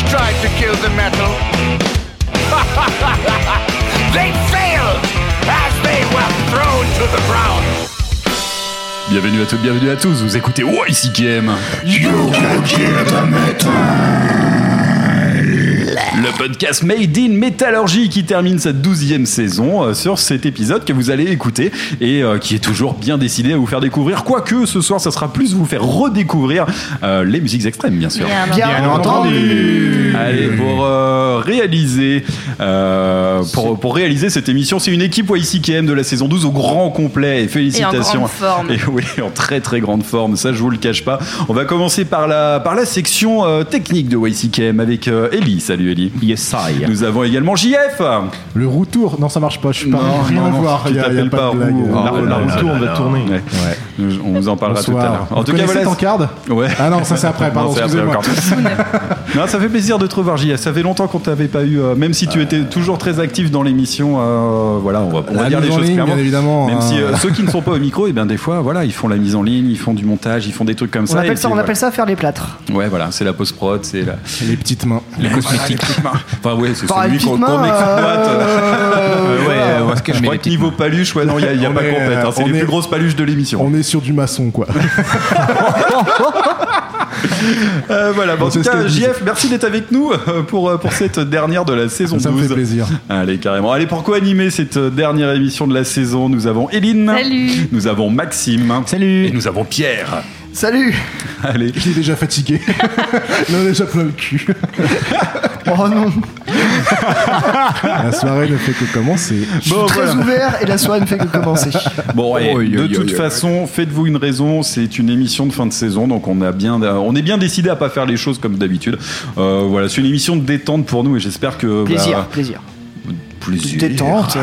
tried to kill the metal. They failed as they were thrown to the ground. Bienvenue à toutes, bienvenue à tous, vous écoutez YCKM. You can kill the metal. Le podcast Made in Métallurgie qui termine sa 12e saison sur cet épisode que vous allez écouter et qui est toujours bien décidé à vous faire découvrir. Quoique ce soir, ça sera plus vous faire redécouvrir les musiques extrêmes, bien sûr. Bien entendu. Allez, pour réaliser cette émission, c'est une équipe YCKM de la saison 12 au grand complet. Et félicitations. Et en grande forme. Et oui, en très très grande forme, ça je vous le cache pas. On va commencer par la section technique de YCKM avec Ellie. Salut Ellie. Yes, I. Nous avons également JF. Le roue tour, non ça marche pas, je suis pas Non, rien à voir. tu t'appelles pas de blague. roue. La roue tour, on va tourner. Ouais. On vous en parlera tout à l'heure. En tout cas, voilà. Tancard. Ouais. Ah non, ça c'est après, pardon, excusez-moi. Non, ça fait plaisir de te revoir, JF. Ça fait longtemps qu'on t'avait pas eu, même si tu étais toujours très actif dans l'émission. Voilà, on va dire les choses clairement. Bien évidemment. Même si ceux qui ne sont pas au micro, et bien des fois, voilà, ils font la mise en ligne, ils font du montage, ils font des trucs comme ça. On appelle ça faire les plâtres. Ouais, voilà, c'est la post-prod, c'est les petites mains. Les cosmétiques. Enfin, ouais, c'est Par celui qu'on exploite. Je crois que niveau paluche, ouais, non, il n'y a pas compète. C'est les plus grosses paluches de l'émission. On est sur du maçon, quoi. Voilà, bon, en tout cas, JF, merci d'être avec nous pour cette dernière de la saison 12. Ça me fait plaisir. Allez, carrément. Allez, pour co-animer cette dernière émission de la saison, nous avons Eline. Salut. Nous avons Maxime. Salut. Et nous avons Pierre. Salut. Allez. Il est déjà fatigué. Il en a déjà plein le cul. Oh non. La soirée ne fait que commencer. Je suis très ouvert et la soirée ne fait que commencer. Bon, de toute façon, faites-vous une raison. C'est une émission de fin de saison, donc on est bien décidé à pas faire les choses comme d'habitude. Voilà, c'est une émission de détente pour nous et j'espère que plaisir. Détente.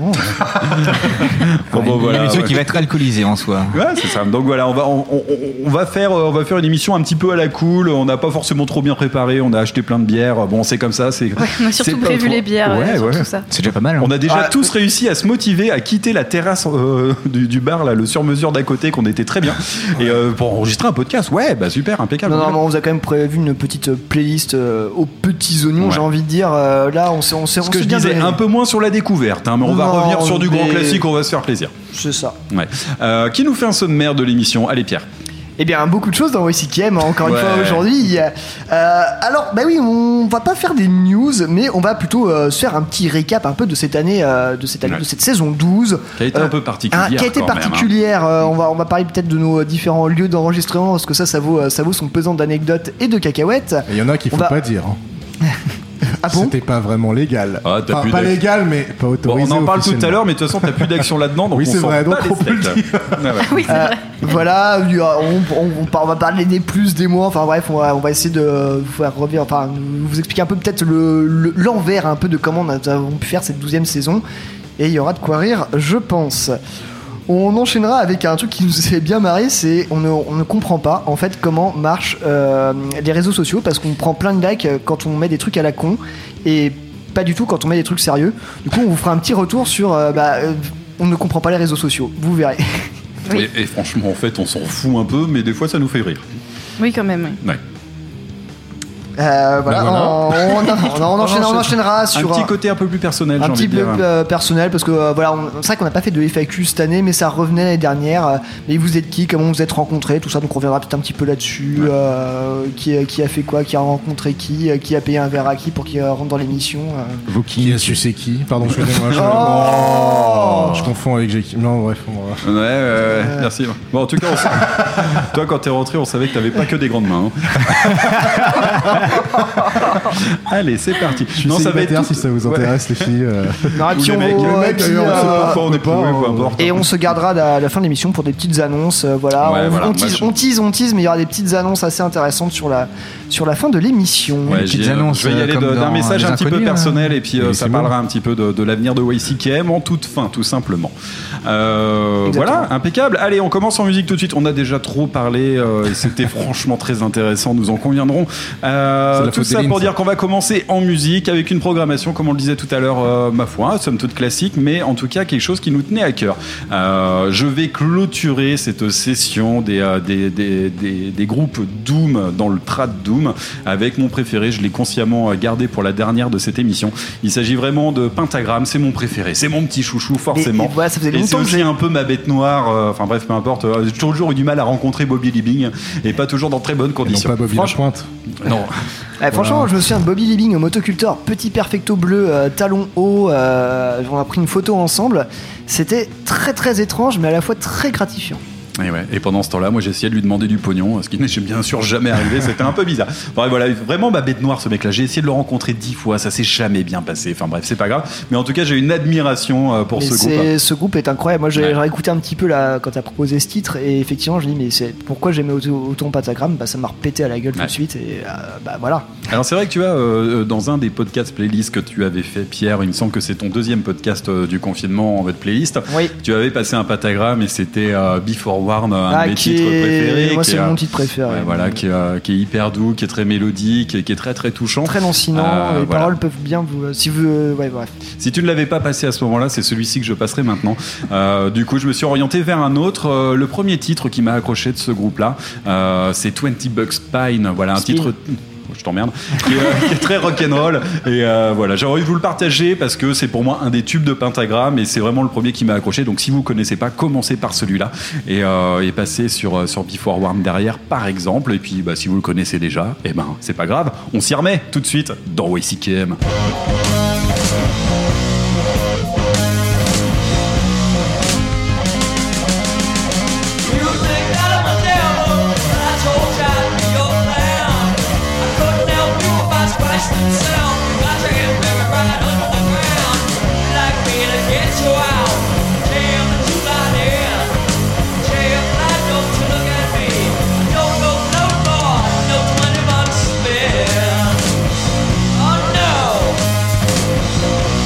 Voilà, une émission qui va être alcoolisée en soi. Ouais, c'est ça. Donc voilà, on va faire une émission un petit peu à la cool. On n'a pas forcément trop bien préparé. On a acheté plein de bières. Bon, c'est comme ça. On a surtout prévu les bières. Tout ça. C'est déjà pas mal. On a déjà tous réussi à se motiver à quitter la terrasse du bar, là, le sur-mesure d'à côté, qu'on était très bien. Et pour enregistrer un podcast, ouais, bah super, impeccable. Non, on vous a quand même prévu une petite playlist aux petits oignons, j'ai envie de dire. Là, on s'est ce que je disais, un peu moins sur la découverte, mais on va revenir sur du grand classique, on va se faire plaisir. C'est ça. Ouais. Qui nous fait un sommaire de l'émission? Allez, Pierre. Eh bien, beaucoup de choses dans YCKM, encore une fois aujourd'hui. Alors, bah oui, on va pas faire des news, mais on va plutôt se faire un petit récap un peu de cette année, de cette saison 12. Qui a été un peu particulière. Qui a été particulière. On va parler peut-être de nos différents lieux d'enregistrement, parce que ça vaut son pesant d'anecdotes et de cacahuètes. Il y en a qu'il faut pas dire. Ah bon? C'était pas vraiment légal. Pas légal, mais pas autorisé. Bon, on en parle tout à l'heure, mais de toute façon, t'as plus d'action là-dedans. Donc oui, c'est vrai, donc on peut le dire. Oui, c'est vrai. Voilà, on va parler des plus, des moins. Enfin bref, on va essayer de vous faire revenir, enfin, vous expliquer un peu peut-être l'envers un peu de comment nous avons pu faire cette 12e saison. Et il y aura de quoi rire, je pense. On enchaînera avec un truc qui nous fait bien marrer, c'est on ne comprend pas en fait comment marchent les réseaux sociaux, parce qu'on prend plein de likes quand on met des trucs à la con et pas du tout quand on met des trucs sérieux. Du coup, on vous fera un petit retour sur on ne comprend pas les réseaux sociaux, vous verrez. Oui. Et franchement, en fait, on s'en fout un peu, mais des fois, ça nous fait rire. Oui, quand même. Oui. Ouais. Voilà. On enchaînera sur un petit côté un peu plus personnel. Un petit peu personnel, parce que voilà, c'est vrai qu'on n'a pas fait de FAQ cette année, mais ça revenait l'année dernière. Mais vous êtes qui, comment vous êtes rencontrés, tout ça, donc on reviendra peut-être un petit peu là-dessus. Qui a fait quoi, qui a rencontré qui a payé un verre à qui pour qu'il rentre dans l'émission. Vous qui a sucé qui? Pardon, excusez-moi. Je confonds avec Jackie. Non, bref. Ouais, merci. Bon, en tout cas, toi, quand t'es rentré, on savait que t'avais pas que des grandes mains. Allez, c'est parti. Je suis célibataire, si ça vous intéresse, les filles. Non, et puis le mec, d'ailleurs, on sait pas pourquoi on est pas. Peu importe. Et on se gardera à la fin de l'émission pour des petites annonces. Voilà, on tease, mais il y aura des petites annonces assez intéressantes sur la fin de l'émission. Ouais, je vais y aller d'un message un petit peu personnel, et puis ça parlera un petit peu de l'avenir de YCKM en toute fin, tout simplement. Voilà, impeccable. Allez, on commence en musique tout de suite. On a déjà trop parlé, et c'était franchement très intéressant, nous en conviendrons. Tout ça pour dire qu'on va commencer en musique avec une programmation, comme on le disait tout à l'heure, ma foi, somme toute classique, mais en tout cas quelque chose qui nous tenait à cœur. Je vais clôturer cette session des groupes Doom dans le trad Doom avec mon préféré. Je l'ai consciemment gardé pour la dernière de cette émission. Il s'agit vraiment de Pentagram, c'est mon préféré, c'est mon petit chouchou forcément. Et ça faisait longtemps et c'est aussi un peu ma bête noire. Enfin bref, peu importe. J'ai toujours eu du mal à rencontrer Bobby Liebing et pas toujours dans très bonnes conditions. Non, pas Bobby Lapointe. Non. Franchement, je me souviens de Bobby Liebing au motoculteur, petit perfecto bleu, talon haut. On a pris une photo ensemble. C'était très très étrange, mais à la fois très gratifiant. Et pendant ce temps-là, moi j'ai essayé de lui demander du pognon, ce qui n'est bien sûr jamais arrivé, c'était un peu bizarre. Bref, voilà, vraiment ma bête noire ce mec-là, j'ai essayé de le rencontrer 10 fois, ça s'est jamais bien passé, enfin bref, c'est pas grave, mais en tout cas j'ai une admiration pour ce groupe. Ce groupe est incroyable, moi j'ai écouté un petit peu là, quand t'as proposé ce titre, et effectivement je me dis, mais pourquoi j'aimais autant Pentagram, ça m'a repété à la gueule tout de suite, et voilà. Alors c'est vrai que tu vois, dans un des podcasts playlists que tu avais fait, Pierre, il me semble que c'est ton deuxième podcast du confinement en votre playlist, tu avais passé un Pentagram et c'était Before Warm, un de mes titres préférés. Moi c'est mon titre préféré. Voilà, qui est hyper doux, qui est très mélodique, qui est très très touchant. Très lancinant, les paroles peuvent bien vous... Si tu ne l'avais pas passé à ce moment-là, c'est celui-ci que je passerai maintenant. Du coup, je me suis orienté vers un autre. Le premier titre qui m'a accroché de ce groupe-là, c'est 20 Bucks Pine. Voilà, un titre... Je t'emmerde, qui est très rock'n'roll et voilà, j'ai envie de vous le partager parce que c'est pour moi un des tubes de Pentagram et c'est vraiment le premier qui m'a accroché. Donc si vous connaissez pas, commencez par celui-là et passez sur Before Warm derrière par exemple, et puis si vous le connaissez déjà, c'est pas grave, on s'y remet tout de suite dans WCKM. Oh no!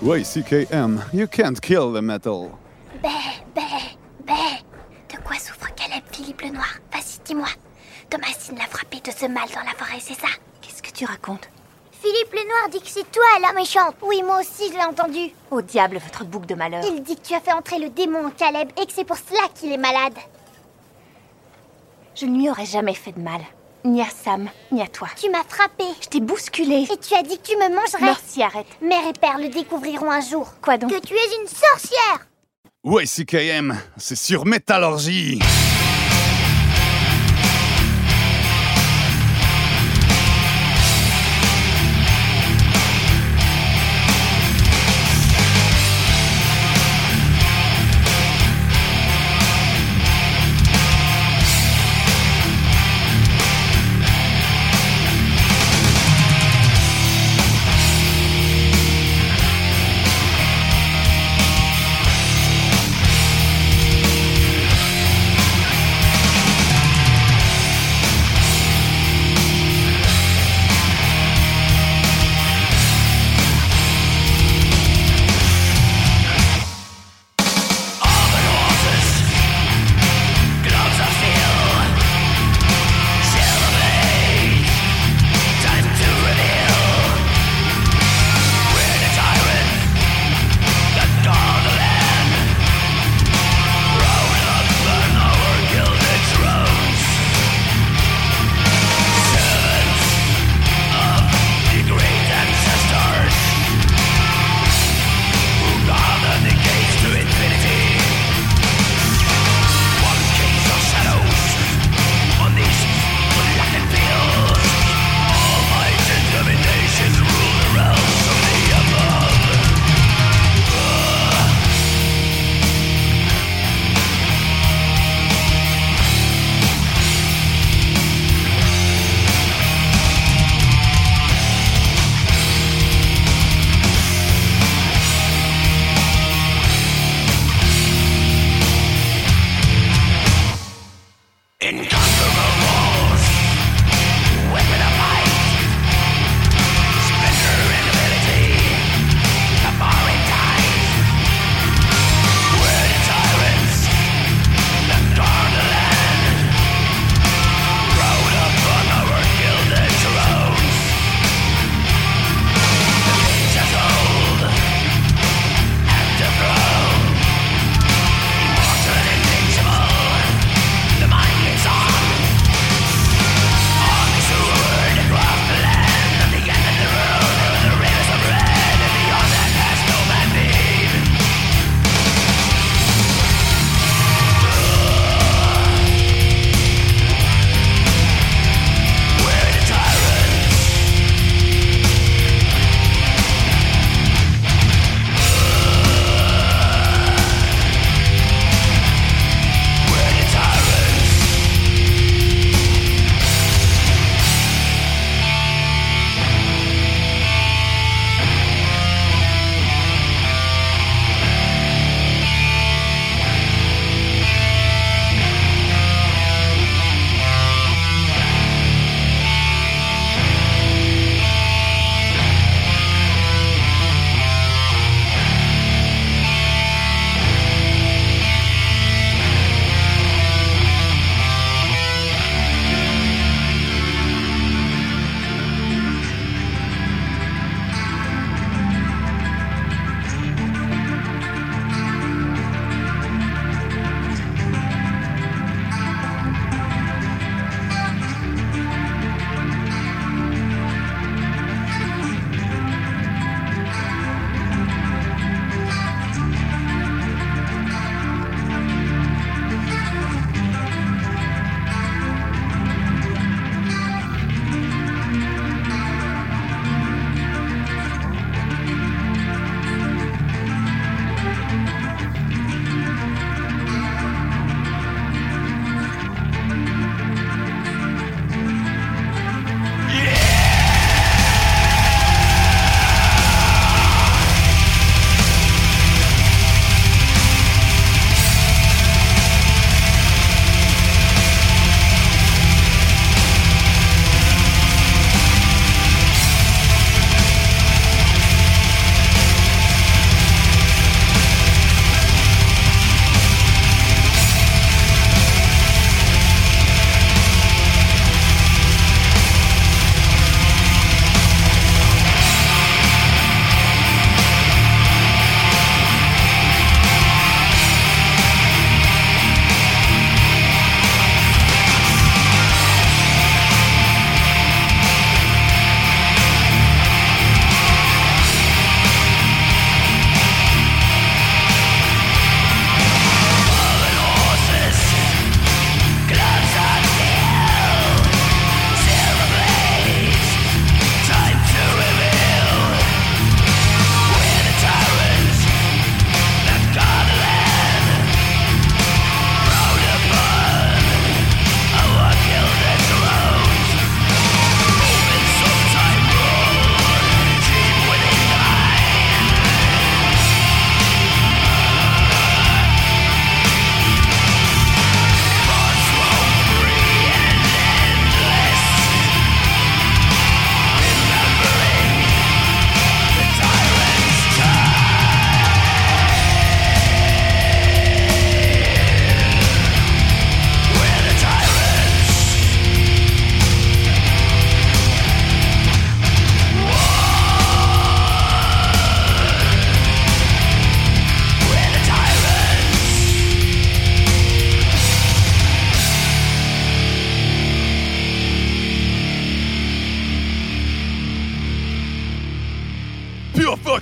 YCKM, you can't kill the metal. Bé. De quoi souffre Caleb, Philippe le Noir? Vas-y, dis-moi. Thomasine l'a frappé de ce mal dans la forêt, c'est ça? Qu'est-ce que tu racontes? Philippe le Noir dit que c'est toi la méchante. Oui, moi aussi je l'ai entendu. Au diable, votre bouc de malheur. Il dit que tu as fait entrer le démon en Caleb et que c'est pour cela qu'il est malade. Je ne lui aurais jamais fait de mal. Ni à Sam, ni à toi. Tu m'as frappé. Je t'ai bousculé. Et tu as dit que tu me mangerais. Merci, arrête. Mère et père le découvriront un jour. Quoi donc? Que tu es une sorcière. YCKM, c'est sur Métallurgie.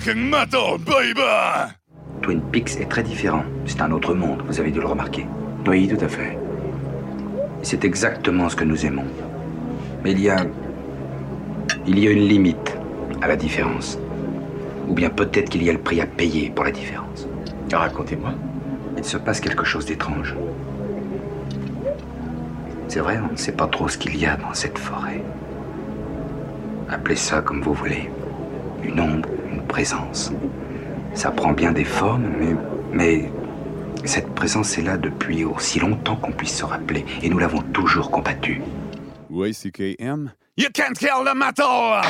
fucking metal, baby! Twin Peaks est très différent. C'est un autre monde, vous avez dû le remarquer. Oui, tout à fait. C'est exactement ce que nous aimons. Mais il y a une limite à la différence. Ou bien peut-être qu'il y a le prix à payer pour la différence. Racontez-moi. Il se passe quelque chose d'étrange. C'est vrai, on ne sait pas trop ce qu'il y a dans cette forêt. Appelez ça comme vous voulez. Une ombre, une présence. Ça prend bien des formes, mais cette présence est là depuis aussi longtemps qu'on puisse se rappeler. Et nous l'avons toujours combattue. YCKM? You can't kill the metal!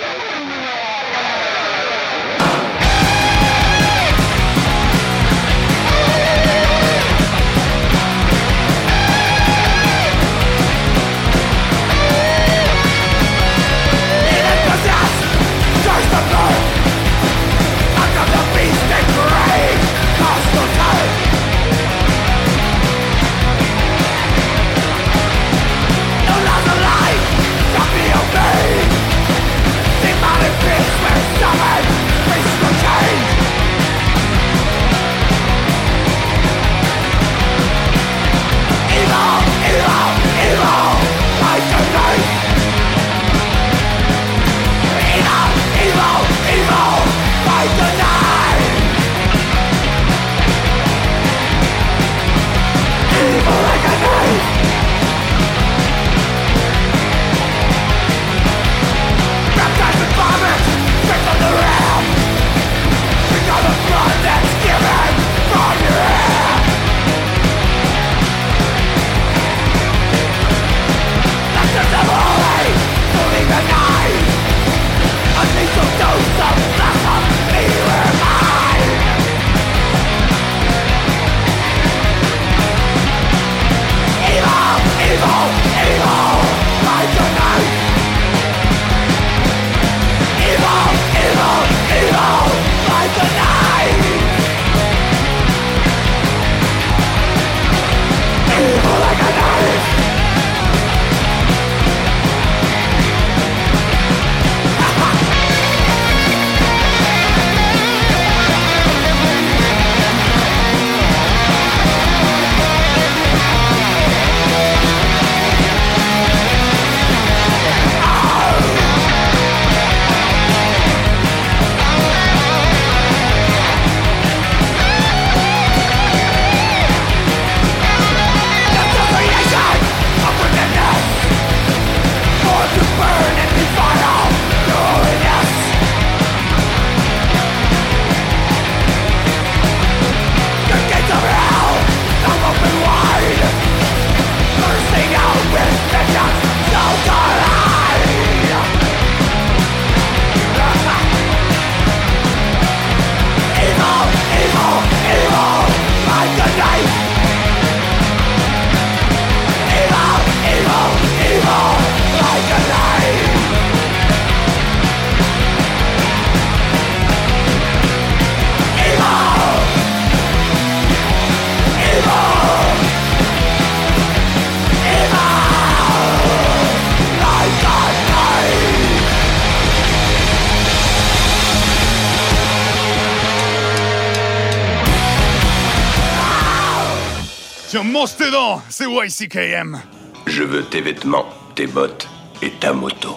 Tiens, mange tes dents, c'est YCKM. Je veux tes vêtements, tes bottes et ta moto.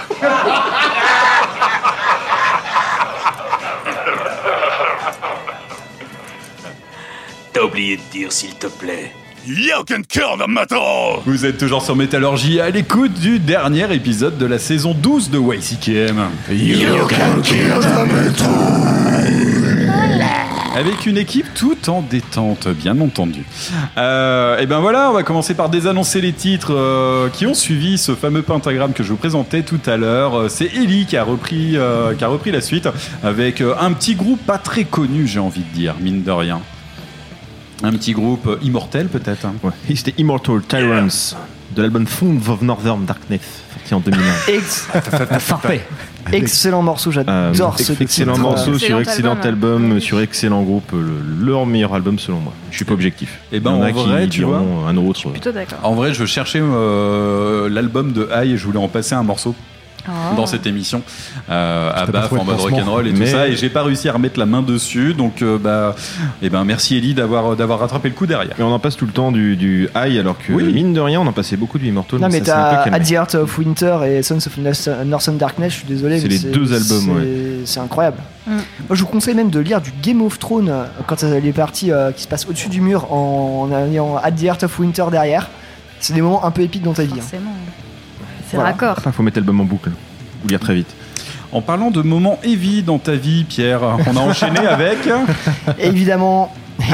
T'as oublié de dire, s'il te plaît. You can kill the metal! Vous êtes toujours sur Métallurgie à l'écoute du dernier épisode de la saison 12 de YCKM. You can kill the metal! Avec une équipe tout en détente, bien entendu. Et ben voilà, on va commencer par désannoncer les titres qui ont suivi ce fameux pentagramme que je vous présentais tout à l'heure. C'est Ellie qui a repris la suite avec un petit groupe pas très connu, j'ai envie de dire, mine de rien. Un petit groupe immortel peut-être. Hein. Ouais. C'était Immortal Tyrants de l'album Fond of Northern Darkness sorti en 2001. Parfait. Excellent morceau, j'adore ce excellent morceau sur excellent album, sur excellent groupe, leur meilleur album selon moi. Je suis pas objectif. Et ben en vrai, tu vois, un autre. Je suis plutôt d'accord. En vrai, je cherchais l'album de High et je voulais en passer un morceau. dans cette émission à BAF en mode rock'n'roll et tout ça, et j'ai pas réussi à remettre la main dessus, donc merci Ellie d'avoir rattrapé le coup derrière. Mais on en passe tout le temps du high, alors que mine de rien on en passait beaucoup du Immortal. Non mais t'as At the Heart of Winter et Sons of Northern Darkness, je suis désolé, c'est les deux albums, c'est incroyable. Moi je vous conseille même de lire du Game of Thrones quand les parties qui se passent au-dessus du mur en ayant At the Heart of Winter derrière. C'est des moments un peu épiques dans ta vie. Forcément. C'est raccord. Faut mettre l'album en boucle ou lire très vite. En parlant de moments heavy dans ta vie, Pierre, on a enchaîné avec... Évidemment,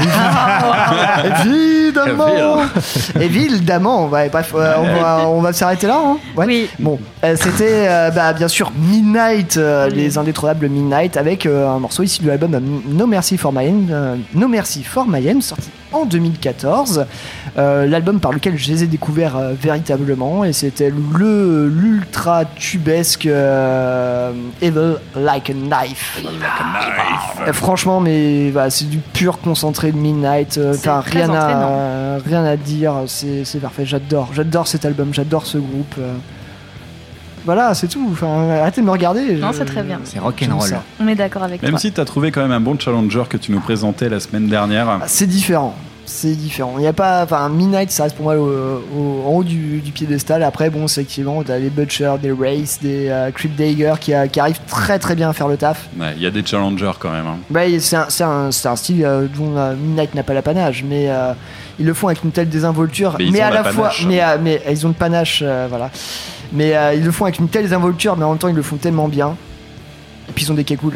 ouais, bref, on va s'arrêter là, hein. Ouais. Oui. Bon, c'était bien sûr Midnight, les indétrônables Midnight, avec un morceau ici de l'album No Mercy for My End, sorti en 2014, l'album par lequel je les ai découverts véritablement, et c'était l'ultra tubesque Evil Like a Knife. Franchement, mais c'est du pur concentré de Midnight, rien à dire, c'est parfait, j'adore cet album, j'adore ce groupe. Voilà, c'est tout. Arrêtez de me regarder. Non, c'est très bien. C'est rock'n'roll. On est d'accord avec toi. Même si t'as trouvé quand même un bon challenger que tu nous présentais la semaine dernière. C'est différent. Il n'y a pas. Midnight, ça reste pour moi en haut du piédestal. Après, bon, c'est effectivement, t'as des Butcher, des Wraith, des Crypt Dagger qui arrivent très très bien à faire le taf. Il y a des challengers quand même. C'est un style dont Midnight n'a pas l'apanage, mais ils le font avec une telle désinvolture. Mais à la fois. Mais ils ont le panache, voilà. Mais ils le font avec une telle désinvolture, mais en même temps, ils le font tellement bien. Et puis ils ont des cagoules.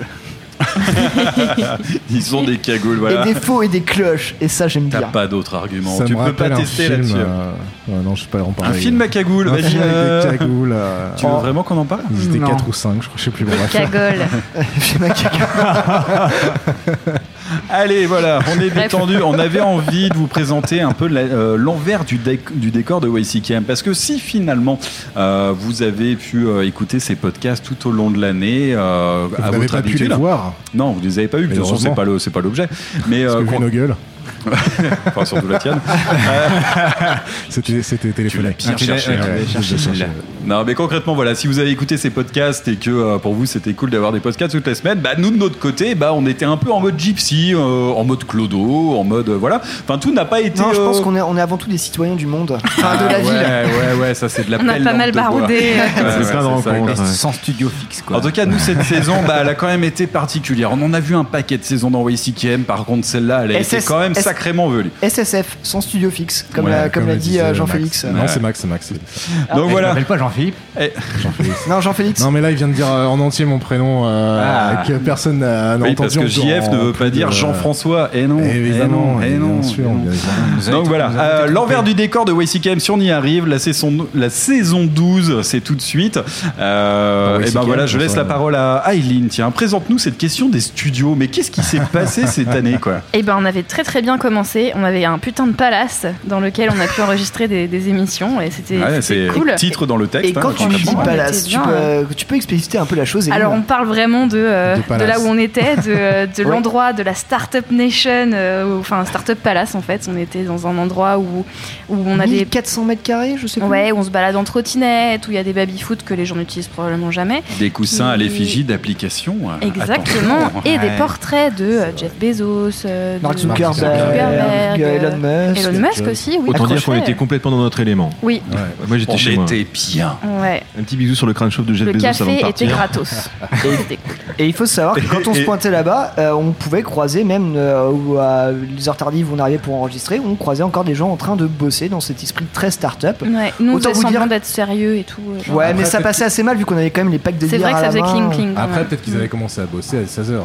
Ils ont des cagoules, voilà. Et des faux et des cloches, et ça j'aime bien. T'as pas d'autre argument, tu peux pas tester là-dessus. Non, je sais pas en parler. Un film à cagoule, vas-y. Des cagoules. Tu veux vraiment qu'on en parle? Ils étaient 4 ou 5, je sais plus. Cagole. Film à cagole. Allez, voilà, on est détendu. On avait envie de vous présenter un peu l'envers du décor de YCKM, parce que si finalement vous avez pu écouter ces podcasts tout au long de l'année, à votre habitude, pu les voir. Non, vous les avez pas eu. De toute façon, c'est pas l'objet. Mais parce que vu nos gueules. Enfin, surtout la tienne. C'était téléphoné. Non, mais concrètement, voilà, si vous avez écouté ces podcasts et que pour vous c'était cool d'avoir des podcasts toutes les semaines, nous de notre côté, on était un peu en mode gypsy, en mode clodo, en mode voilà. Enfin, tout n'a pas été. Non, je pense qu'on est avant tout des citoyens du monde, de la ville. Ouais, ça c'est de la pelle. On a pas mal baroudé. C'est plein de rencontres. Sans studio fixe, quoi. En tout cas, nous cette saison, elle a quand même été particulière. On en a vu un paquet de saisons dans YCKM. Par contre, celle-là, elle a été quand même sacrément velue. SSF, sans studio fixe, comme l'a dit Jean-Félix. Non, c'est Max. Donc voilà. Je m'appelle pas Jean-Philippe. Non, Jean-Félix. Non, mais là, il vient de dire en entier mon prénom que personne n'a entendu. Parce que JF ne veut pas dire Jean-François. Et non. Évidemment. Bien sûr. Donc voilà. L'envers du décor de YCKM, si on y arrive, la saison 12, c'est tout de suite. Et voilà, je laisse la parole à Aileen. Tiens, présente-nous cette question des studios. Mais qu'est-ce qui s'est passé cette année, quoi? On avait très très bien commencé. On avait un putain de palace dans lequel on a pu enregistrer des émissions et c'était cool. Titre dans le texte. Et quand tu dis palace, tu peux expliciter un peu la chose. Alors on parle vraiment de là où on était, de l'endroit de la Startup Nation, enfin Startup Palace en fait. On était dans un endroit où on a 1400 mètres carrés, je sais pas. Ouais, où on se balade en trottinette, où il y a des baby-foot que les gens n'utilisent probablement jamais. Des coussins à l'effigie d'applications. Exactement. Attention. Et des portraits de Jeff Bezos, Mark Zuckerberg, Elon Musk aussi. Oui, autant dire qu'on était complètement dans notre élément. Oui. Moi j'étais chez moi. On était bien. Ouais. Un petit bisou sur le crâne chauve de Jeff Bezos avant de partir. Le café était gratos. Et il faut savoir que quand on se pointait là-bas, on pouvait croiser même à les heures tardives où on arrivait pour enregistrer, on croisait encore des gens en train de bosser dans cet esprit très start-up. Ouais. Nous on faisait semblant d'être sérieux et tout. Ouais, après, mais ça passait assez mal vu qu'on avait quand même les packs de bière à la main. C'est vrai que ça faisait cling. Après peut-être qu'ils avaient commencé à bosser à 16h.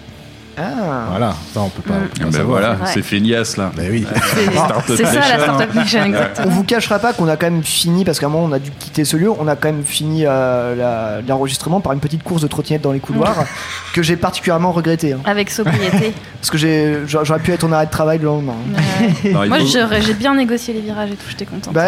Voilà, ça on peut pas. Voilà, c'est feignasse là. Mais oui. C'est ça la Startup Nation, exactement. On vous cachera pas qu'on a quand même fini, parce qu'à un moment on a dû quitter ce lieu, on a quand même fini l'enregistrement par une petite course de trottinette dans les couloirs que j'ai particulièrement regretté. Avec sobriété. Parce que j'aurais pu être en arrêt de travail le lendemain. Moi j'ai bien négocié les virages et tout, j'étais contente.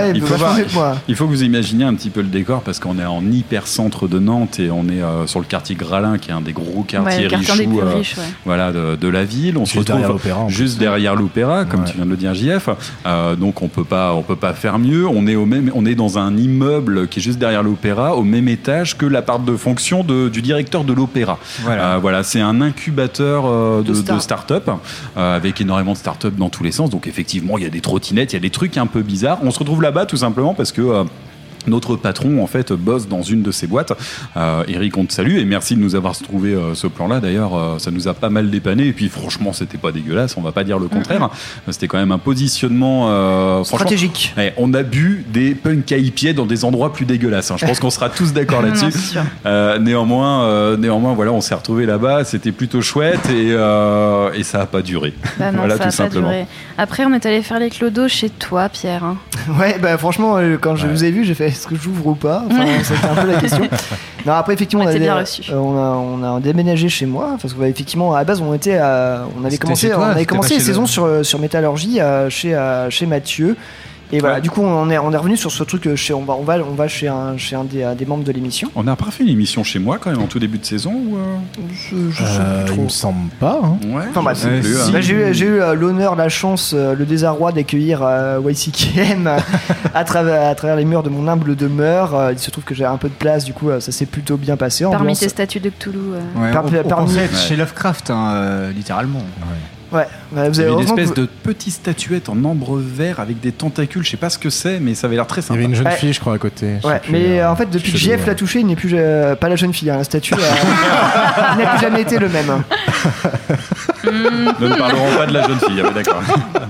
Il faut que vous imaginiez un petit peu le décor parce qu'on est en hyper centre de Nantes et on est sur le quartier Gralin qui est un des gros quartiers riches. Des plus riches, voilà. voilà, de la ville. On se retrouve juste derrière l'opéra, comme tu viens de le dire, JF. Donc on peut pas faire mieux. On est dans un immeuble qui est juste derrière l'opéra, au même étage que l'appart de fonction du directeur de l'opéra. Voilà, c'est un incubateur de start-up avec énormément de start-up dans tous les sens. Donc effectivement, il y a des trottinettes, il y a des trucs un peu bizarres. On se retrouve là-bas tout simplement parce que notre patron en fait bosse dans une de ces boîtes. Eric, on te salue et merci de nous avoir trouvé ce plan-là. D'ailleurs, ça nous a pas mal dépanné et puis franchement, c'était pas dégueulasse. On va pas dire le contraire. C'était quand même un positionnement stratégique. On a bu des punk IPA dans des endroits plus dégueulasses. Je pense qu'on sera tous d'accord là-dessus. Néanmoins, voilà, on s'est retrouvé là-bas. C'était plutôt chouette et ça a pas duré. Non, voilà, ça tout simplement. Duré. Après, on est allé faire les clodos chez toi, Pierre. Ouais, franchement, quand je vous ai vu, j'ai fait est-ce que j'ouvre ou pas, c'était un peu la question. Non, après effectivement on a déménagé chez moi parce que effectivement à la base on avait commencé les saisons sur Métallurgie chez Mathieu. Et voilà, du coup, on est revenu sur ce truc. On va chez un des membres de l'émission. On n'a pas fait une émission chez moi quand même en tout début de saison je sais plus trop. Il me semble pas. Ouais. Enfin bref, j'ai eu l'honneur, la chance, le désarroi d'accueillir YCKM à travers les murs de mon humble demeure. Il se trouve que j'ai un peu de place, du coup, ça s'est plutôt bien passé. Parmi tes statues de Cthulhu. Parmi chez Lovecraft, littéralement. Ouais, vous avez une espèce de petite statuette en ambre vert avec des tentacules, je sais pas ce que c'est, mais ça avait l'air très sympa. Il y avait une jeune fille, je crois, à côté. Ouais, mais en fait, depuis que JF l'a touché, il n'est plus pas la jeune fille, la statue. Il n'a plus jamais été le même. Nous ne parlerons pas de la jeune fille, d'accord.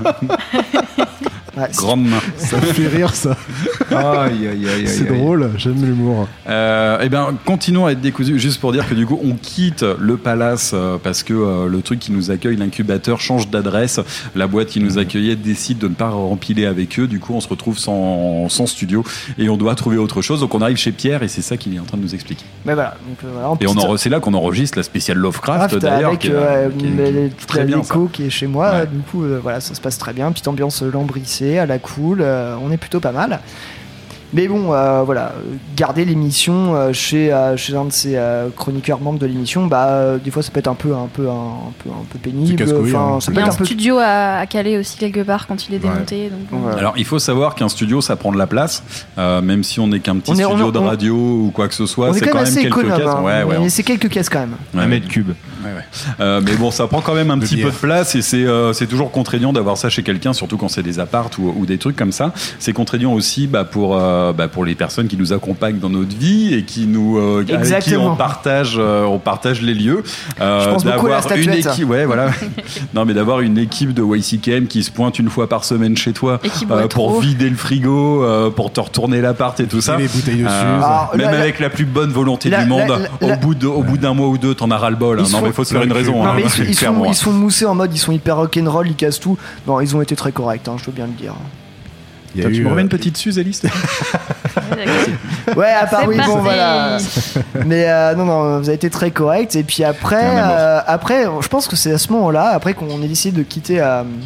Grande main. Ça me fait rire, ça. C'est drôle, j'aime l'humour. Continuons à être décousus, juste pour dire que du coup, on quitte le Palace parce que le truc qui nous accueille, l'incubateur, change d'adresse. La boîte qui nous accueillait décide de ne pas rempiler avec eux. Du coup, on se retrouve sans studio et on doit trouver autre chose. Donc, on arrive chez Pierre et c'est ça qu'il est en train de nous expliquer. Mais voilà. Donc, et c'est là qu'on enregistre la spéciale Lovecraft, d'ailleurs. Avec toute la déco qui est chez moi. Ouais. Du coup, voilà, ça se passe très bien. Petite ambiance lambrissée, à la cool, on est plutôt pas mal. Mais bon, voilà, garder l'émission chez un de ces chroniqueurs membres de l'émission, des fois ça peut être un peu pénible. Ça peut être un studio à caler aussi quelque part quand il est démonté. Donc, Alors il faut savoir qu'un studio ça prend de la place, même si on n'est qu'un petit studio de radio ou quoi que ce soit, c'est quand même quelques cases. Mais c'est quelques cases quand même. 1 mètre cube. Mais bon, ça prend quand même un petit peu de place et c'est toujours contraignant d'avoir ça chez quelqu'un, surtout quand c'est des apparts ou des trucs comme ça. C'est contraignant aussi pour les personnes qui nous accompagnent dans notre vie et qui avec qui on partage les lieux. Je pense beaucoup à la statuette. Une équipe, non, mais d'avoir une équipe de YCKM qui se pointe une fois par semaine chez toi pour vider le frigo, pour te retourner l'appart et tout ça. Les bouteilles dessus. Même avec la plus bonne volonté du monde, au bout d'un mois ou deux, t'en as ras le bol. Non, mais il faut se faire une raison. Non, mais ils sont moussés en mode, ils sont hyper rock'n'roll, ils cassent tout. Non, ils ont été très corrects, je dois bien le dire. Tu me remets une petite Suze, Alice? Ouais, à part oui, bon voilà. Mais non, vous avez été très correct. Et puis après, je pense que c'est à ce moment-là, après qu'on ait décidé de quitter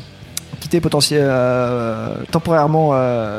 temporairement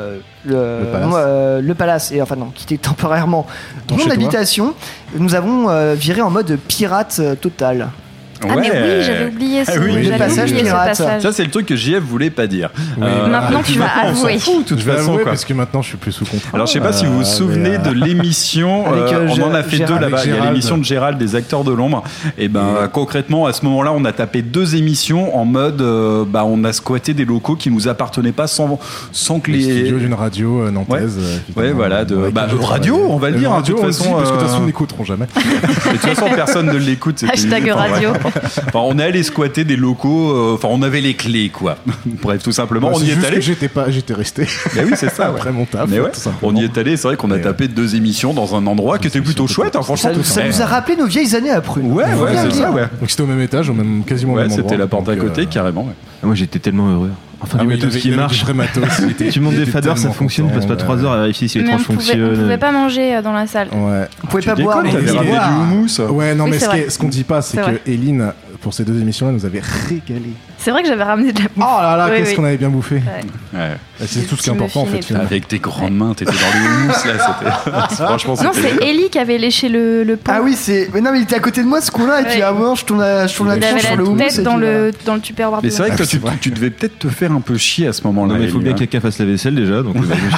le palace et quitter temporairement mon habitation. Nous avons viré en mode pirate total. Ah mais oui, j'avais oublié ça. Le passage pirate. Ça c'est le truc que JF voulait pas dire. Maintenant tu vas avouer. De toute façon, parce que maintenant je suis plus sous contrat. Alors je sais pas si vous vous souvenez de l'émission. On en a fait deux là-bas. Il y a l'émission de Gérald des acteurs de l'ombre. Et concrètement à ce moment-là, on a tapé 2 émissions en mode on a squatté des locaux qui nous appartenaient pas sans que les studios d'une radio nantaise. Ouais, voilà, de radio, on va le dire. De toute façon, parce que de toute façon, ils n'écouteront jamais. De toute façon, personne ne l'écoute. Hashtag radio. On est allé squatter des locaux, on avait les clés, quoi. Bref, tout simplement, on y est allé. J'étais resté. Mais oui, c'est ça. Après mon taf. Mais on y est allé. C'est vrai qu'on a tapé 2 émissions dans un endroit qui était plutôt chouette. Franchement, ça nous a rappelé nos vieilles années à Prune. Ouais, c'est ça. Donc c'était au même étage, quasiment au même endroit. C'était la porte à côté, carrément. Moi, j'étais tellement heureux. Enfin, du matos qui marche. Tu montes des faders, ça fonctionne. Tu passes pas 3 heures à vérifier si les tranches fonctionnent. On pouvait pas manger dans la salle. Ouais. On pouvait pas boire. T'avais ramené du houmous. Ouais, non, mais ce qu'on dit pas, c'est que Eline, pour ces 2 émissions-là, nous avait régalé. C'est vrai que j'avais ramené de la bouffe. Oh là là, Oui, qu'est-ce oui. qu'on avait bien bouffé. Ouais. C'est tout ce qui est important en fait. Avec tes grandes mains, t'étais dans le mousse là. Franchement, Non, c'est Ellie qui avait léché le pot. Ah oui, c'est. Mais non, mais il était à côté de moi ce coup-là, et puis à un moment, je tourne la Il tronche avait sur la le houmous. tête dans le tupperware. Mais c'est vrai que tu devais peut-être te faire un peu chier à ce moment-là. Non, mais il faut bien que quelqu'un fasse la vaisselle déjà. Donc,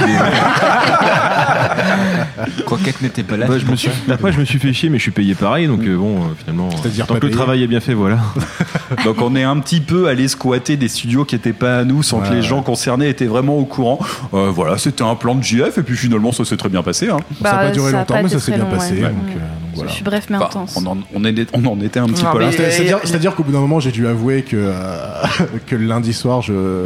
Croquette n'était pas là. Après, je me suis fait chier, mais je suis payé pareil. Donc, finalement, C'est-à-dire tant pas que le payé. travail est bien fait, voilà. Donc on est un petit peu allé squatter des studios qui n'étaient pas à nous sans que les gens concernés étaient vraiment au courant. Voilà, c'était un plan de JF et puis finalement ça s'est très bien passé. Hein. Ça n'a pas duré longtemps, mais ça s'est bien passé. Ouais. Donc voilà. Je suis bref mais intense. On en était un petit peu là. C'est-à-dire qu'au bout d'un moment, j'ai dû avouer que le lundi soir,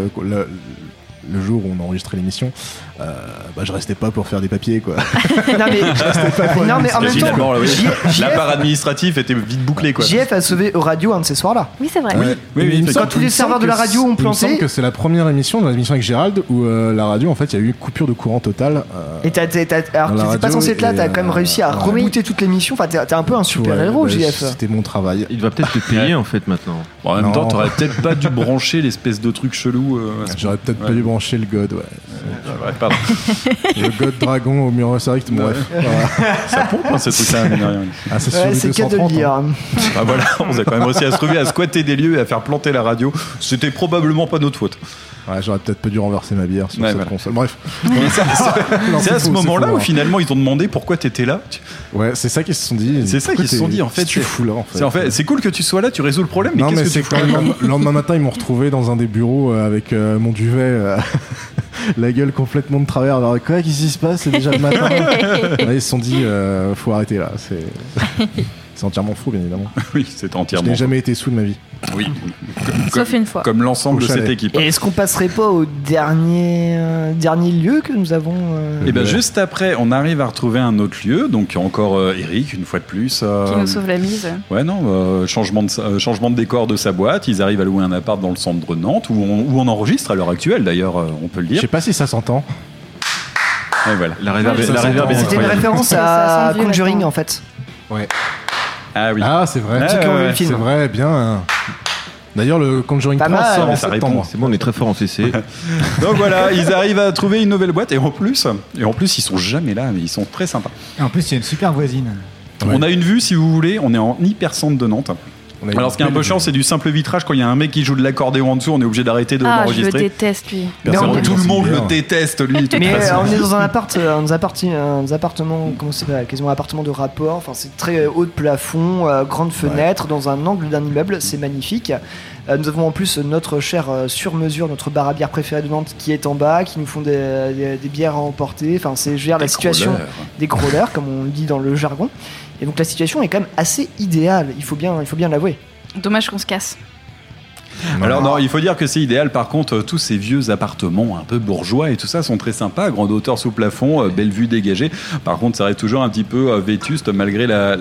le jour où on enregistrait l'émission, je restais pas pour faire des papiers quoi. Non mais, non, mais en même temps, Finalement, oui, JF la part administrative était vite bouclée quoi. JF a sauvé radio un de ces soirs-là. Oui, c'est vrai. Oui, Quand tous les serveurs de la radio ont Il me semble planté. que c'est la première émission, l'émission avec Gérald, où la radio, en fait, il y a eu une coupure de courant totale. Et alors que t'étais pas censé être là, t'as quand même réussi à rebooter toute l'émission. Enfin, t'es un peu un super-héros, JF. C'était mon travail. Il va peut-être te payer en fait maintenant. Bon, en même temps, t'aurais peut-être pas dû brancher l'espèce de truc chelou. J'aurais peut-être pas dû brancher le God, ouais. Pardon. Le God Dragon au mur direct, bref. Ça pompe hein, ce truc-là, mine de rien. Ah, c'est Ouais, c'est le cas de le dire. Ah voilà, on a quand même réussi à se trouver, à squatter des lieux et à faire planter la radio. C'était probablement pas notre faute. Ouais, j'aurais peut-être pas dû renverser ma bière sur cette console. Bref. C'est à ce moment-là où finalement ils t'ont demandé pourquoi t'étais là. Ouais, c'est ça qu'ils se sont dit. C'est ça qu'ils se sont dit en fait. Tu fous là en fait. C'est cool que tu sois là, tu résous le problème. Mais non, qu'est-ce mais que c'est tu fais quand le lendemain matin, ils m'ont retrouvé dans un des bureaux avec mon duvet, la gueule complètement de travers. Alors quoi, qu'est-ce qui se passe? C'est déjà le matin. Là, ils se sont dit, faut arrêter là. C'est entièrement faux, bien évidemment. Oui, c'est entièrement. Je n'ai jamais été sous de ma vie. Oui. Sauf une fois. Comme l'ensemble de cette équipe. Et est-ce qu'on passerait pas au dernier lieu que nous avons Et bien juste après, on arrive à retrouver un autre lieu. Donc encore Eric, une fois de plus. Qui nous sauve la mise. Ouais, non, changement de décor de sa boîte. Ils arrivent à louer un appart dans le centre de Nantes, où on enregistre à l'heure actuelle d'ailleurs, on peut le dire. Je sais pas si ça s'entend. Et voilà. La réverb est C'était une incroyable. référence Ça à sent vieux, Conjuring maintenant. en fait. Ouais. Ah oui. Ah, c'est vrai. Ceux qui ont vu le C'est film. vrai, bien. D'ailleurs, le Conjuring Pas 3 mal. sort en Ça septembre. répond. C'est bon, on est très fort en CC. Donc voilà, ils arrivent à trouver une nouvelle boîte et en plus ils sont jamais là, mais ils sont très sympas. Et en plus, il y a une super voisine. Ouais. On a une vue si vous voulez, on est en hyper-centre de Nantes. Alors ce qui est un peu chiant, c'est du simple vitrage. Quand il y a un mec qui joue de l'accordéon en dessous, on est obligé d'arrêter de Ah, je le l'enregistrer. déteste lui. Personnellement, tout le monde bien. le déteste lui. de toute Mais façon. on est dans un appartement, comment c'est pas, quasiment un appartement de rapport. Enfin, c'est très haut de plafond, grande fenêtre, dans un angle d'un immeuble, c'est magnifique. Nous avons en plus notre cher sur-mesure, notre bar à bière préféré de Nantes qui est en bas, qui nous font des bières à emporter. Enfin, c'est je veux dire, la situation des growlers, comme on le dit dans le jargon. Et donc la situation est quand même assez idéale, il faut bien l'avouer. Dommage qu'on se casse. Alors non, il faut dire que c'est idéal. Par contre, tous ces vieux appartements un peu bourgeois et tout ça sont très sympas, grande hauteur sous plafond, belle vue dégagée. Par contre, ça reste toujours un petit peu vétuste malgré la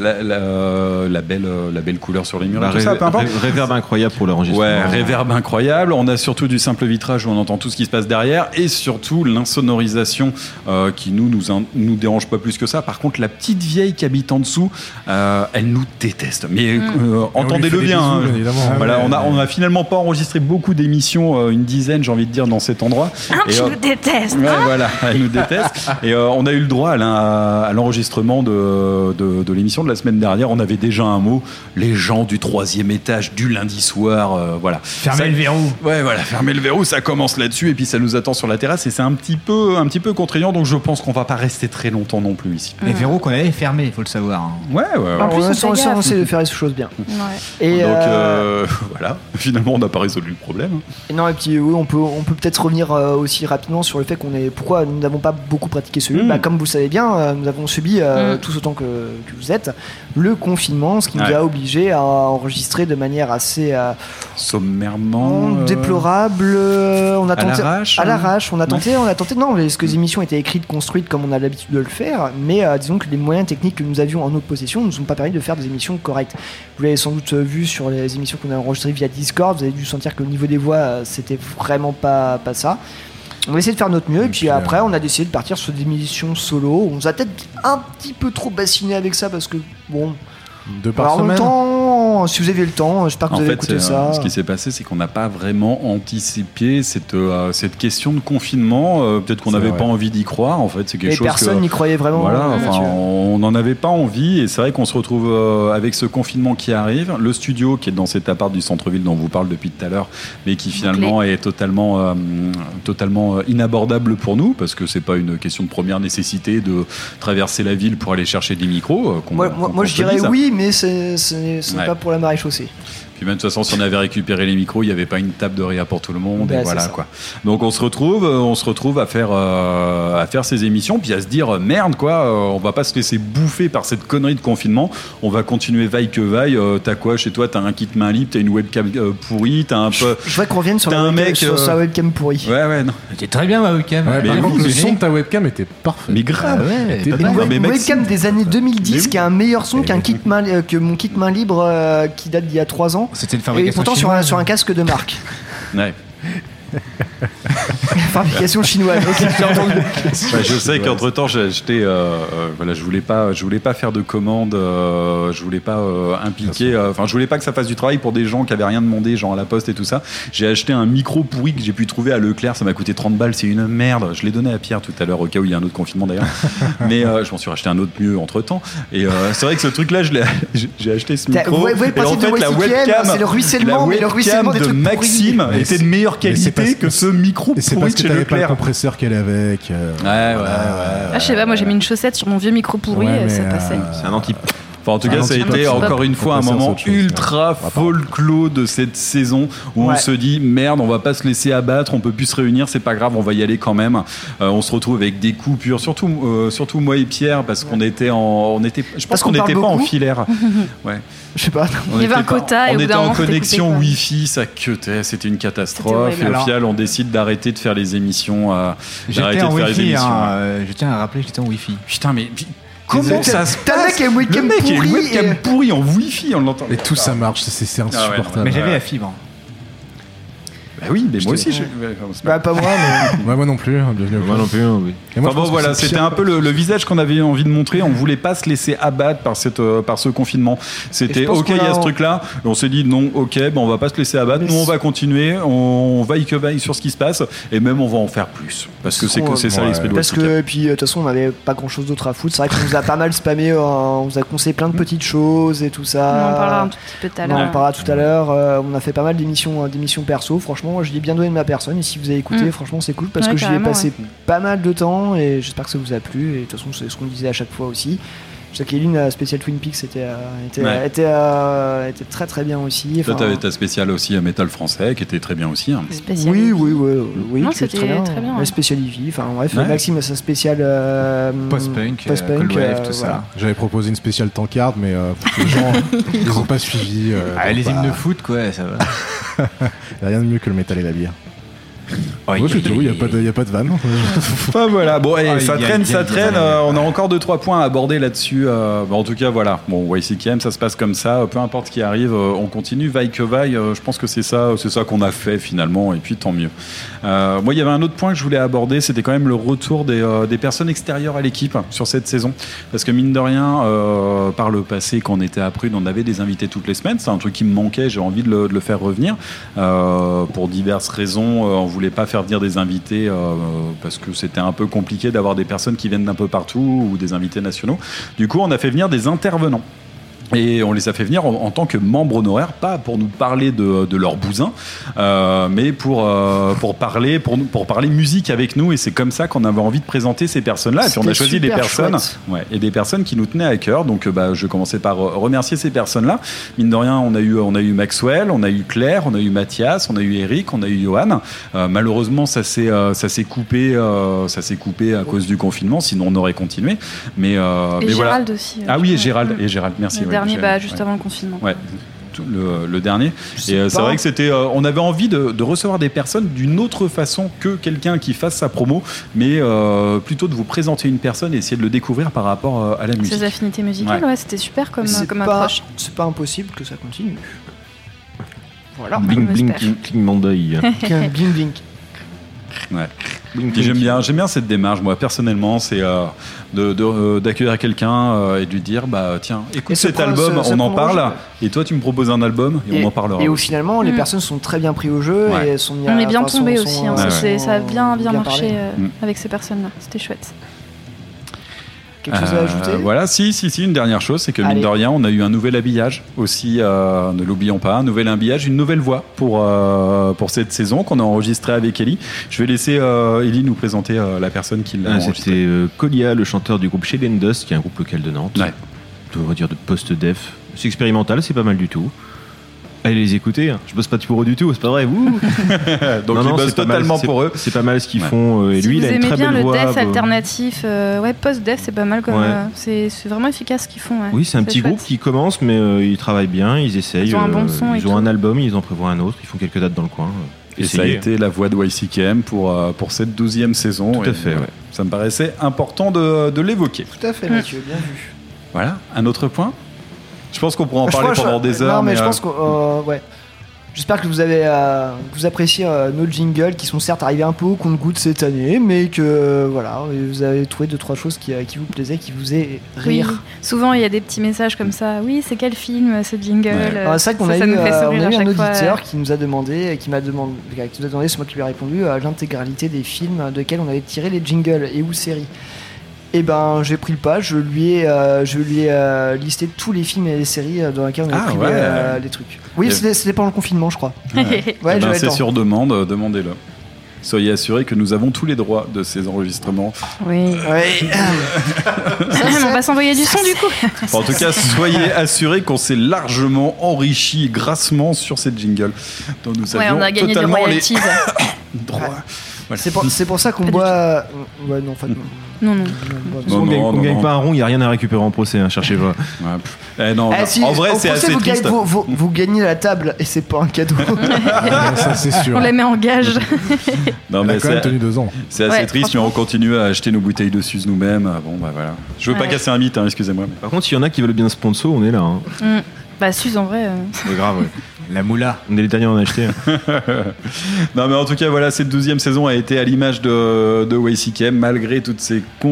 belle couleur sur les murs. Et tout ça, peu importe. Réverb incroyable pour l'enregistrement. Ouais, réverb incroyable. On a surtout du simple vitrage où on entend tout ce qui se passe derrière et surtout l'insonorisation qui nous dérange pas plus que ça. Par contre, la petite vieille qui habite en dessous, elle nous déteste. Mais entendez-le bien. Hein. Voilà, on a finalement pas enregistré beaucoup d'émissions, une dizaine, j'ai envie de dire, dans cet endroit. Je nous déteste. Ouais, voilà, elle nous déteste. Et on a eu le droit à l'enregistrement de l'émission de la semaine dernière. On avait déjà un mot, les gens du 3e étage du lundi soir, voilà. Fermez le verrou. Ouais, voilà, fermez le verrou, ça commence là-dessus et puis ça nous attend sur la terrasse et c'est un petit peu contraignant, donc je pense qu'on va pas rester très longtemps non plus ici. Les verrous qu'on avait fermés, il faut le savoir. Hein. Ouais. En plus, on fait on essaie de faire les choses bien. Ouais. Et donc voilà, finalement on n'a pas résolu le problème. Et non, et puis oui, on peut peut-être revenir aussi rapidement sur le fait pourquoi nous n'avons pas beaucoup pratiqué ce lieu. Comme vous le savez bien, nous avons subi tous autant que vous êtes le confinement, ce qui nous a obligés à enregistrer de manière assez sommairement déplorable. On a tenté à l'arrache. On a tenté. Non, parce que les émissions étaient écrites, construites comme on a l'habitude de le faire, mais disons que les moyens techniques que nous avions en notre possession ne nous ont pas permis de faire des émissions correctes. Vous l'avez sans doute vu sur les émissions qu'on a enregistrées via Discord. Vous avez dû sentir que le niveau des voix, c'était vraiment pas ça. On va essayer de faire notre mieux, et puis après, on a décidé de partir sur des émissions solo. On nous a peut-être un petit peu trop bassiné avec ça parce que bon. 2 par semaine. En temps, si vous avez le temps, j'espère que vous avez écouté ça. Ce qui s'est passé, c'est qu'on n'a pas vraiment anticipé cette question de confinement. Peut-être qu'on n'avait pas envie d'y croire. En fait, c'est quelque chose personne n'y croyait vraiment. Voilà, on n'en avait pas envie. Et c'est vrai qu'on se retrouve avec ce confinement qui arrive. Le studio qui est dans cet appart du centre-ville dont on vous parle depuis tout à l'heure, mais qui finalement est totalement inabordable pour nous, parce que c'est pas une question de première nécessité de traverser la ville pour aller chercher des micros. Moi je dirais oui, mais ce n'est pas pour la marée chaussée. Puis même de toute façon, si on avait récupéré les micros, il n'y avait pas une table de réa pour tout le monde. Et voilà quoi. Donc on se retrouve à faire ces émissions, puis à se dire merde quoi, on va pas se laisser bouffer par cette connerie de confinement. On va continuer vaille que vaille. T'as quoi chez toi? T'as un kit main libre, t'as une webcam pourrie, t'as un peu. Je voudrais qu'on revienne sur sa webcam pourrie. Ouais non. C'était très bien ma webcam. Mais le son de ta webcam était parfait. Mais grave. Une webcam des années 2010 qui a un meilleur son que mon kit main libre qui date d'il y a 3 ans. C'était une fabrication et pourtant sur un casque de marque. Ouais. Fabrication chinoise. Je sais qu'entre temps j'ai acheté. Je voulais pas faire de commandes. Je voulais pas impliquer. Je voulais pas que ça fasse du travail pour des gens qui avaient rien demandé, genre à la poste et tout ça. J'ai acheté un micro pourri que j'ai pu trouver à Leclerc. Ça m'a coûté 30 balles. C'est une merde. Je l'ai donné à Pierre tout à l'heure au cas où il y a un autre confinement d'ailleurs. Mais je m'en suis racheté un autre mieux entre temps. Et c'est vrai que ce truc-là, j'ai acheté ce micro. Et en fait, la webcam, c'est le ruissellement, mais le ruissellement des de trucs Maxime était de meilleure qualité que ce micro pourri. C'est parce que t'avais pas le compresseur qu'elle est avec. Ouais. Je sais pas, moi j'ai mis une chaussette sur mon vieux micro pourri, ça passait. C'est un anti. En tout cas, ça a été encore une fois un moment ultra folklore de cette saison où on se dit merde, on va pas se laisser abattre, on peut plus se réunir, c'est pas grave, on va y aller quand même. On se retrouve avec des coupures, surtout moi et Pierre, parce qu'on était je pense qu'on n'était pas en filaire. Ouais. Je sais pas. Il y avait un quota et on était en connexion Wi-Fi, ça cutait, c'était une catastrophe. Et au final, on décide d'arrêter de faire les émissions. J'étais en Wi-Fi, je tiens à rappeler, j'étais en Wi-Fi. Putain, mais comment ça se passe? Le mec a une webcam pourri en Wi-Fi, on l'entend. Et tout ça marche, c'est insupportable. Mais j'avais la fibre. Bah oui, mais moi aussi. Pas moi, mais. Moi non plus. Moi non plus, oui. Voilà, c'était un peu le visage qu'on avait envie de montrer. On voulait pas se laisser abattre par ce confinement. C'était ok, il y a ce truc-là. On s'est dit non, ok, on va pas se laisser abattre. Nous, on va continuer. On vaille que vaille sur ce qui se passe. Et même, on va en faire plus. Parce que c'est ça l'esprit de Parce que, puis, de toute façon, on avait pas grand-chose d'autre à foutre. C'est vrai qu'on nous a pas mal spammé. On nous a conseillé plein de petites choses et tout ça. On en parlera un tout petit peu tout à l'heure. On en parlera tout à l'heure. On a fait pas mal d'émissions perso. Franchement, je l'ai bien donné de ma personne, et si vous avez écouté, franchement c'est cool parce que j'y ai passé pas mal de temps et j'espère que ça vous a plu. Et de toute façon, c'est ce qu'on disait à chaque fois aussi. Je sais qu'Eline, la spéciale Twin Peaks était très très bien aussi. Toi, t'avais ta spéciale aussi à Metal français qui était très bien aussi. Hein. Oui. Non, c'était très bien. La spéciale Ivy, enfin bref, Maxime a sa spéciale post-punk, Cold Wave, tout ça. J'avais proposé une spéciale tankard, mais les gens ils ont pas suivi. Les hymnes de foot, quoi, ça va. Il n'y a rien de mieux que le métal et la bière. Il n'y a pas de vanne. Voilà, bon, ça traîne. On a encore 2-3 points à aborder là-dessus. En tout cas, voilà. Bon, YCKM, ça se passe comme ça. Peu importe ce qui arrive, on continue, vaille que vaille. Je pense que c'est ça qu'on a fait finalement, et puis tant mieux. Moi, il y avait un autre point que je voulais aborder, c'était quand même le retour des personnes extérieures à l'équipe sur cette saison. Parce que mine de rien, par le passé, quand on était à Prune, on avait des invités toutes les semaines. C'est un truc qui me manquait, j'ai envie de le faire revenir. Pour diverses raisons, on voulait pas faire venir des invités parce que c'était un peu compliqué d'avoir des personnes qui viennent d'un peu partout ou des invités nationaux. Du coup, on a fait venir des intervenants. Et on les a fait venir en tant que membres honoraires, pas pour nous parler de leur bousin, mais pour parler musique avec nous. Et c'est comme ça qu'on avait envie de présenter ces personnes-là. Et puis on a choisi des personnes, et des personnes qui nous tenaient à cœur. Donc je commençais par remercier ces personnes-là. Mine de rien, on a eu Maxwell, on a eu Claire, on a eu Mathias, on a eu Eric, on a eu Johan. Malheureusement, ça s'est coupé à cause du confinement. Sinon, on aurait continué. Mais Gérald voilà. Aussi. Ah oui, et Gérald, merci. Le dernier, juste avant le confinement. Ouais. Le dernier. Et c'est vrai que c'était. On avait envie de recevoir des personnes d'une autre façon que quelqu'un qui fasse sa promo, mais plutôt de vous présenter une personne et essayer de le découvrir par rapport à la musique. Ses affinités musicales, c'était super comme approche. C'est pas impossible que ça continue. Voilà. Bling bling, clignement d'œil. Bling bling. Ouais. J'aime bien cette démarche, moi personnellement, c'est d'accueillir quelqu'un et de lui dire tiens, écoute cet album, on en parle, et toi tu me proposes un album et on en parlera. Et finalement, les personnes sont très bien pris au jeu et sont on est bien tombé aussi, ça a bien marché avec ces personnes-là, c'était chouette. Quelque chose à ajouter ? Voilà, si, une dernière chose, c'est que mine de rien, on a eu un nouvel habillage aussi, ne l'oublions pas, un nouvel habillage, une nouvelle voix pour cette saison qu'on a enregistrée avec Ellie. Je vais laisser Ellie nous présenter la personne qui l'a enregistrée. C'était Kolia, le chanteur du groupe Shade and Dust, qui est un groupe local de Nantes. Ouais. On devrait dire de post-def. C'est expérimental, c'est pas mal du tout. Allez les écouter, je bosse pas pour eux du tout, c'est pas vrai. Donc ils bossent totalement pour eux. C'est pas mal ce qu'ils font. Et si lui, il a une très belle voix. Vous aimez bien le death alternatif, post-death, c'est pas mal comme. C'est vraiment efficace ce qu'ils font. Oui, c'est un petit groupe qui commence, mais ils travaillent bien, ils essayent. Ils ont un bon son. Ils ont un album, ils en prévoient un autre, ils font quelques dates dans le coin. Et ça a été la voix de YCKM pour cette 12e saison. Tout à fait, ça me paraissait important de l'évoquer. Tout à fait, Mathieu, bien vu. Voilà, un autre point. Je pense qu'on pourra en parler pendant des heures. Non, mais je pense que j'espère que vous appréciez nos jingles qui sont certes arrivés un peu au compte-gouttes cette année, mais que vous avez trouvé 2-3 choses qui vous plaisaient, qui vous aient rire. Oui. Souvent il y a des petits messages comme ça. Oui, c'est quel film ce jingle c'est vrai qu'on a eu un auditeur qui nous a demandé, c'est moi qui lui ai répondu, l'intégralité des films de lesquels on avait tiré les jingles et ou séries. Et j'ai pris le pas, je lui ai listé tous les films et les séries dans lesquels on avait pris les trucs. Oui, c'était pendant le confinement, je crois. C'est sur demande, demandez-le. Soyez assurés que nous avons tous les droits de ces enregistrements. Oui. On va s'envoyer du son du coup. En tout cas, soyez assurés qu'on s'est largement enrichi grassement sur ces jingles. Donc nous avions on a gagné des royalties. Droits. Voilà. C'est pour ça qu'on boit. Ouais, non, en fait, non. On gagne pas un rond, il n'y a rien à récupérer en procès, cherchez-vous. En vrai, c'est assez triste. Vous gagnez la table et c'est pas un cadeau. Ça, c'est sûr. On les met en gage. Non, mais ça a tenu 2 ans. C'est assez triste, mais on continue à acheter nos bouteilles de Suze nous-mêmes. Voilà. Je veux pas casser un mythe, excusez-moi. Par contre, s'il y en a qui veulent bien sponsor, on est là. Suze en vrai. C'est grave, La moula. On est les derniers à en acheter. Non, mais en tout cas, voilà, cette 12e saison a été à l'image de YCKM, malgré tous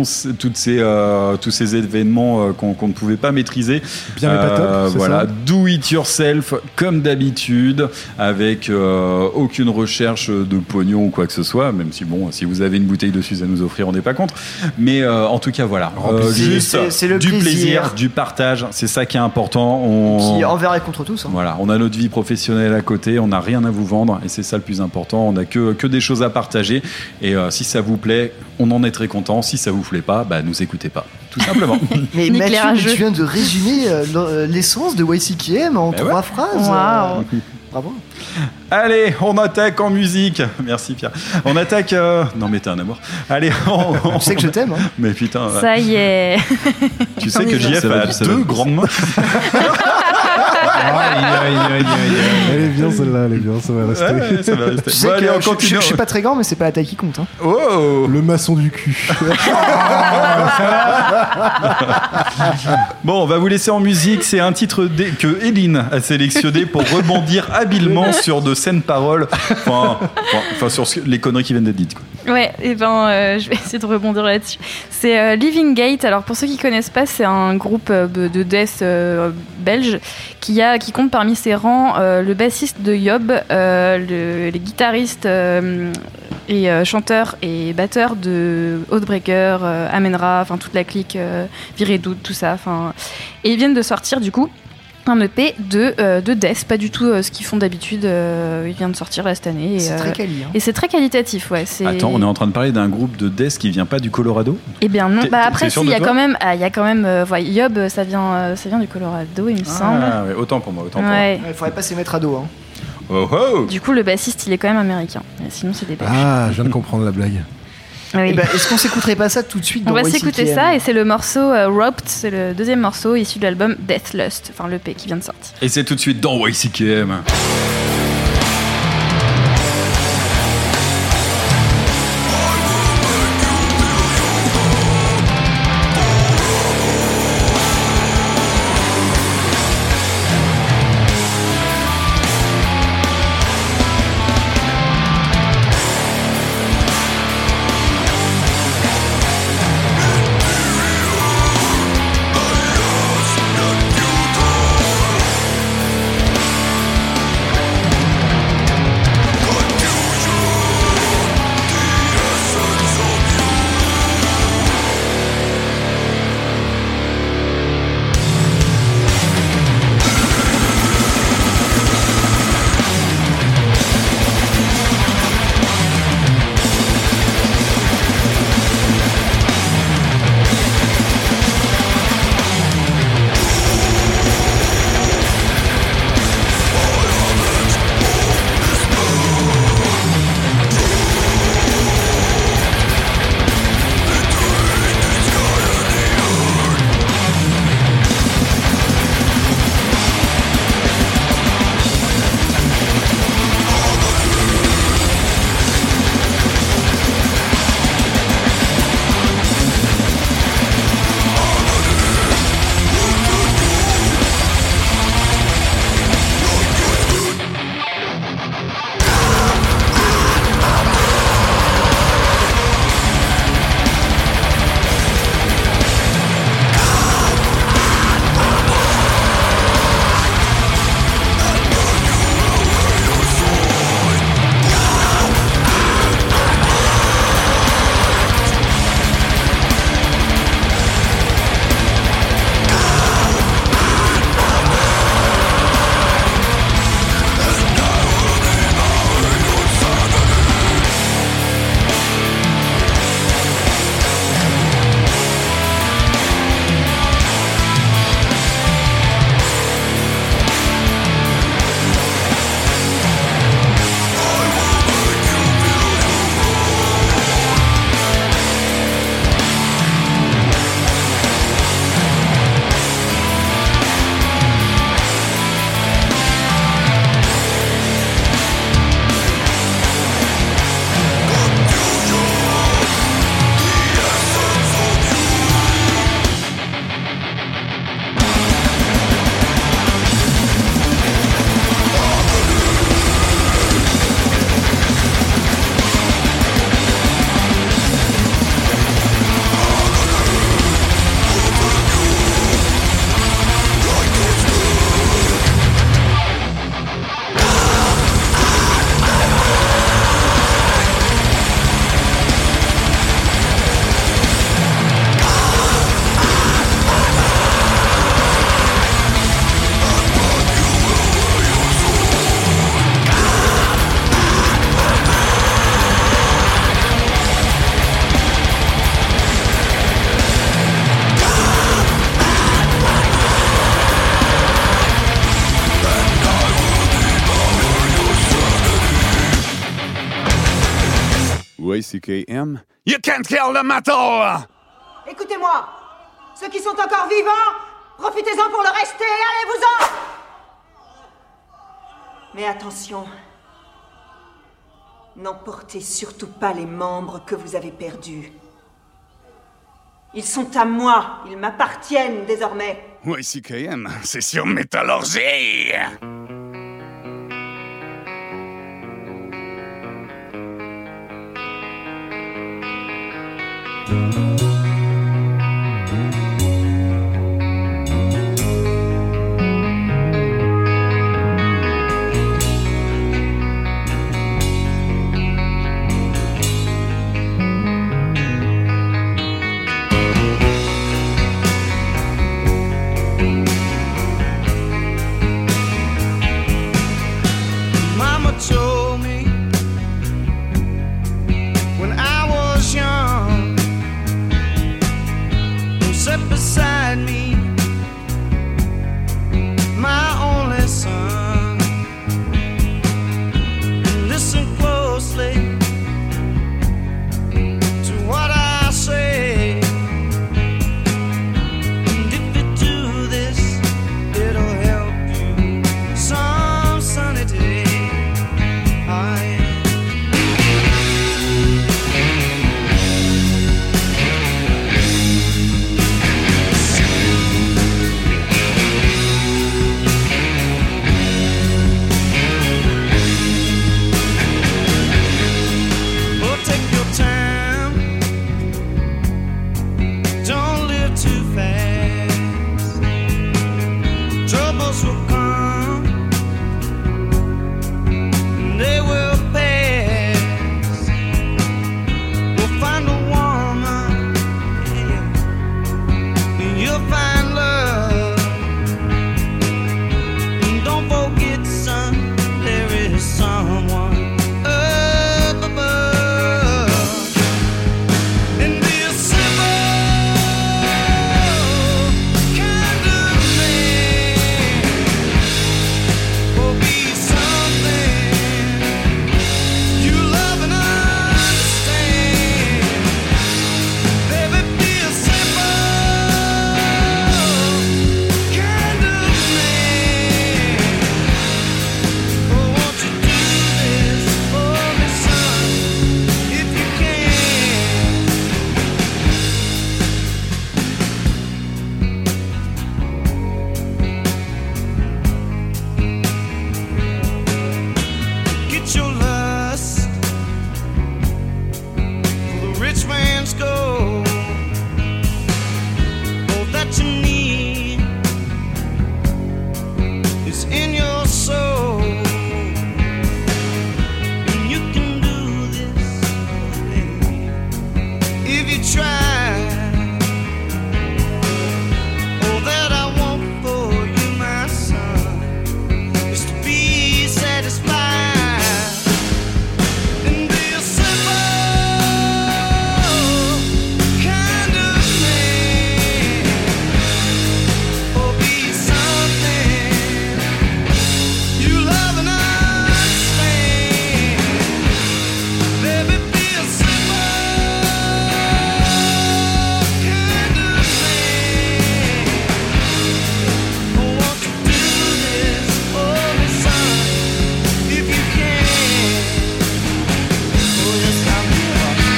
ces événements qu'on ne pouvait pas maîtriser. Bien mais pas top. Voilà, do it yourself, comme d'habitude, avec aucune recherche de pognon ou quoi que ce soit, même si, si vous avez une bouteille de Suze à nous offrir, on n'est pas contre. Mais en tout cas, voilà. Juste c'est le du plaisir, du partage, c'est ça qui est important. Qui envers et contre tous. Voilà, on a notre vie professionnelle à côté, on n'a rien à vous vendre et c'est ça le plus important. On n'a que des choses à partager et si ça vous plaît, on en est très content. Si ça vous plaît pas, nous écoutez pas, tout simplement. Mais Mathieu, tu viens de résumer l'essence de YCKM en 3 phrases. Wow. Bravo. Allez, on attaque en musique. Merci Pierre. On attaque. Non mais t'es un amour. Allez, tu sais que je t'aime. Hein. Mais putain. Ça y est. Tu sais que JF a 2 grandes mains. Elle est bien celle-là, ça va rester. Ouais, ça va rester. Tu sais que je suis pas très grand, mais c'est pas la taille qui compte. Hein. Oh, le maçon du cul. Bon, on va vous laisser en musique. C'est un titre que Eline a sélectionné pour rebondir habilement sur de saines paroles, enfin sur les conneries qui viennent d'être dites. Quoi. Ouais, et je vais essayer de rebondir là-dessus. C'est Living Gate. Alors pour ceux qui connaissent pas, c'est un groupe de death belge qui compte parmi ses rangs le bassiste de Yob, les guitaristes et chanteurs et batteurs de Oathbreaker, Amenra, enfin toute la clique, Viredoute, tout ça. Et ils viennent de sortir du coup un EP de death, pas du tout ce qu'ils font d'habitude. Il vient de sortir là cette année. C'est très quali. Et c'est très qualitatif, ouais. Attends, on est en train de parler d'un groupe de death qui vient pas du Colorado ? Eh bien non. Après, il y a quand même, Yob, ça vient du Colorado, il me semble. Ah, ouais, autant pour moi. Il faudrait pas s'y mettre à dos. Hein. Oh. Du coup, le bassiste, il est quand même américain. Sinon, c'est des Belges. Ah, je viens de comprendre la blague. Oui. Est-ce qu'on s'écouterait pas ça tout de suite? On va s'écouter ça et c'est le morceau Roped, c'est le deuxième morceau issu de l'album Deathlust, enfin l'EP qui vient de sortir. Et c'est tout de suite dans YCKM. YCKM. You can't kill the metal! Écoutez-moi, ceux qui sont encore vivants, profitez-en pour le rester, allez-vous-en! Mais attention, n'emportez surtout pas les membres que vous avez perdus. Ils sont à moi, ils m'appartiennent désormais. YCKM, c'est sur Métallurgie! Mama told me when I was young, who sat beside me, my only son, and listen closely to what I say, and if you do this, it'll help you some sunny day. Oh, take your time, don't live too fast. Troubles will come, they will pass. We'll find a woman, and you'll find love. And don't forget, son, there is someone up above. And be a simple kind of man, or be something you love and understand. Baby, be a simple kind of man. Oh, won't you do this for me, son, if you can? Get your lust for the rich man's gold. All that you need is in your soul. And you can do this if you try. All that I want for you, my son, is to be satisfied. And be a simple kind of man, or be something you love and understand. Baby, be a simple kind of man. Oh, won't you do this for me, son, if you can? Oh, yes, I will.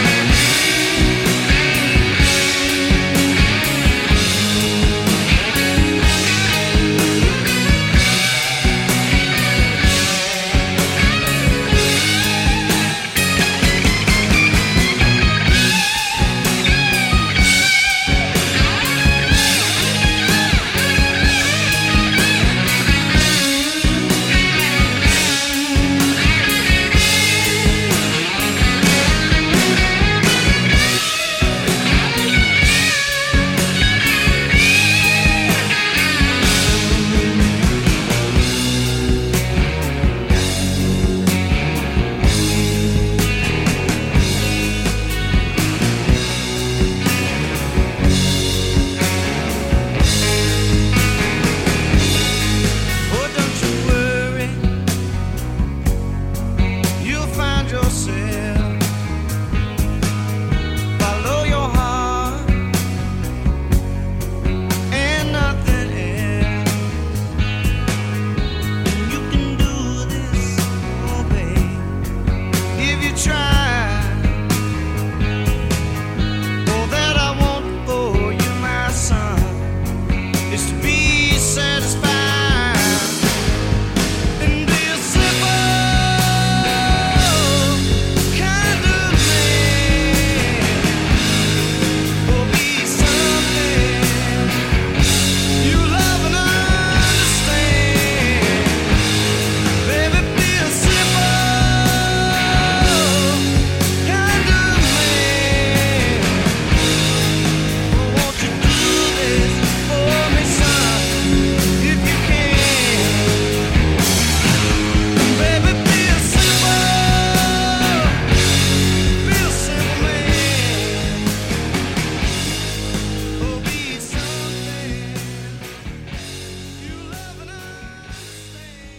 Oh, don't you worry, you'll find yourself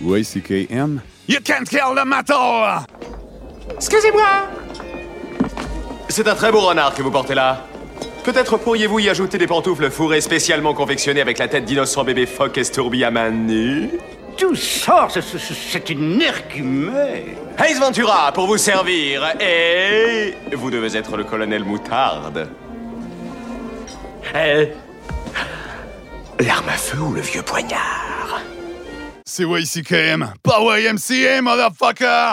YCKM. You can't kill the metal! Excusez-moi! C'est un très beau renard que vous portez là. Peut-être pourriez-vous y ajouter des pantoufles fourrées spécialement confectionnées avec la tête d'innocent bébé phoque estourbi à main nue? Tout ça, c'est une énergumée. Ace Ventura, pour vous servir. Et... vous devez être le colonel Moutarde. L'arme à feu ou le vieux poignard? C'est YCKM, pas YMCA, motherfucker!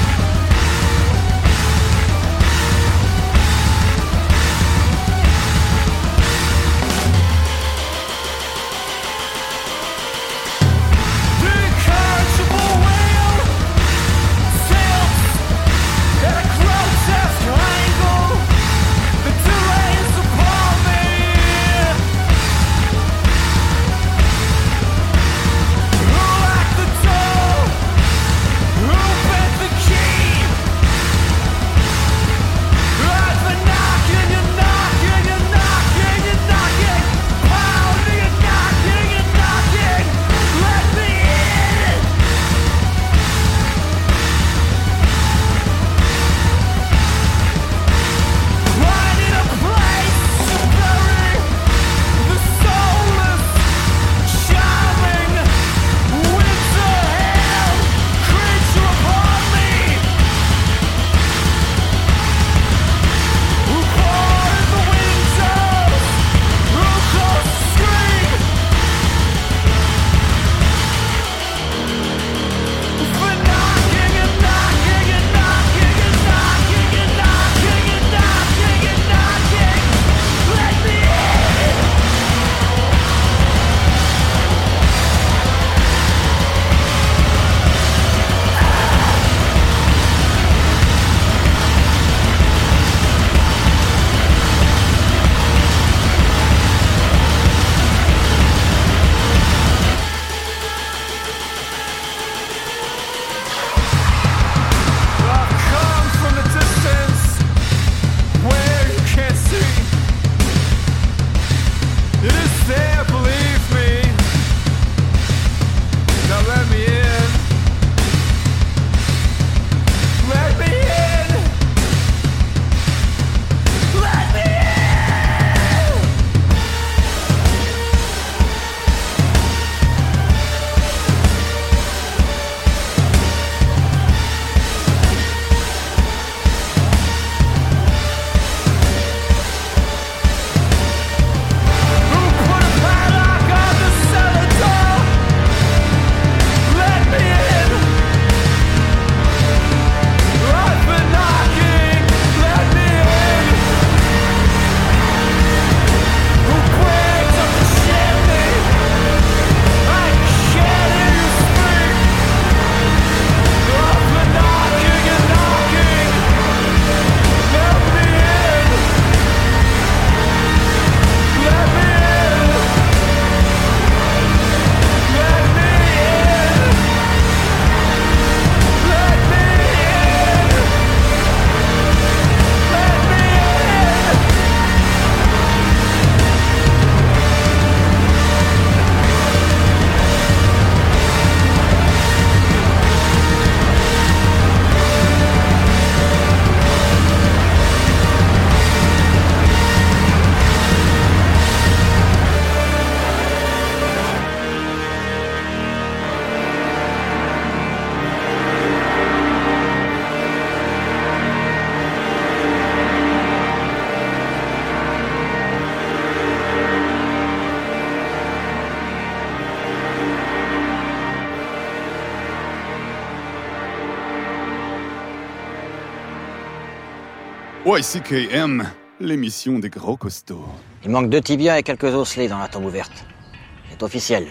YCKM, l'émission des gros costauds. Il manque 2 tibias et quelques osselets dans la tombe ouverte. C'est officiel.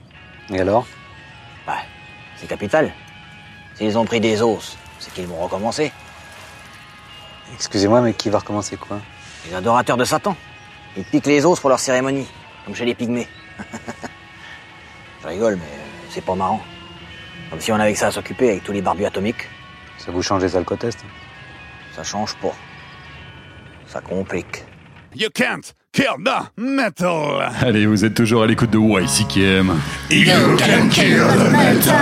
Et alors? Bah, c'est capital. S'ils ont pris des os, c'est qu'ils vont recommencer. Excusez-moi, mais qui va recommencer quoi? Les adorateurs de Satan. Ils piquent les os pour leur cérémonie, comme chez les pygmées. Je rigole, mais c'est pas marrant. Comme si on avait que ça à s'occuper avec tous les barbus atomiques. Ça vous change les alcotestes? Ça change pas. Ça complique. You can't kill the metal. Allez, vous êtes toujours à l'écoute de YCKM. You can kill the metal.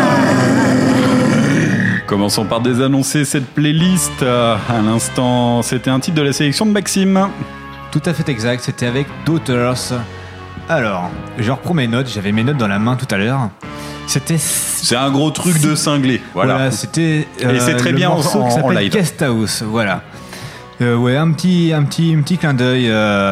Commençons par désannoncer cette playlist. À l'instant, c'était un titre de la sélection de Maxime. Tout à fait exact, c'était avec Daughters. Alors, je reprends mes notes, j'avais mes notes dans la main tout à l'heure. C'est un gros truc de cinglé. Voilà, c'était et c'est très bien en live. Guest House, voilà. Ouais, un petit clin d'œil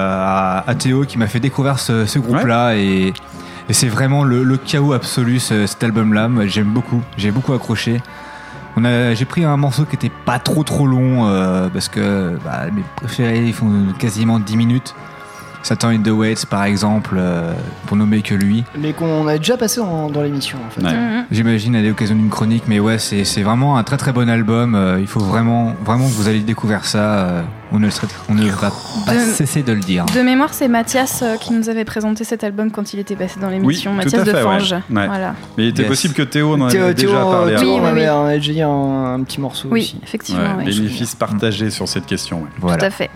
à Théo qui m'a fait découvrir ce groupe-là et c'est vraiment le chaos absolu cet album-là. Moi, j'ai beaucoup accroché. J'ai pris un morceau qui était pas trop long parce que mes préférés ils font quasiment 10 minutes. Satan in the Waits par exemple, pour nommer que lui. Mais qu'on a déjà passé dans l'émission en fait. Ouais. J'imagine à l'occasion d'une chronique, mais ouais, c'est vraiment un très bon album. Il faut vraiment que vous allez découvrir ça. On ne va pas cesser de le dire. De mémoire, c'est Mathias qui nous avait présenté cet album quand il était passé dans l'émission. Oui, Mathias de Fange. Ouais. Voilà. Mais il était possible que Théo en ait déjà parlé. On a déjà dit un petit morceau aussi. Oui, effectivement. Bénéfices partagés sur cette question. Voilà. Tout à fait.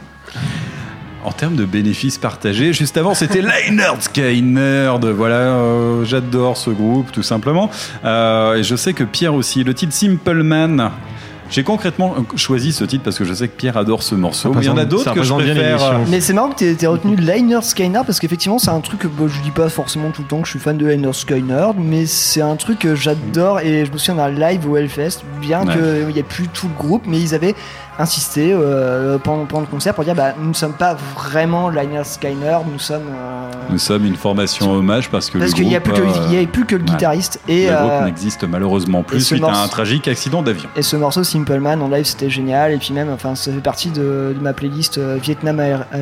En termes de bénéfices partagés, juste avant c'était Lynyrd Skynyrd. Voilà, j'adore ce groupe tout simplement. Et je sais que Pierre aussi. Le titre Simple Man. J'ai concrètement choisi ce titre parce que je sais que Pierre adore ce morceau. Il y en a d'autres que je préfère. Mais c'est marrant que t'aies retenu Lynyrd Skynyrd parce qu'effectivement c'est un truc que je dis pas forcément tout le temps que je suis fan de Lynyrd Skynyrd, mais c'est un truc que j'adore et je me souviens d'un live au Hellfest, bien qu'il n'y ait plus tout le groupe, mais ils avaient insisté pendant le concert pour dire nous ne sommes pas vraiment Lynyrd Skynyrd, nous sommes une formation hommage parce qu'il n'y avait plus que le guitariste et le groupe n'existe malheureusement plus suite à un tragique accident d'avion. Et ce morceau Simple Man en live c'était génial et puis même ça fait partie de ma playlist Vietnam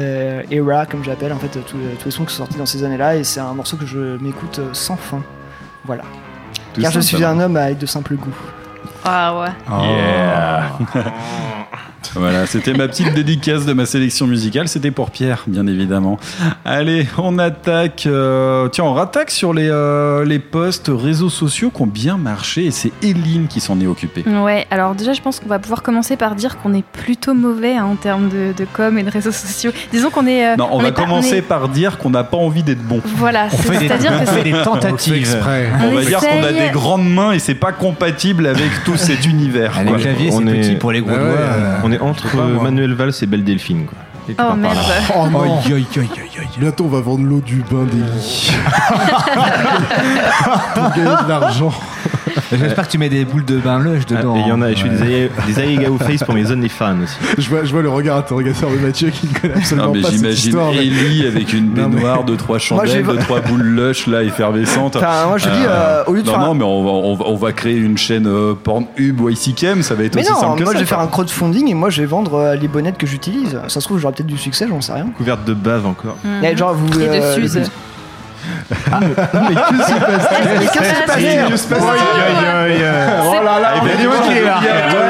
Era comme j'appelle en fait tous les sons qui sont sortis dans ces années-là et c'est un morceau que je m'écoute sans fin. Voilà. Car je suis un homme avec de simples goûts. Ah ouais. Yeah. Voilà, c'était ma petite dédicace de ma sélection musicale. C'était pour Pierre, bien évidemment. Allez, on attaque. On rattaque sur les posts réseaux sociaux qui ont bien marché et c'est Eline qui s'en est occupée. Ouais, alors déjà, je pense qu'on va pouvoir commencer par dire qu'on est plutôt mauvais en termes de com et de réseaux sociaux. Disons qu'on est. Non, on va commencer par dire qu'on n'a pas envie d'être bon. Voilà, c'est-à-dire que c'est des tentatives. On va dire qu'on a des grandes mains et c'est pas compatible avec tout cet univers. Le clavier, c'est petit pour les gros doigts. On est entre Manuel Valls et Belle Delphine, quoi. Oh merde. Oh non. Bientôt on va vendre l'eau du bain d'Elie. Pour gagner de l'argent. J'espère que tu mets des boules de bain lush dedans. Et il y en a, je fais des Aiga Face pour mes OnlyFans aussi. Je vois le regard interrogateur de Mathieu qui ne connaît absolument pas cette histoire. J'imagine Ellie avec une baignoire, 2-3 chandelles, 2-3 boules lush là effervescentes. Moi je dis au lieu de Non mais on va créer une chaîne Pornhub YCKM, ça va être aussi simple que ça. Moi je vais faire un crowdfunding et moi je vais vendre les bonnettes que j'utilise. Ça se trouve j'aurai peut-être du succès, j'en sais rien. Couverte de bave encore. Genre vous et de Suze. Mais qu'est-ce qui se passe? Oh là là, il est motivé là.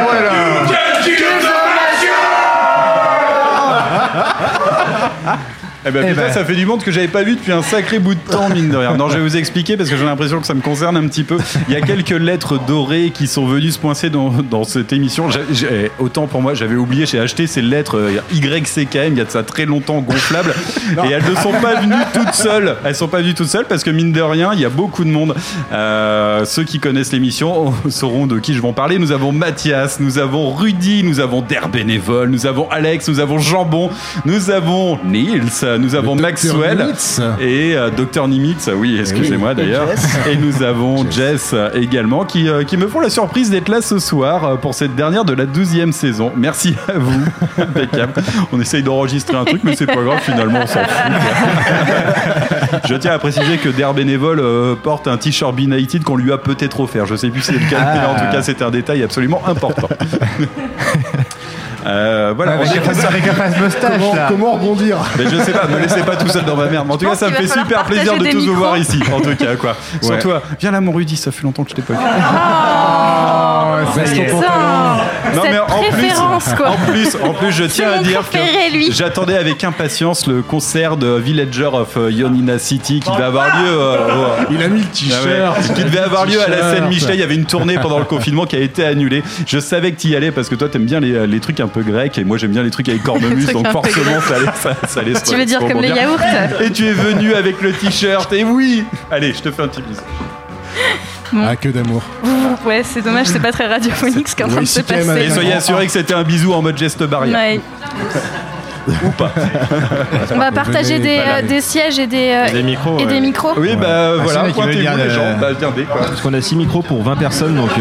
Ça fait du monde que j'avais pas vu depuis un sacré bout de temps, mine de rien. Non, je vais vous expliquer parce que j'ai l'impression que ça me concerne un petit peu. Il y a quelques lettres dorées qui sont venues se poincer dans cette émission. Autant pour moi, j'avais oublié, j'ai acheté ces lettres YCKM il y a de ça très longtemps, gonflables. Et elles ne sont pas venues toutes seules. Elles sont pas venues toutes seules parce que mine de rien, il y a beaucoup de monde. Ceux qui connaissent l'émission sauront de qui je vais en parler. Nous avons Mathias, nous avons Rudy, nous avons Der Bénévole, nous avons Alex, nous avons Jambon, nous avons Niels, nous avons Maxwell et Dr Nimitz, oui, excusez-moi d'ailleurs, et nous avons Jess également qui me font la surprise d'être là ce soir pour cette dernière de la 12e saison. Merci à vous, impeccable. On essaye d'enregistrer un truc mais c'est pas grave, finalement on s'en fout. Je tiens à préciser que Der Bénévole porte un t-shirt Be-Nighted qu'on lui a peut-être offert, je sais plus si c'est le cas, mais en tout cas c'est un détail absolument important. Voilà, avec un face moustache. Comment rebondir? Mais je sais pas, me laissez pas tout seul dans ma merde. Mais en tout cas, ça me fait super plaisir de tous vous voir ici. En tout cas, quoi. Surtout, viens là, mon Rudy, ça fait longtemps que je t'ai pas vu. C'est ça. Non, mais préférence, quoi. En plus, je tiens C'est à mon dire préféré, que lui. j'attendais avec impatience le concert de Villager of Ioannina City qui devait avoir lieu. Il a mis le t-shirt. Qui devait avoir lieu à la scène T-shirt. Michelet. Il y avait une tournée pendant le confinement qui a été annulée. Je savais que tu y allais parce que toi, t'aimes bien les trucs un peu grecs et moi, j'aime bien les trucs avec cornemuse. trucs Donc, un peu forcément, ça allait se Tu veux dire se comme les rebondir. yaourts. Et tu es venu avec le t-shirt. Et oui. Allez, je te fais un petit bisou. Ah, que d'amour. Ouais, c'est dommage, c'est pas très radiophonique ce qui est en train de se passer. Et soyez assurés que c'était un bisou en mode geste barrière. Ouais. Ou pas. On va partager des sièges et des micros. et des micros. Oui, bah voilà, c'est vrai qu'il veut pointez-vous dire les le- gens. Bah, regardez, quoi. Parce qu'on a 6 micros pour 20 personnes, donc.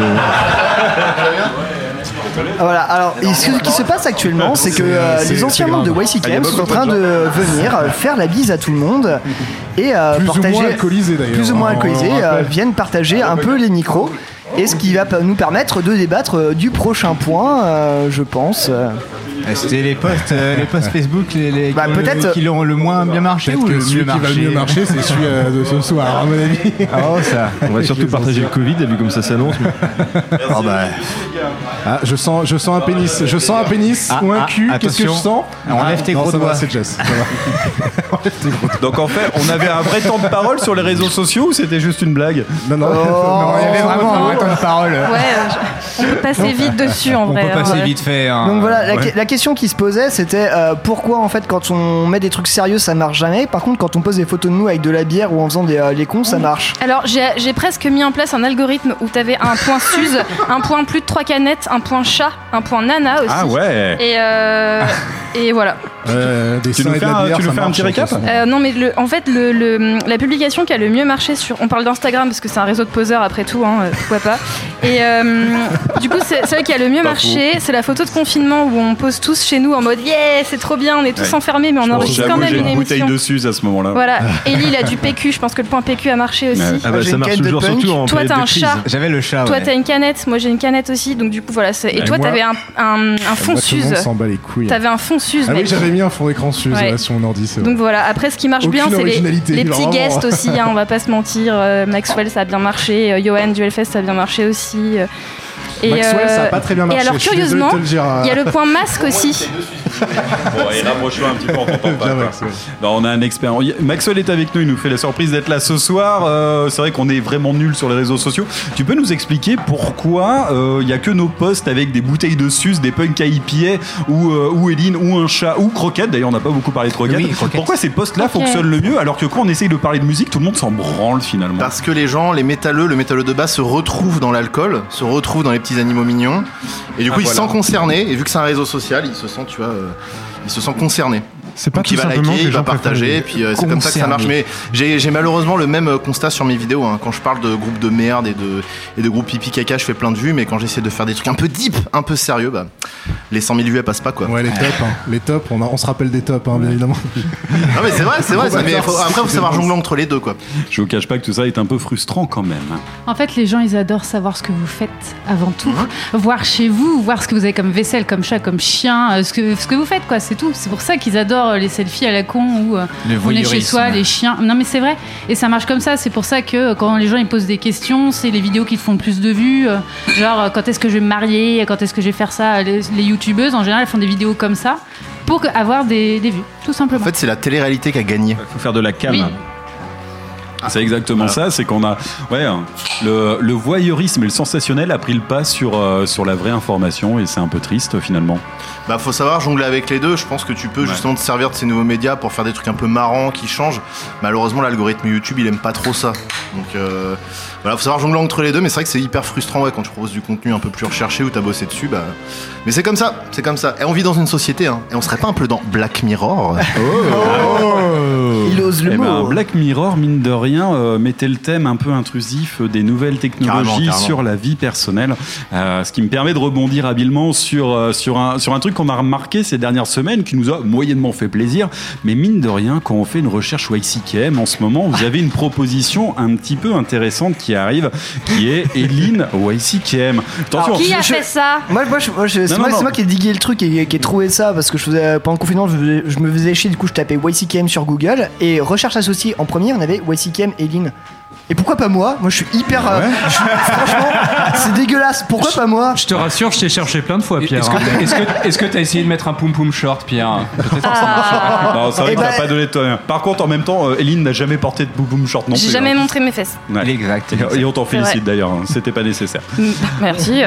Voilà, alors et ce qui se passe actuellement, c'est que les anciens membres de YCKM sont en train de venir faire la bise à tout le monde et Plus ou partager. moins alcoolisés, d'ailleurs. Plus ou moins On alcoolisés, rappelle. viennent partager un peu les micros. Et ce qui va nous permettre de débattre du prochain point, je pense. C'était les posts Facebook Bah, peut-être- qui l'ont le moins bien marché ou Peut-être le que celui mieux qui va marché. le mieux marcher, c'est celui de ce soir, à mon avis. Oh, ça. On va surtout partager le Covid, vu comme ça s'annonce. Oh, bah. Ah, je sens un pénis. Je sens un pénis ou un cul. Qu'est-ce que je attention. sens Enlève tes Non, gros ça va, doigts. c'est Jess. Ça va. Enlève tes gros doigts. Donc en fait, on avait un vrai temps de parole sur les réseaux sociaux ou c'était juste une blague? Non, non. Non, il y avait vraiment un vrai temps de parole. Ouais, on peut passer vite dessus en On vrai. peut passer hein. vite fait. hein. Donc voilà, Ouais. la question qui se posait, c'était pourquoi en fait quand on met des trucs sérieux ça marche jamais. Par contre, quand on pose des photos de nous avec de la bière ou en faisant les cons, ça marche. Alors j'ai presque mis en place un algorithme où t'avais un point Suze, un point plus de 3 canettes, un point chat, un point nana aussi. Ah ouais. Et voilà. Des Tu seins nous et fais de la un- bière, tu nous ça fais un marche, petit de toute récap façon. Non mais en fait la publication qui a le mieux marché sur, on parle d'Instagram parce que c'est un réseau de poseurs après tout, hein, pourquoi pas. Et du coup c'est celle qui a le mieux Pas marché, c'est la photo de confinement où on pose tous chez nous en mode yeah c'est trop bien, on est tous Ouais. enfermés mais on enregistre quand J'avoue, même j'ai une une bouteille émission. de Suze à ce moment-là. Voilà, Ellie il a du PQ, je pense que le point PQ a marché aussi. Ouais. Ah bah J'ai ça une marche canette de toujours, punk. surtout en Toi période t'as de un crise. chat. J'avais le chat. Toi ouais. t'as une canette, moi j'ai une canette aussi, donc du coup voilà. Et Et toi moi- t'avais un fond Moi, tout le monde Suze. s'en bat les couilles. T'avais un fond Suze, Ah oui, mec. j'avais mis un fond d'écran Suze Ouais. sur mon ordi, c'est vrai. Donc voilà, après ce qui marche Aucune bien, c'est les originalité, petits vraiment. guests aussi, hein, on va pas se mentir. Maxwell, ça a bien marché. Johan du Hellfest, ça a bien marché aussi. Maxwell, ça a pas très bien marché, Et alors, je suis désolé de curieusement, te le dire, il y a le point masque aussi. Bon, et là, moi, je suis un petit peu en t'entend pas. Bien, quoi. Maxwell. Non, on a un expert. Maxwell est avec nous, il nous fait la surprise d'être là ce soir. C'est vrai qu'on est vraiment nuls sur les réseaux sociaux. Tu peux nous expliquer pourquoi il y a que nos posts avec des bouteilles de Suze, des punks IPA ou Eline ou un chat ou Croquette. D'ailleurs, on n'a pas beaucoup parlé de Croquette. Oui, Croquette. Pourquoi ces posts-là Croquette. fonctionnent le mieux alors que quand on essaye de parler de musique, tout le monde s'en branle finalement. Parce que les gens, les métalleux, le métalleux de base se retrouvent dans l'alcool, se retrouvent dans les petits animaux mignons. Et du coup, ils se voilà. sentent concernés. Et vu que c'est un réseau social, ils se sentent, tu vois, ils se sentent concernés. C'est pas Donc tout il va simplement liker, que il les va gens partager, et puis c'est comme ça que ça marche. Mais j'ai malheureusement le même constat sur mes vidéos. Hein. Quand je parle de groupes de merde et de groupes pipi caca, je fais plein de vues, mais quand j'essaie de faire des trucs un peu deep, un peu sérieux, bah, les 100 000 vues elles passent pas quoi. Ouais, les tops, hein. Les tops, on se rappelle des tops, hein, bien évidemment. Non mais c'est vrai, mais après faut savoir jongler entre les deux quoi. Je vous cache pas que tout ça est un peu frustrant quand même. En fait, les gens, ils adorent savoir ce que vous faites avant tout. Voir chez vous, voir ce que vous avez comme vaisselle, comme chat, comme chien, ce que vous faites, quoi, c'est tout. C'est pour ça qu'ils adorent les selfies à la con ou Le on est chez voyeurisme. soi, les chiens. Non, mais c'est vrai. Et ça marche comme ça. C'est pour ça que quand les gens ils posent des questions, c'est les vidéos qui font le plus de vues. Genre, quand est-ce que je vais me marier, quand est-ce que je vais faire ça. Les youtubeuses, en général, elles font des vidéos comme ça pour avoir des vues, tout simplement. En fait c'est la télé-réalité qui a gagné. Il faut faire de la cam. Oui. C'est exactement ça, c'est qu'on a le voyeurisme et le sensationnel a pris le pas sur la vraie information et c'est un peu triste finalement. Bah faut savoir jongler avec les deux. Je pense que tu peux justement te servir de ces nouveaux médias pour faire des trucs un peu marrants qui changent. Malheureusement l'algorithme YouTube il aime pas trop ça. Donc voilà, faut savoir jongler entre les deux. Mais c'est vrai que c'est hyper frustrant quand tu proposes du contenu un peu plus recherché ou t'as bossé dessus. Bah mais c'est comme ça. Et on vit dans une société. Hein. Et on serait pas un peu dans Black Mirror. Il ose le Eh mot. ben, Black Mirror, mine de rien, mettait le thème un peu intrusif des nouvelles technologies Carrément. sur la vie personnelle. Ce qui me permet de rebondir habilement sur un truc qu'on a remarqué ces dernières semaines qui nous a moyennement fait plaisir. Mais mine de rien, quand on fait une recherche YCKM en ce moment, vous avez une proposition un petit peu intéressante qui arrive, qui est Eline YCKM. Attention, Qui a fait ça? C'est moi qui ai digué le truc et qui ai trouvé ça parce que je faisais, pendant le confinement, je me faisais chier. Du coup, je tapais YCKM sur Google et recherche associée en premier, on avait YCKM Eline. Et pourquoi pas moi? Moi, je suis hyper. Franchement, c'est dégueulasse. Pourquoi pas moi? Je te rassure, je t'ai cherché plein de fois, Pierre. Est-ce que t'as essayé de mettre un poum poum short, Pierre? Peut-être que ça marche. Non, c'est vrai que t'as pas donné de toi. Par contre, en même temps, Eline n'a jamais porté de boum short non plus. J'ai jamais montré mes fesses. Ouais. Exact. Et on t'en C'est félicite vrai. d'ailleurs. C'était pas nécessaire. Merci.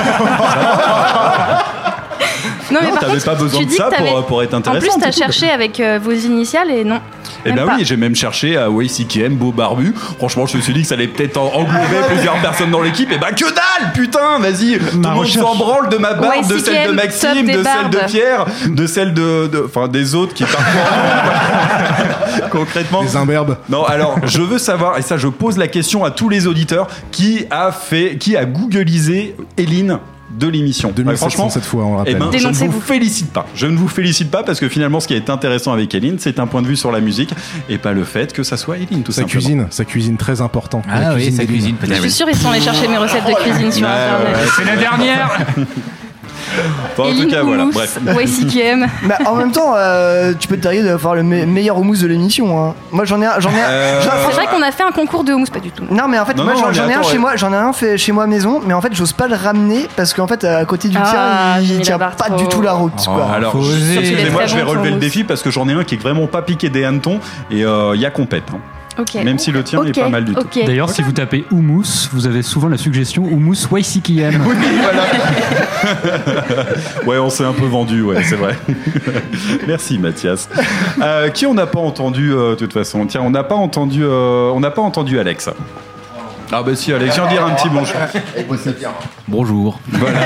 Non, mais par t'avais contre, pas besoin tu de dis ça que t'avais- pour être intéressant. En plus, t'as c'est cool. cherché avec vos initiales et non. Eh même ben pas. oui, j'ai même cherché à YCKM, beau barbu. Franchement, je me suis dit que ça allait peut-être englober plusieurs personnes dans l'équipe. Et bah que dalle, putain, vas-y. Tout le monde s'en branle de ma barbe, de celle de YCKM, Maxime, top de des celle de barbes. Pierre, de celle enfin des autres qui parfois. Concrètement. Les imberbes. Non, alors je veux savoir, et ça je pose la question à tous les auditeurs, qui a googlisé Eline de l'émission. 2700 cette fois, on le eh rappelle. ben, je ne Dénoncez-vous. vous félicite pas. Je ne vous félicite pas parce que finalement, ce qui est intéressant avec Eline, c'est un point de vue sur la musique et pas le fait que ça soit Eline, tout simplement. Sa cuisine très important. Ah oui, sa cuisine Je peut-être. suis sûre, ils sont allés chercher mes recettes de cuisine sur internet. C'est la dernière. Bon, en tout Eline cas, voilà. Houmous, Bref. YCKM. Mais en même temps, tu peux te targuer d'avoir le meilleur houmous de l'émission. Hein. Moi, j'en ai un. C'est vrai qu'on a fait un concours de houmous, pas du tout. Non, mais en fait, Non, moi, non, j'en mais ai un attends, chez ouais. moi. J'en ai un fait chez moi à maison, mais en fait, j'ose pas le ramener parce qu'en fait, à côté du Ah, tien, j'ai il mis tient la barre pas trop du tout la route. Quoi. Alors, faut oser. excusez-moi, Il est je vais très bon, relever ton le houmous. défi parce que j'en ai un qui est vraiment pas piqué des hannetons et il y a compète. Hein. Ok. Même si le tien est pas mal du tout. Ok. D'ailleurs, si vous tapez houmous, vous avez souvent la suggestion houmous YCKM. Oui, voilà. Ouais, on s'est un peu vendu, ouais, c'est vrai. Merci, Mathias. Qui on n'a pas entendu de toute façon? Tiens, on n'a pas entendu Alex. Ah bah si, Alex, viens dire un petit bonjour. Bonjour. Voilà.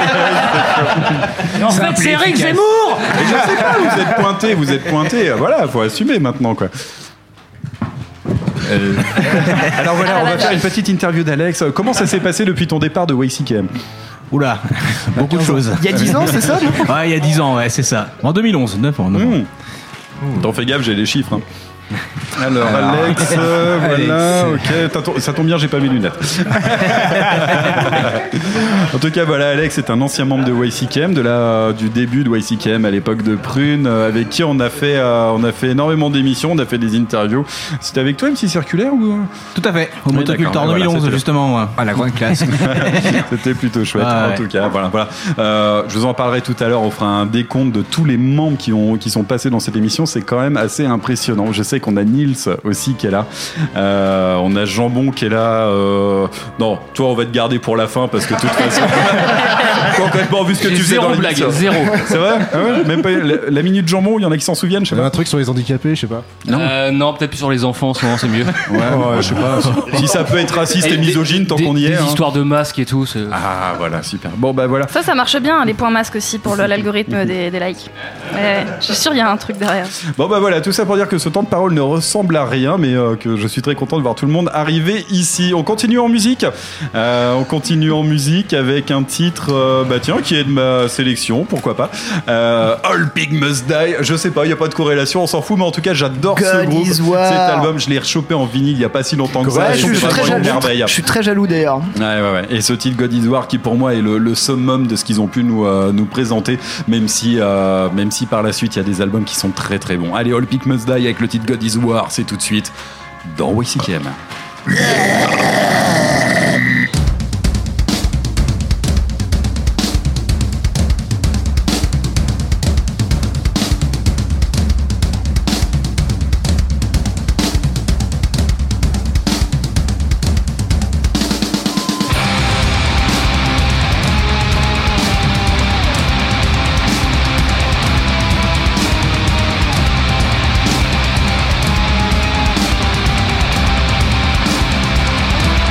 En fait, c'est Eric Zemmour. Et je sais pas, vous êtes pointé. Voilà, faut assumer maintenant, quoi. Alors voilà, on va faire une petite interview d'Alex. Comment ça s'est passé depuis ton départ de YCKM? Oula, beaucoup de choses. Il y a 10 ans, c'est ça? Ouais, il y a 10 ans, ouais, c'est ça. En 2011, 9 ans. T'en fais gaffe, j'ai les chiffres. Hein. Alors Alex, voilà, ok, ça tombe bien, j'ai pas mes lunettes. En tout cas, voilà, Alex est un ancien membre de YCKM, du début de YCKM à l'époque de Prune, avec qui on a fait énormément d'émissions, on a fait des interviews. C'était avec toi, MC Circulaire ou... Tout à fait, au Oui, Motoculteur d'accord, 2011, voilà, justement. Ouais. Ah, la grande classe. C'était plutôt chouette, Ah, en ouais. tout cas. Voilà. Je vous en parlerai tout à l'heure. On fera un décompte de tous les membres qui sont passés dans cette émission. C'est quand même assez impressionnant. Je sais qu'on a Nils aussi qui est là. On a Jambon qui est là. Non, toi, on va te garder pour la fin parce que de toute façon, concrètement, vu ce que tu faisais dans l'émission. Zéro. C'est vrai? Ah ouais, même pas la minute Jambon. Il y en a qui s'en souviennent. Je sais Il y a pas. un truc sur les handicapés, je sais pas. Non, peut-être plus sur les enfants en ce moment, c'est mieux. Ouais, je sais pas. Si ça peut être raciste et misogyne tant qu'on y est. Des hein. histoires de masques et tout. Ah voilà, super. Bon bah voilà. Ça marche bien, les points masques aussi pour l'algorithme des likes. Ouais, je suis sûre il y a un truc derrière. Bon bah voilà, tout ça pour dire que ce temps de parole ne ressemble à rien, mais que je suis très content de voir tout le monde arriver ici. On continue en musique. Avec un titre, bah tiens, qui est de ma sélection, pourquoi pas. All Pig Must Die. Je sais pas, il y a pas de corrélation, on s'en fout, mais en tout cas j'adore ce God groupe. is War. Cet album, je l'ai rechopé en vinyle il y a pas si longtemps que ça. Ouais, et je suis c'est très vraiment une jaloux. merveille. Je suis très jaloux d'ailleurs. Ouais. Et ce titre God is War qui pour moi est le summum de ce qu'ils ont pu nous présenter, même si par la suite il y a des albums qui sont très très bons. Allez, All Pig Must Die avec le titre God is War, c'est tout de suite dans YCKM. All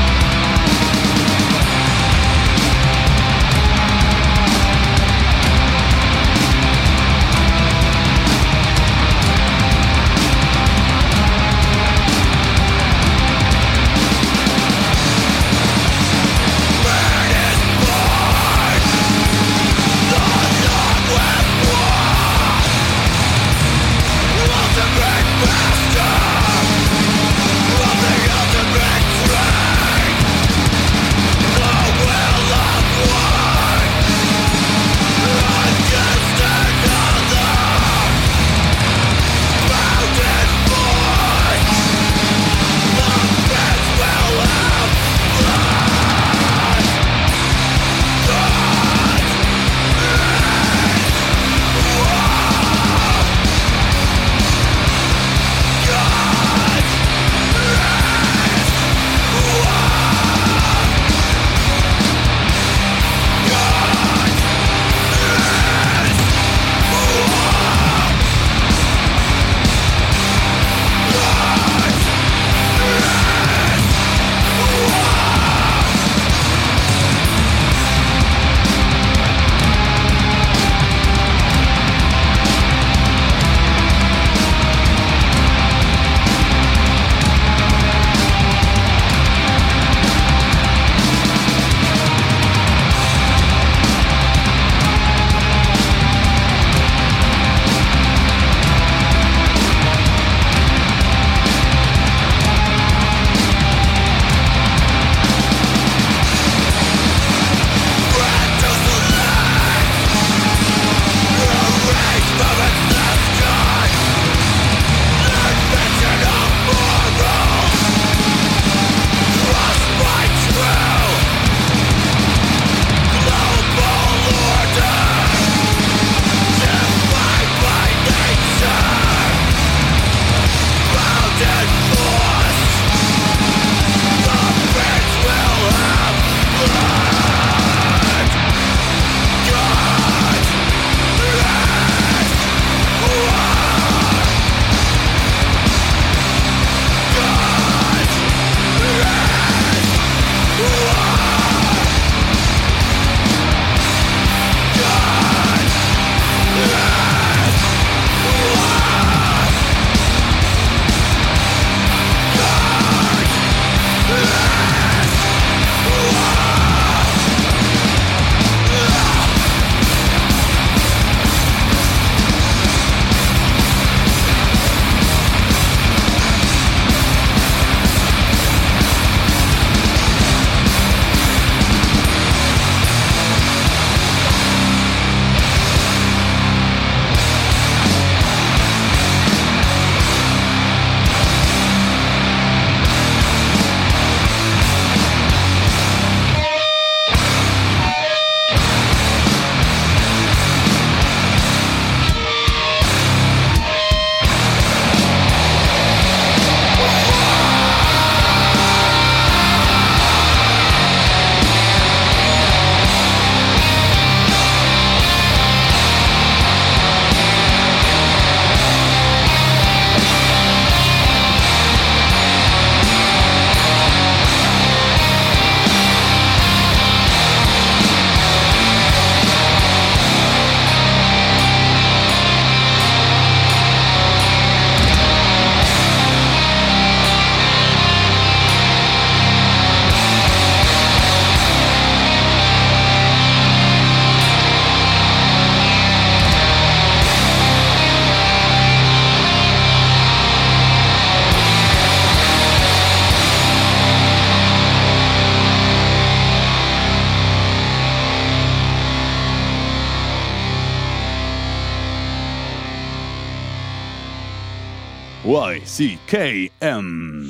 YCKM.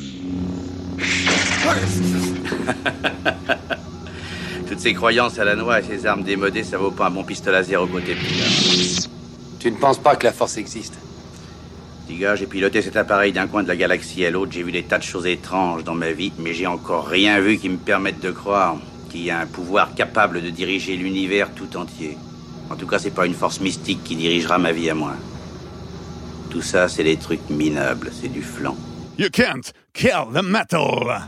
Toutes ces croyances à la noix et ces armes démodées, ça vaut pas un bon pistolet à zéro côté pilote. Tu ne penses pas que la force existe? Petit gars, j'ai piloté cet appareil d'un coin de la galaxie à l'autre, j'ai vu des tas de choses étranges dans ma vie, mais j'ai encore rien vu qui me permette de croire qu'il y a un pouvoir capable de diriger l'univers tout entier. En tout cas, c'est pas une force mystique qui dirigera ma vie à moi. Tout ça, c'est des trucs minables, c'est du flan. You can't kill the metal.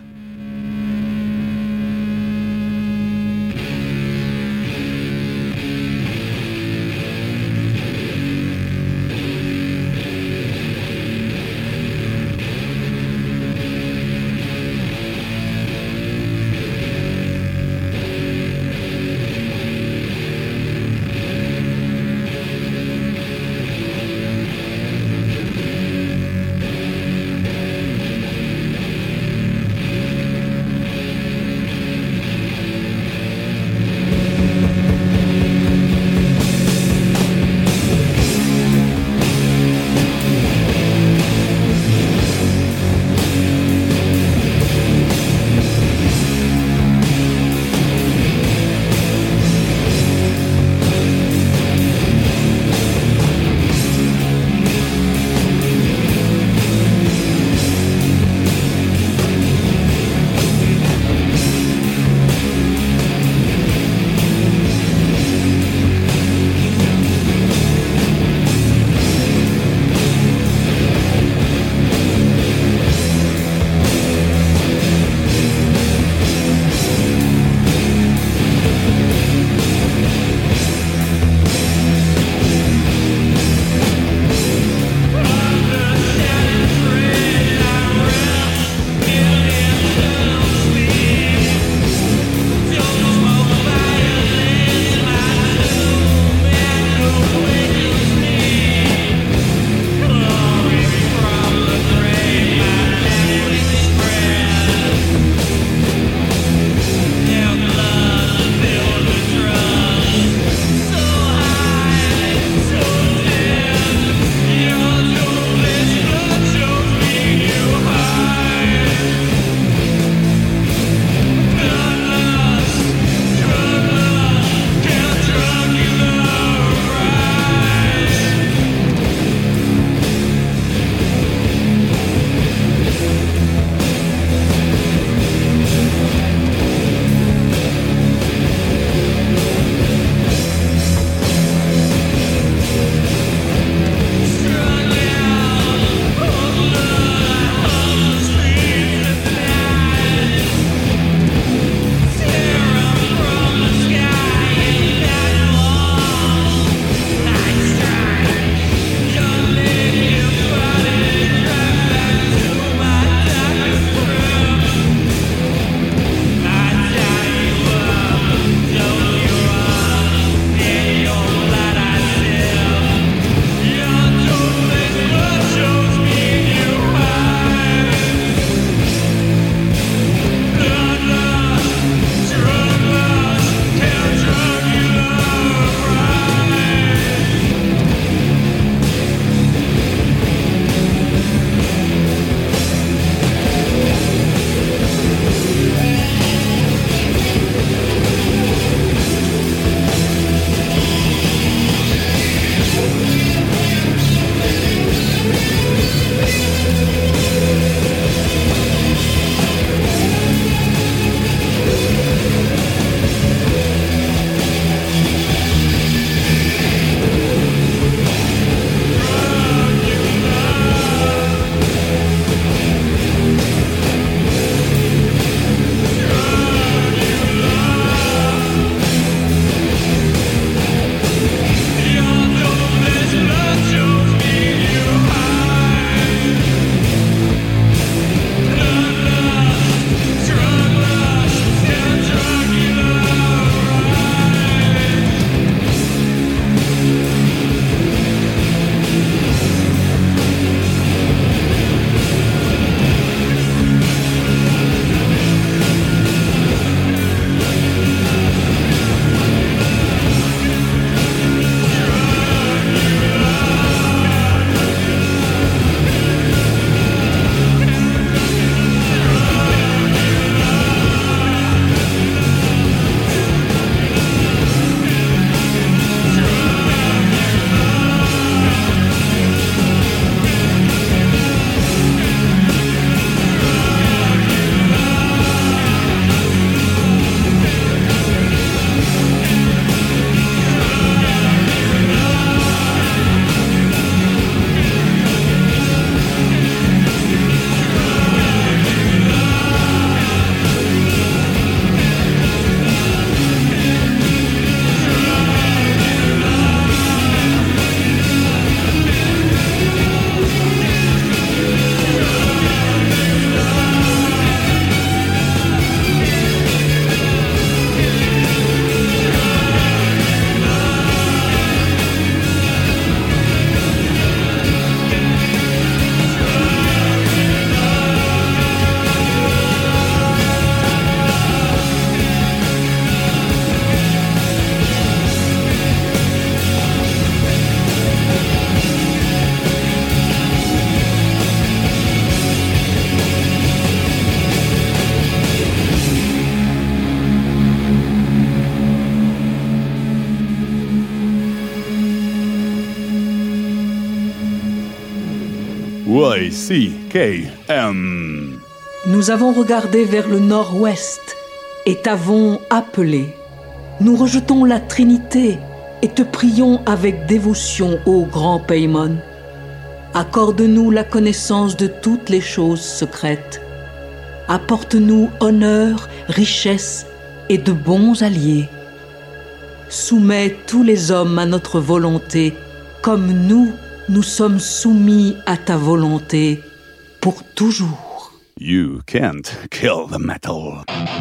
YCKM. Nous avons regardé vers le nord-ouest et t'avons appelé. Nous rejetons la Trinité et te prions avec dévotion, ô grand Paimon. Accorde-nous la connaissance de toutes les choses secrètes. Apporte-nous honneur, richesse et de bons alliés. Soumets tous les hommes à notre volonté, comme nous sommes soumis à ta volonté pour toujours. You can't kill the metal.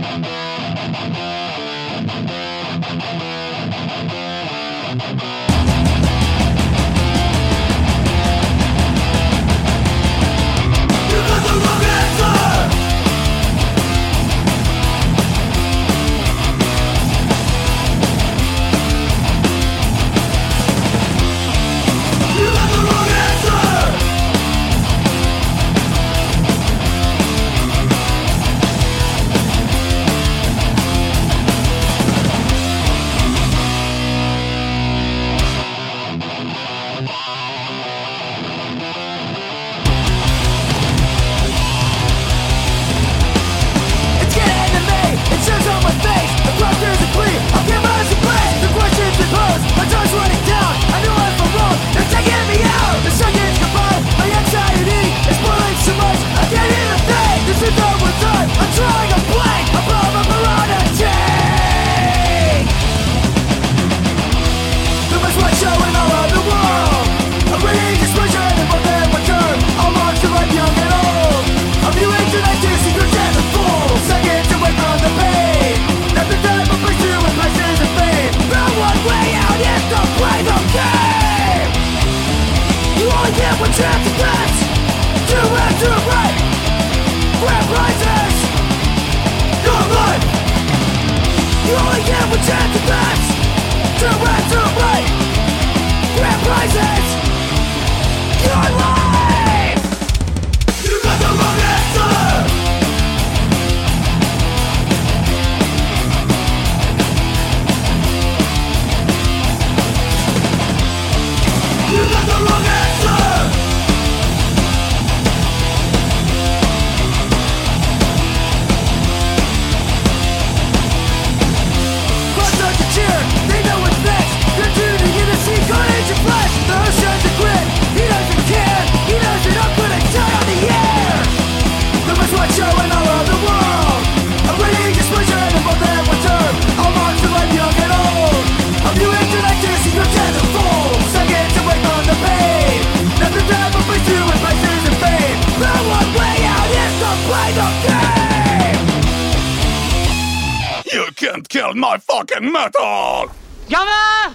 You can't kill my fucking metal! Gamin!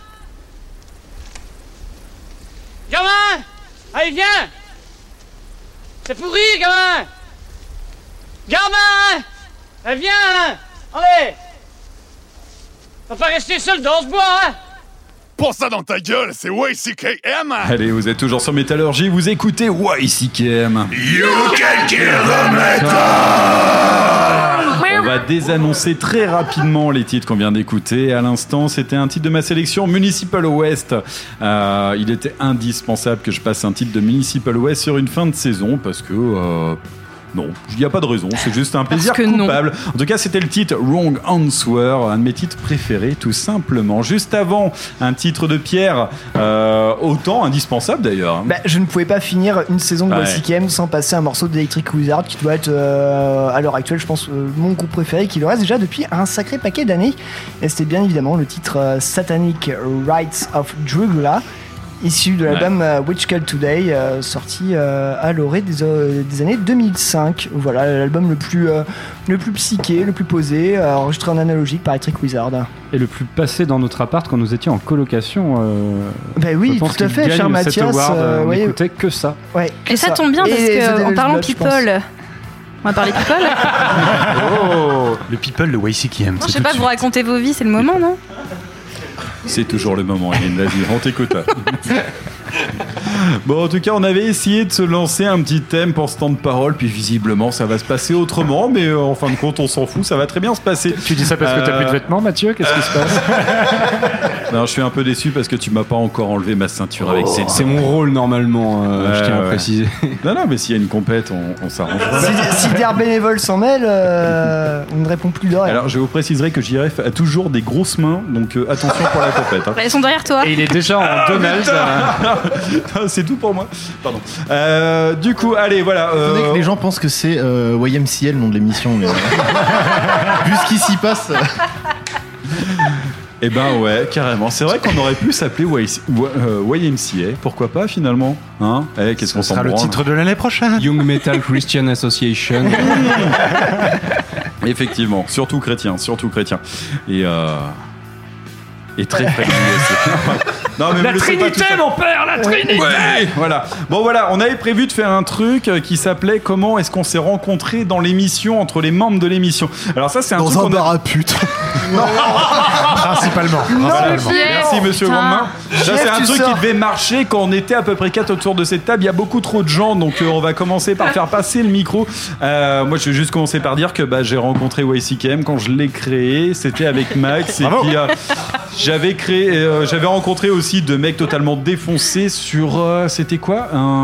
Gamin! Allez, viens! C'est pourri, gamin! Gamin! Allez, viens, là! Allez! On va pas rester seul dans ce bois, hein! Pour ça dans ta gueule, c'est YCKM! Allez, vous êtes toujours sur Métallurgie, vous écoutez YCKM. You can kill the metal! On va désannoncer très rapidement les titres qu'on vient d'écouter. À l'instant, c'était un titre de ma sélection, Municipal Waste. Il était indispensable que je passe un titre de Municipal Waste sur une fin de saison parce que... non, il n'y a pas de raison, c'est juste un plaisir coupable. En tout cas, c'était le titre Wrong Answer, un de mes titres préférés, tout simplement. Juste avant, un titre de Pierre, autant indispensable d'ailleurs. Bah, je ne pouvais pas finir une saison de YCKM sans passer un morceau d'Electric Wizard qui doit être, à l'heure actuelle, je pense, mon groupe préféré, qui le reste déjà depuis un sacré paquet d'années. Et c'était bien évidemment le titre Satanic Rites of Drugula, issu de l'album Witch Cult Today, sorti à l'orée des années 2005. Voilà, l'album le plus psyché, le plus posé, enregistré en analogique par Electric Wizard. Et le plus passé dans notre appart quand nous étions en colocation. Ben oui, tout à fait, cher Mathias. On n'écoutait que ça. Ouais, et ça tombe bien parce qu'en parlant people... On va parler people. Oh, le people de YCKM. Je sais pas, vous racontez vos vies, c'est le moment, non ? C'est toujours le moment, Hélène, vas-y, on t'écoute. Bon, en tout cas, on avait essayé de se lancer un petit thème pour ce temps de parole, puis visiblement, ça va se passer autrement, mais en fin de compte, on s'en fout, ça va très bien se passer. Tu dis ça parce que t'as plus de vêtements, Mathieu? Qu'est-ce qui se passe? Non, je suis un peu déçu parce que tu m'as pas encore enlevé ma ceinture avec ces. C'est mon rôle normalement, je tiens à préciser. Non, mais s'il y a une compète, on s'arrange. Si des bénévoles s'en mêlent, on ne répond plus de rien. Alors, je vous préciserai que JRF a toujours des grosses mains, donc attention pour la compète. Hein. Elles sont derrière toi. Et il est déjà en Donald. C'est tout pour moi. Pardon. Du coup, allez, voilà. Attendez que les gens pensent que c'est YMCA le nom de l'émission, mais vu ce qui s'y passe. Eh ben ouais, carrément. C'est vrai qu'on aurait pu s'appeler YMCA. Pourquoi pas finalement, hein? Qu'est-ce qu'on s'en branle? Ce sera le titre de l'année prochaine. Young Metal Christian Association. Effectivement, surtout chrétien. Et très fréquent aussi. Non, mais la Trinité, mon père, la Trinité. Ouais, voilà. Bon voilà, on avait prévu de faire un truc qui s'appelait comment est-ce qu'on s'est rencontrés dans l'émission, entre les membres de l'émission. Alors ça, c'est un truc dans un bar à pute. Principalement. Merci monsieur Grandemain. Ça, c'est un truc qui devait marcher quand on était à peu près 4 autour de cette table. Il y a beaucoup trop de gens, donc on va commencer par faire passer le micro. Moi, je vais juste commencer par dire que j'ai rencontré YCKM quand je l'ai créé. C'était avec Max. Et puis j'avais rencontré aussi deux mecs totalement défoncés sur c'était quoi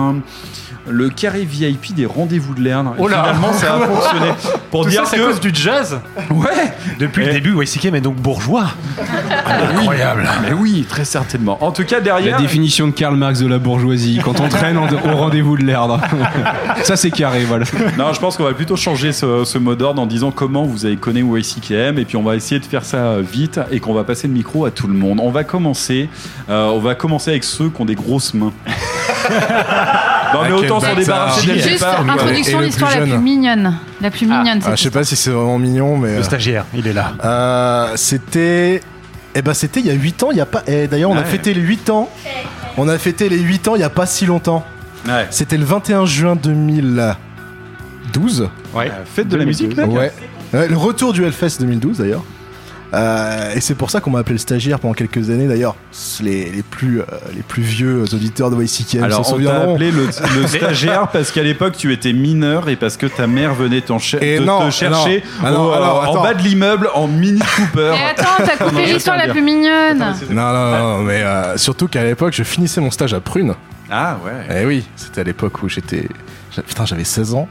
le carré VIP des rendez-vous de l'Erne. Oh là. Finalement, ça a fonctionné. Pour tout dire ça, que c'est à cause du jazz. Ouais. Depuis le début, YCKM est donc bourgeois. Incroyable. Mais oui, très certainement. En tout cas, derrière. La définition de Karl Marx de la bourgeoisie, quand on traîne au rendez-vous de l'Erdre. Ça, c'est carré, voilà. Non, je pense qu'on va plutôt changer ce mot d'ordre en disant comment vous avez connu YCKM, et puis on va essayer de faire ça vite et qu'on va passer le micro à tout le monde. On va commencer avec ceux qui ont des grosses mains. Non, mais autant s'en débarrasser dès le Juste départ. introduction de l'histoire la plus mignonne. La plus mignonne, c'est je sais pas si c'est vraiment mignon, mais. Le stagiaire, il est là. C'était il y a 8 ans, il y a pas. D'ailleurs, on a fêté les 8 ans. On a fêté les 8 ans il y a pas si longtemps. Ouais. C'était le 21 juin 2012. Ouais. Fête de la musique, mec. Ouais. Le retour du Hellfest 2012 d'ailleurs. Et c'est pour ça qu'on m'a appelé le stagiaire pendant quelques années d'ailleurs. Les plus vieux auditeurs de YCKM Alors s'en on t'a souviendront. appelé le stagiaire parce qu'à l'époque tu étais mineur et parce que ta mère venait te chercher en bas de l'immeuble en Mini Cooper. Mais attends, t'as coupé l'histoire la plus mignonne. Non, mais surtout qu'à l'époque je finissais mon stage à Prune. Ah ouais. Eh oui, c'était à l'époque où j'avais 16 ans.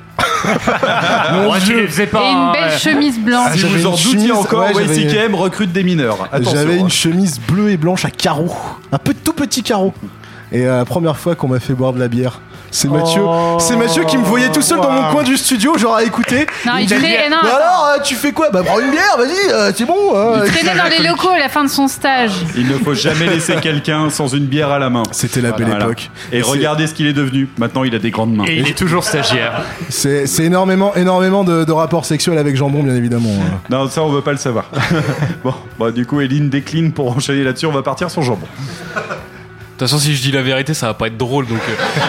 Tu les faisais pas. Et une belle chemise blanche. Si vous en doutiez encore, j'avais- YCKM recrute des mineurs. Attention. J'avais une chemise bleue et blanche à carreaux. Tout petit carreau. Et la première fois qu'on m'a fait boire de la bière, c'est Mathieu. C'est Mathieu qui me voyait tout seul dans mon coin du studio, genre à écouter. Non, il m'a dit, traînait- non, bah attends. alors, tu fais quoi? Bah prends une bière, vas-y, c'est bon. Il traînait dans les locaux à la fin de son stage. Il ne faut jamais laisser quelqu'un sans une bière à la main. C'était la belle époque. Et regardez ce qu'il est devenu. Maintenant, il a des grandes mains. Et il est toujours stagiaire. C'est énormément de rapports sexuels avec Jambon, bien évidemment. Non, ça, on veut pas le savoir. Bon, du coup, Eline décline pour enchaîner là-dessus. On va partir sur Jambon. De toute façon, si je dis la vérité, ça va pas être drôle. Donc,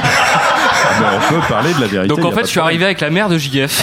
on peut parler de la vérité. donc en fait, je suis arrivé avec la mère de JF.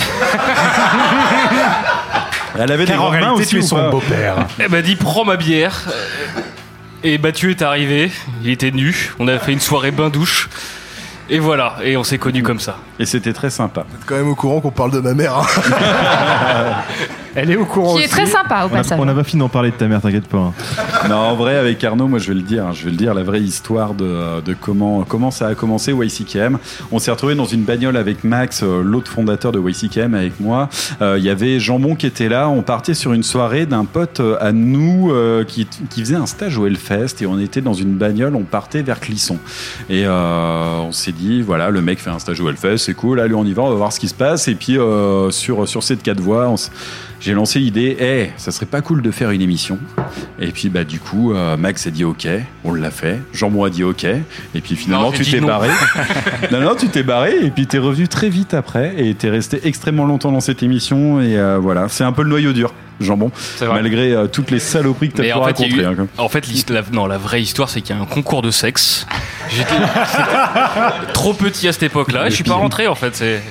Elle avait des grandes mains aussi, son beau-père. Elle m'a dit prends ma bière. Et Mathieu est arrivé. Il était nu. On a fait une soirée bain-douche. Et voilà. Et on s'est connus comme ça. Et c'était très sympa. Vous êtes quand même au courant qu'on parle de ma mère. Hein. Elle est au courant Qui est très sympa au passage. On n'a pas fini d'en parler de ta mère, t'inquiète pas. Non, en vrai, avec Arnaud, moi je vais le dire, la vraie histoire de comment ça a commencé YCKM. On s'est retrouvé dans une bagnole avec Max, l'autre fondateur de YCKM, avec moi. Il y avait Jambon qui était là. On partait sur une soirée d'un pote à nous qui faisait un stage au Hellfest et on était dans une bagnole. On partait vers Clisson et on s'est dit voilà, le mec fait un stage au Hellfest, c'est cool. Allez, on y va, on va voir ce qui se passe. Et puis sur cette 4 voies, j'ai lancé l'idée, ça serait pas cool de faire une émission. Et puis du coup, Max a dit ok, on l'a fait. Jambon a dit ok. Et puis finalement, tu t'es barré. non, tu t'es barré. Et puis t'es revenu très vite après. Et t'es resté extrêmement longtemps dans cette émission. Et voilà, c'est un peu le noyau dur, Jambon. Malgré toutes les saloperies que t'as pu raconter. En fait, la vraie histoire, c'est qu'il y a un concours de sexe. J'étais trop petit à cette époque-là. Et je suis pas rentré en fait.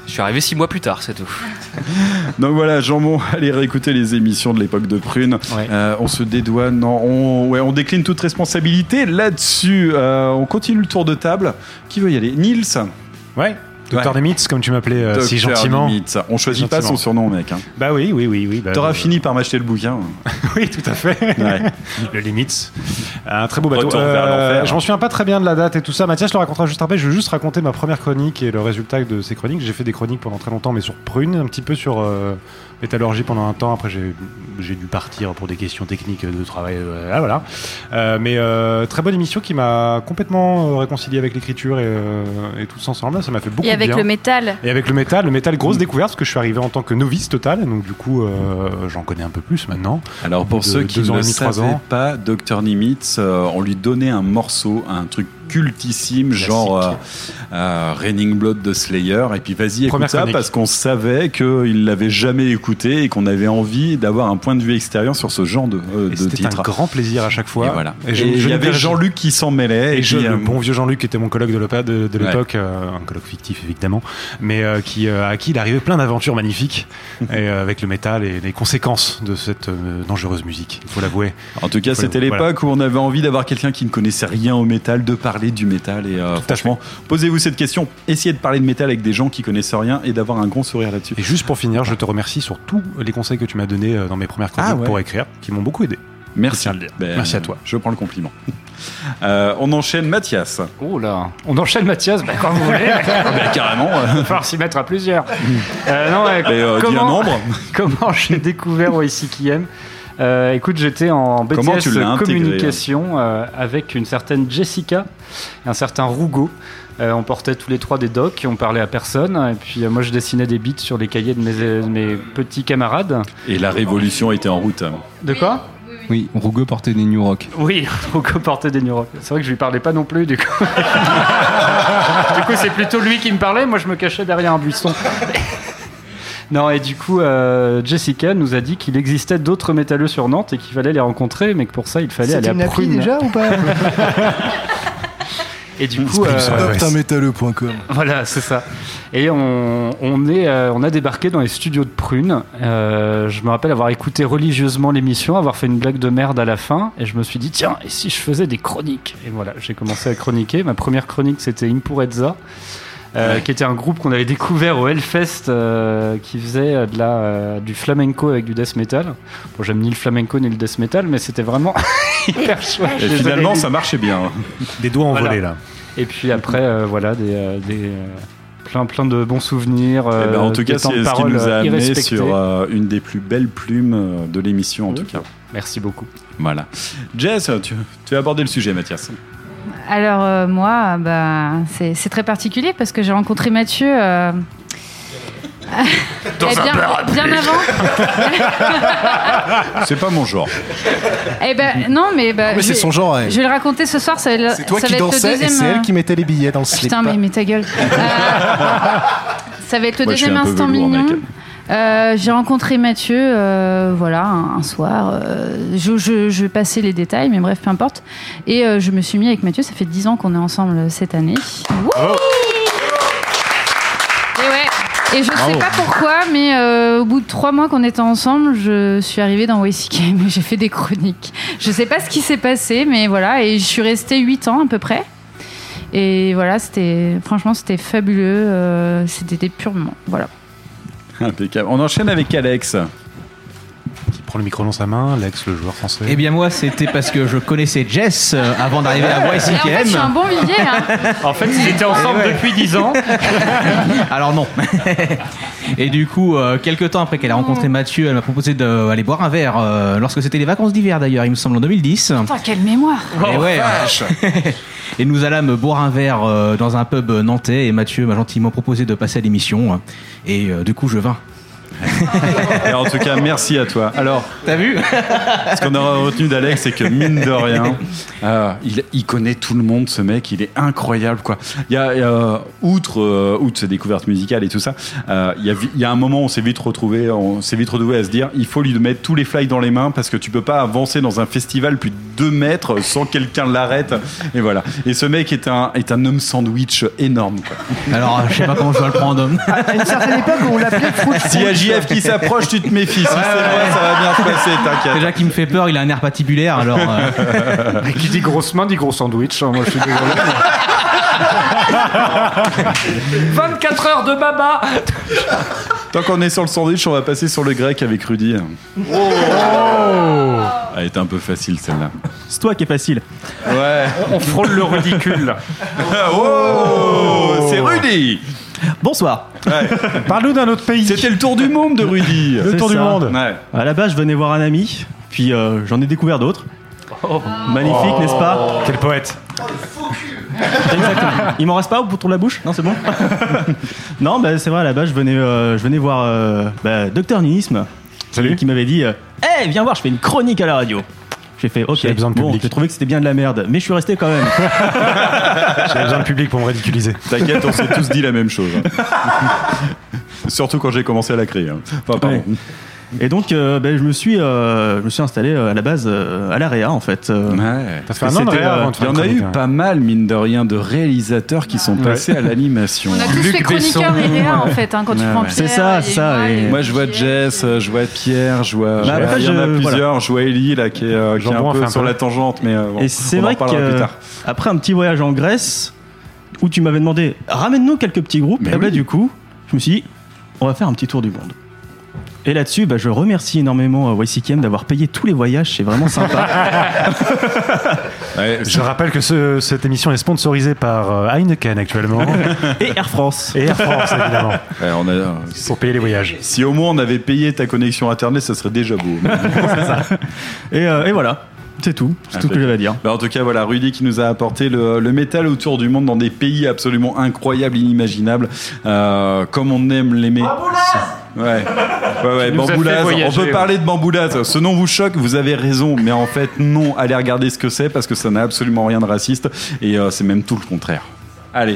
Je suis arrivé 6 mois plus tard, c'est tout. Donc voilà, Jambon, allez réécouter les émissions de l'époque de Prune. On se dédouane, on décline toute responsabilité là-dessus. On continue le tour de table. Qui veut y aller? Nils? Ouais. Docteur Nimitz, comme tu m'appelais si Docteur gentiment. Nimitz. On choisit pas son surnom, mec. Hein. Bah oui. Bah, t'auras fini par m'acheter le bouquin. Oui, tout à fait. Ouais. Le Nimitz. Un très beau bateau. Retour vers l'enfer. Je m'en souviens pas très bien de la date et tout ça. Mathias le racontera juste après. Je veux juste raconter ma première chronique et le résultat de ces chroniques. J'ai fait des chroniques pendant très longtemps, mais sur Prune, un petit peu sur métallurgie pendant un temps. Après, j'ai dû partir pour des questions techniques de travail. Voilà. Mais très bonne émission qui m'a complètement réconcilié avec l'écriture et tout ça ensemble. Ça m'a fait beaucoup de bien. Et avec le métal. Et avec le métal, grosse découverte parce que je suis arrivé en tant que novice total, donc du coup j'en connais un peu plus maintenant. Alors pour ceux qui ne le savaient pas, Dr Nimitz, on lui donnait un morceau, un truc cultissime, classique. Genre Raining Blood de Slayer, et puis vas-y écoute ça parce qu'on savait qu'il l'avait jamais écouté et qu'on avait envie d'avoir un point de vue extérieur sur ce genre de c'était titre. Un grand plaisir à chaque fois. Et voilà. Et il y avait Jean-Luc qui s'en mêlait. Et le bon vieux Jean-Luc qui était mon colloque de l'époque, un colloque fictif évidemment, mais à qui il arrivait plein d'aventures magnifiques et avec le métal et les conséquences de cette dangereuse musique, il faut l'avouer. En tout cas, c'était l'époque où on avait envie d'avoir quelqu'un qui ne connaissait rien au métal, de parler du métal, et franchement, posez-vous cette question, essayez de parler de métal avec des gens qui connaissent rien et d'avoir un grand sourire là-dessus. Et juste pour finir, je te remercie sur tous les conseils que tu m'as donnés dans mes premières chroniques pour écrire, qui m'ont beaucoup aidé. Merci. Merci à toi. Je prends le compliment. On enchaîne Mathias. Oh là, on enchaîne Mathias, quand vous voulez. Carrément. Il va falloir s'y mettre à plusieurs. Comment j'ai découvert YCKM? Écoute, j'étais en BTS communication avec une certaine Jessica et un certain Rougo. On portait tous les trois des docs, on parlait à personne, et puis moi je dessinais des bits sur les cahiers de mes petits camarades. Et la révolution était en route. De quoi ? Oui, Rougo portait des New Rock. Oui, Rougo portait des New Rock. C'est vrai que je lui parlais pas non plus, du coup. Du coup, c'est plutôt lui qui me parlait, moi je me cachais derrière un buisson. Non, et du coup, Jessica nous a dit qu'il existait d'autres métalleux sur Nantes et qu'il fallait les rencontrer, mais que pour ça, il fallait aller à Prune. C'était une appli déjà ou pas? Et du coup, métalleux.com. Voilà, c'est ça. Et on a débarqué dans les studios de Prune. Je me rappelle avoir écouté religieusement l'émission, avoir fait une blague de merde à la fin, et je me suis dit tiens, et si je faisais des chroniques? Et voilà, j'ai commencé à chroniquer. Ma première chronique, c'était Impurezza. Qui était un groupe qu'on avait découvert au Hellfest qui faisait du flamenco avec du death metal. Bon, j'aime ni le flamenco ni le death metal, mais c'était vraiment hyper chouette. Et finalement, ça marchait bien. Des doigts envolés là. Et puis après, plein de bons souvenirs. En tout cas, c'est ce qui nous a amené sur une des plus belles plumes de l'émission, en tout cas. Merci beaucoup. Voilà. Jess, tu as abordé le sujet, Mathias. Alors moi, c'est très particulier parce que j'ai rencontré Mathieu bien avant. C'est pas mon genre. Non, mais c'est son genre. Je vais le raconter ce soir. C'est toi qui dansais et c'est elle qui mettait les billets dans le slip. Putain, mais ta gueule. Ça va être le deuxième instant mignon. J'ai rencontré Mathieu un soir. Je vais passer les détails, mais bref, peu importe. Et je me suis mis avec Mathieu. Ça fait 10 ans qu'on est ensemble cette année. Et je sais pas pourquoi, mais au bout de 3 mois qu'on était ensemble, je suis arrivée dans YCKM et j'ai fait des chroniques. Je sais pas ce qui s'est passé, mais voilà. Et je suis restée 8 ans à peu près. Et voilà, franchement, c'était fabuleux. C'était purement, voilà. Impeccable. On enchaîne avec Alex. Qui prend le micro dans sa main, Alex, le joueur français. Eh bien moi, c'était parce que je connaissais Jess avant d'arriver à YCKM. En fait, je suis un bon vivier. En fait, ils étaient ensemble depuis 10 ans. Alors non. Et du coup, quelques temps après qu'elle a rencontré Mathieu, elle m'a proposé d'aller boire un verre lorsque c'était les vacances d'hiver d'ailleurs, il me semble en 2010. Putain, quelle mémoire. Et ouais. Et nous allâmes boire un verre dans un pub nantais et Mathieu m'a gentiment proposé de passer à l'émission et du coup je vins. Et en tout cas, merci à toi. Alors, t'as vu? Ce qu'on aura retenu d'Alex, c'est que mine de rien, il connaît tout le monde, ce mec. Il est incroyable, quoi. Il y a outre ses découvertes musicales et tout ça, il y a un moment où on s'est vite retrouvé à se dire, il faut lui mettre tous les fly dans les mains parce que tu peux pas avancer dans un festival plus de 2 mètres sans quelqu'un l'arrête. Et voilà. Et ce mec est un homme sandwich énorme, quoi. Alors, je sais pas comment je dois le prendre, homme. À une certaine époque, on l'appelait Frouch. Si y a JF qui s'approche, tu te méfies. Si c'est vrai, ça va bien se passer, t'inquiète. Déjà qui me fait peur, il a un air patibulaire, alors. Et qui dit grosse main dit gros sandwich. Moi, je suis désolé. 24 heures de baba. Tant qu'on est sur le sandwich, on va passer sur le grec avec Rudy. Elle était un peu facile, celle-là. C'est toi qui est facile. Ouais. On frôle le ridicule. Oh, c'est Rudy. Bonsoir. Ouais. Parle-nous d'un autre pays. C'était le tour du monde de Rudy. Le tour du monde. Ouais. À la base, je venais voir un ami, puis j'en ai découvert d'autres. Magnifique, n'est-ce pas? Quel poète. Exactement. Il m'en reste pas pour tourner la bouche? Non, c'est bon. Non, bah, c'est vrai, à la base, je venais voir Docteur Nihisme. Salut. Qui m'avait dit hey, viens voir, je fais une chronique à la radio. J'ai fait ok, J'avais besoin de bon, public. j'ai trouvé que c'était bien de la merde, mais je suis resté quand même. J'avais besoin de public pour me ridiculiser. T'inquiète, on s'est tous dit la même chose. Surtout quand j'ai commencé à la créer. Enfin, pardon. Ouais. Et donc, je me suis installé à la base à l'AREA en fait. Ouais. T'as fait un an de réa avant de Il y faire en a une eu chronique, pas mal, mine de rien, de réalisateurs qui sont passés à l'animation. On a tous fait chroniqueur IREA en fait, hein, quand tu prends Pierre. C'est ça, c'est ça. Et... Moi, je vois Jess, je vois Pierre, je vois. après, il y en a plusieurs. voilà. Je vois Ellie là qui est un peu sur la tangente, mais bon, et c'est on en vrai reparlera plus tard. qu'après un petit voyage en Grèce où tu m'avais demandé ramène-nous quelques petits groupes, et du coup, je me suis dit on va faire un petit tour du monde. Et là-dessus, je remercie énormément YCKM d'avoir payé tous les voyages, c'est vraiment sympa. Je rappelle que cette émission est sponsorisée par Heineken actuellement. Et Air France. Et Air France, évidemment. Ouais, pour payer les voyages. Si au moins on avait payé ta connexion internet, ça serait déjà beau. C'est ça. Et voilà. C'est tout, c'est tout ce que j'avais à dire. En tout cas, voilà, Rudy qui nous a apporté le métal autour du monde dans des pays absolument incroyables, inimaginables, comme on aime l'aimer. Ouais, Bamboulaz. On peut parler de Bamboulaz. Ce nom vous choque, vous avez raison, mais en fait, non, allez regarder ce que c'est parce que ça n'a absolument rien de raciste et c'est même tout le contraire. Allez,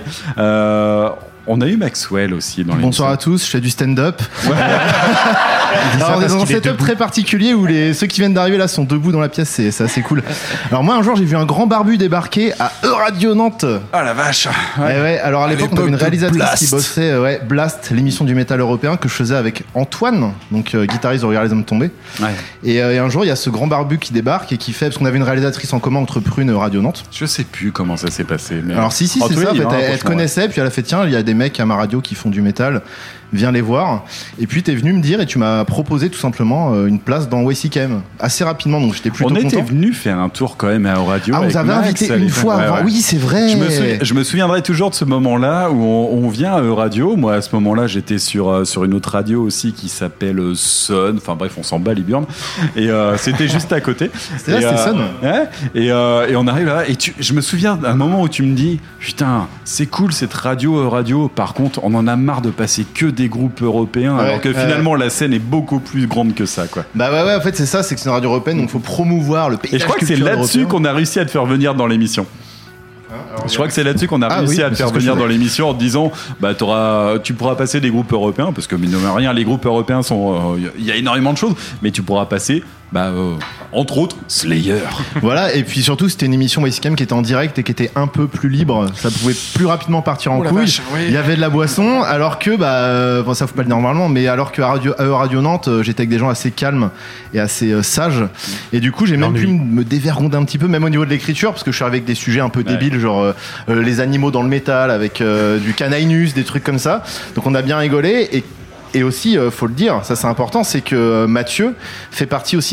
on a eu Maxwell aussi dans l'émission. Bonsoir à tous, je fais du stand-up. Alors, on est dans un setup très particulier où ceux qui viennent d'arriver là sont debout dans la pièce, c'est assez cool. Alors moi un jour j'ai vu un grand barbu débarquer à E-Radio Nantes. Oh la vache. Ouais, alors à l'époque on avait une réalisatrice qui bossait Blast, l'émission du métal européen que je faisais avec Antoine, donc guitariste de Regarde les hommes tombés. Ouais. Et un jour il y a ce grand barbu qui débarque et qui fait, parce qu'on avait une réalisatrice en commun entre Prune et Radio Nantes. Je sais plus comment ça s'est passé. Mais... Alors si c'est ça, en fait, elle te connaissait, puis elle a fait tiens, il y a des mecs à ma radio qui font du métal, viens les voir. Et puis t'es venu me dire et tu m'as proposé tout simplement une place dans YCKM assez rapidement, donc j'étais plutôt content. On était venu faire un tour quand même à Radio. Ah, on vous avait invité une fois avant. Oui, c'est vrai. Je me souviendrai toujours de ce moment-là où on vient à Radio. Moi, à ce moment-là, j'étais sur une autre radio aussi qui s'appelle Sun. Enfin bref, on s'en bat les burnes. Et c'était juste à côté. C'était Sun. Et on arrive là. Et je me souviens d'un moment où tu me dis, putain, c'est cool cette radio. Par contre, on en a marre de passer que des groupes européens, alors que finalement la scène est beaucoup plus grande que ça, quoi. Bah ouais, en fait c'est ça, c'est que c'est une radio européenne, donc faut promouvoir le paysage. Et je crois que c'est là-dessus qu'on a réussi à te faire venir dans l'émission. Je crois que c'est là-dessus qu'on a réussi à te faire venir dans l'émission en te disant tu pourras passer des groupes européens, parce que mine de rien les groupes européens sont il y a énormément de choses, mais tu pourras passer entre autres Slayer. Voilà, et puis surtout c'était une émission YCKM qui était en direct et qui était un peu plus libre, ça pouvait plus rapidement partir en couille. Il y avait de la boisson, alors que ça faut pas le dire normalement, mais alors que à Radio Nantes j'étais avec des gens assez calmes et assez sages, et du coup j'ai même pu me dévergonder un petit peu, même au niveau de l'écriture, parce que je suis avec des sujets un peu débiles, genre les animaux dans le métal avec du canainus, des trucs comme ça, donc on a bien rigolé. Et aussi, faut le dire, ça c'est important, c'est que Mathieu fait partie aussi des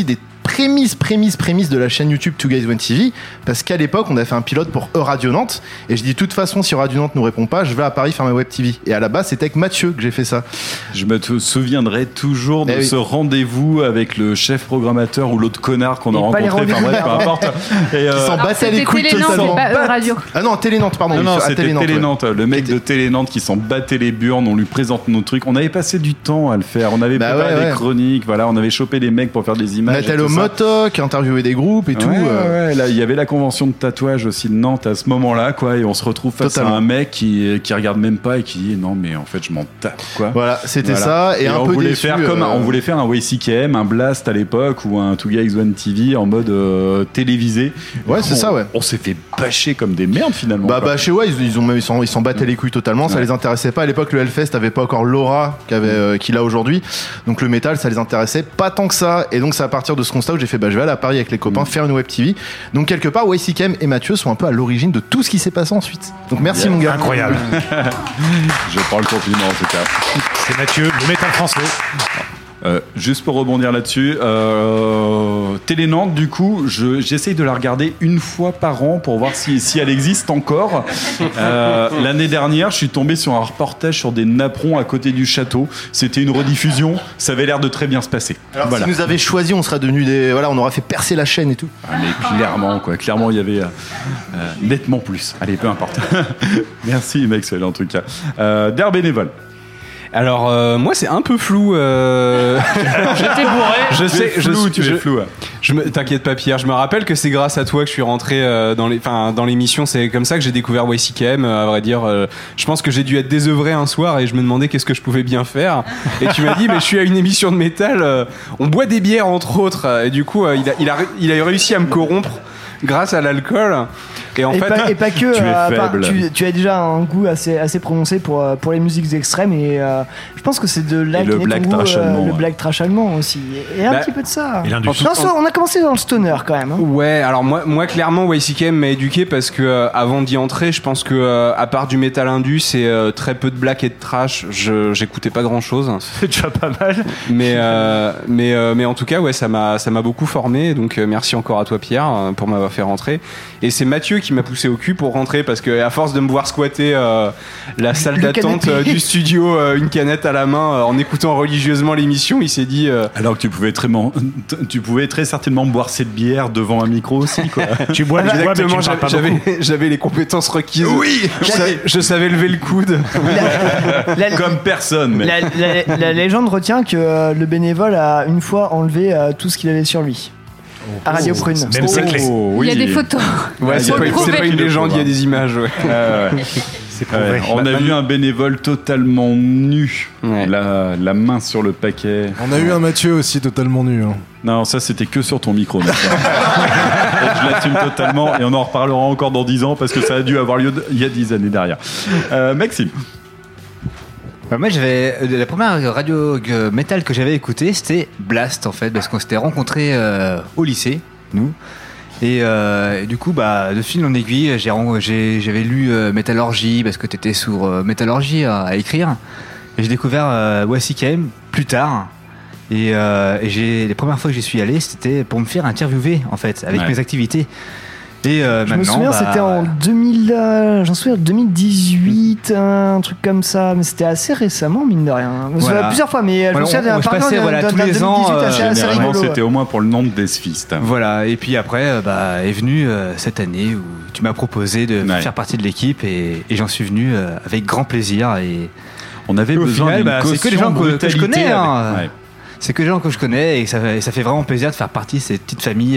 prémisse de la chaîne YouTube Two Guys One TV, parce qu'à l'époque on a fait un pilote pour Radio Nantes et je dis de toute façon si Radio Nantes nous répond pas, je vais à Paris faire ma web TV, et à la base c'était avec Mathieu que j'ai fait ça. Je me souviendrai toujours de ce rendez-vous avec le chef programmateur ou l'autre connard qu'on a rencontré, enfin bref, peu importe, et qui s'en battait les couilles totalement. Ah non, Télé-Nantes, pardon. Non, c'était Télé-Nantes, ouais. le mec de Télé-Nantes qui s'en battait les burnes, on lui présente nos trucs, on avait passé du temps à le faire, on avait préparé des chroniques, voilà, on avait chopé les mecs pour faire des images. Nathalie Motoc, interviewer des groupes et tout. Ouais, là, il y avait la convention de tatouage aussi de Nantes à ce moment-là, quoi, et on se retrouve face à un mec qui regarde même pas et qui dit non, mais en fait, je m'en tape, quoi. Voilà, c'était ça, et un on peu voulait déçu, faire on voulait faire un YCKM, un Blast à l'époque, ou un Two Guys One TV en mode télévisé. Ouais, c'est ça, ouais. On s'est fait bâcher comme des merdes finalement. Bâcher, ouais, ils s'en battaient les couilles totalement, ça les intéressait pas. À l'époque, le Hellfest avait pas encore l'aura qu'il a aujourd'hui, donc le métal, ça les intéressait pas tant que ça. Et donc, c'est à partir de ce constat où j'ai fait, je vais aller à Paris avec les copains faire une web TV. Donc, quelque part, YCKM et Mathieu sont un peu à l'origine de tout ce qui s'est passé ensuite. Donc, merci mon gars. Incroyable. Je prends le compliment en tout cas. C'est Mathieu, le métal français. Juste pour rebondir là-dessus, Télé-Nantes, du coup, j'essaye de la regarder une fois par an pour voir si elle existe encore. L'année dernière, je suis tombé sur un reportage sur des napperons à côté du château. C'était une rediffusion, ça avait l'air de très bien se passer. Alors, si nous avait choisi, on serait devenu des. Voilà, on aurait fait percer la chaîne et tout. Ah, mais clairement, il y avait nettement plus. Allez, peu importe. Merci, Maxwell, en tout cas. Der bénévole. Alors moi c'est un peu flou. J'étais bourré. Je sais, tu es flou. T'inquiète pas Pierre, je me rappelle que c'est grâce à toi que je suis rentré dans l'émission. C'est comme ça que j'ai découvert YCKM. À vrai dire, je pense que j'ai dû être désœuvré un soir et je me demandais qu'est-ce que je pouvais bien faire. Et tu m'as dit mais je suis à une émission de métal. On boit des bières entre autres. Et du coup il a réussi à me corrompre grâce à l'alcool. Et en fait, pas que tu es faible. Tu as déjà un goût assez prononcé pour les musiques extrêmes, et je pense que c'est de là et le black trash allemand, le black trash allemand aussi, et un petit peu de ça. On a commencé dans le stoner quand même. Hein. Ouais, alors moi clairement YCKM m'a éduqué parce que avant d'y entrer, je pense que à part du metal indus et très peu de black et de trash, j'écoutais pas grand chose. C'est déjà pas mal. Mais en tout cas ouais, ça m'a beaucoup formé, donc merci encore à toi Pierre pour m'avoir fait rentrer. Et c'est Mathieu qui m'a poussé au cul pour rentrer parce que à force de me voir squatter la salle d'attente du studio, une canette à la main, en écoutant religieusement l'émission, il s'est dit alors que tu pouvais très certainement boire cette bière devant un micro aussi, quoi. Tu bois, exactement, j'avais les compétences requises. Oui, je savais lever le coude comme personne. Mais... La légende retient que le bénévole a une fois enlevé tout ce qu'il avait sur lui. À Radio Prune. Même Il y a des photos. Ouais, c'est pas une légende, il y a des images. Ouais. C'est prouvé. On a vu un bénévole totalement nu, la main sur le paquet. On a eu un Mathieu aussi totalement nu. Hein. Non, ça c'était que sur ton micro. Je l'assume totalement et on en reparlera encore dans 10 ans parce que ça a dû avoir lieu il y a 10 années derrière. Maxime. Moi, la première radio métal que j'avais écoutée, c'était Blast en fait, parce qu'on s'était rencontrés au lycée, nous. Et du coup, de fil en aiguille, j'avais lu Métallurgie parce que t'étais sur Métallurgie à écrire. Et j'ai découvert YCKM plus tard. Et les premières fois que j'y suis allé, c'était pour me faire interviewer en fait, avec mes activités. Et je me souviens, c'était en 2018, un truc comme ça, mais c'était assez récemment, mine de rien. Plusieurs fois, mais je me souviens je passais tous les ans. Assez rigolo. C'était au moins pour le nom de Deathfist. Voilà, et puis après est venue cette année où tu m'as proposé de faire partie de l'équipe et j'en suis venu avec grand plaisir. Et on avait besoin d'une c'est que des gens que je connais. Avec... C'est que des gens que je connais et ça fait vraiment plaisir de faire partie de cette petite famille.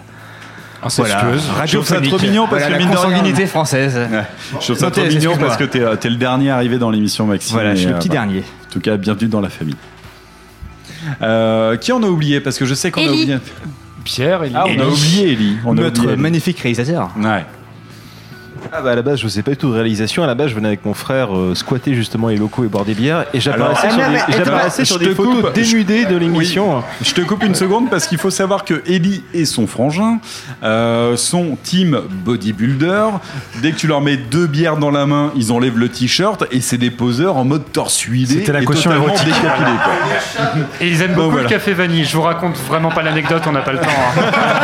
Je trouve ça trop mignon parce que la consanguinité française. Je trouve ça trop mignon parce que t'es le dernier arrivé dans l'émission, Maxime. Voilà, je suis le petit dernier. En tout cas, bienvenue dans la famille. Qui on a oublié? Parce que je sais qu'on a oublié. Pierre, on a oublié Ellie. Notre magnifique réalisateur. Ouais. Ah bah à la base je faisais pas du tout de réalisation, à la base je venais avec mon frère squatter justement les locaux et boire des bières et j'apparaissais sur des photos dénudées de l'émission. Oui, je te coupe une seconde parce qu'il faut savoir que Ellie et son frangin sont team bodybuilder. Dès que tu leur mets 2 bières dans la main, ils enlèvent le t-shirt et c'est des poseurs en mode torse huilé. C'était la et caution totalement érotique. décapité, quoi. Et ils aiment Bon, beaucoup voilà. le café vanille. Je vous raconte vraiment pas l'anecdote, on n'a pas le temps. hein.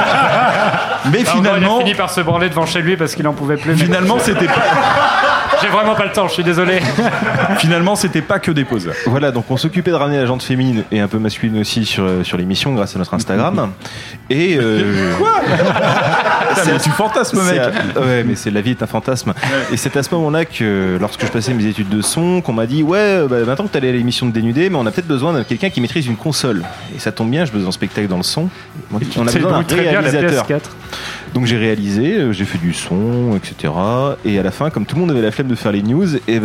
Mais Alors, finalement, il a fini par se branler devant chez lui parce qu'il en pouvait plus. mais- finalement c'était pas... J'ai vraiment pas le temps, je suis désolé. Finalement, c'était pas que des poseurs. Voilà, donc on s'occupait de ramener la jante féminine et un peu masculine aussi sur l'émission grâce à notre Instagram. Et Quoi mais tu fantasmes, mec. Ouais, mais c'est la vie est un fantasme. Et c'est à ce moment-là que, lorsque je passais mes études de son, qu'on m'a dit ouais, bah, maintenant que t'es allé à l'émission de Dénudé, mais on a peut-être besoin de quelqu'un qui maîtrise une console. Et ça tombe bien, je bosse en spectacle dans le son. On a besoin d'un réalisateur. Donc j'ai réalisé, j'ai fait du son, etc. Et à la fin, comme tout le monde avait la flemme de faire les news, et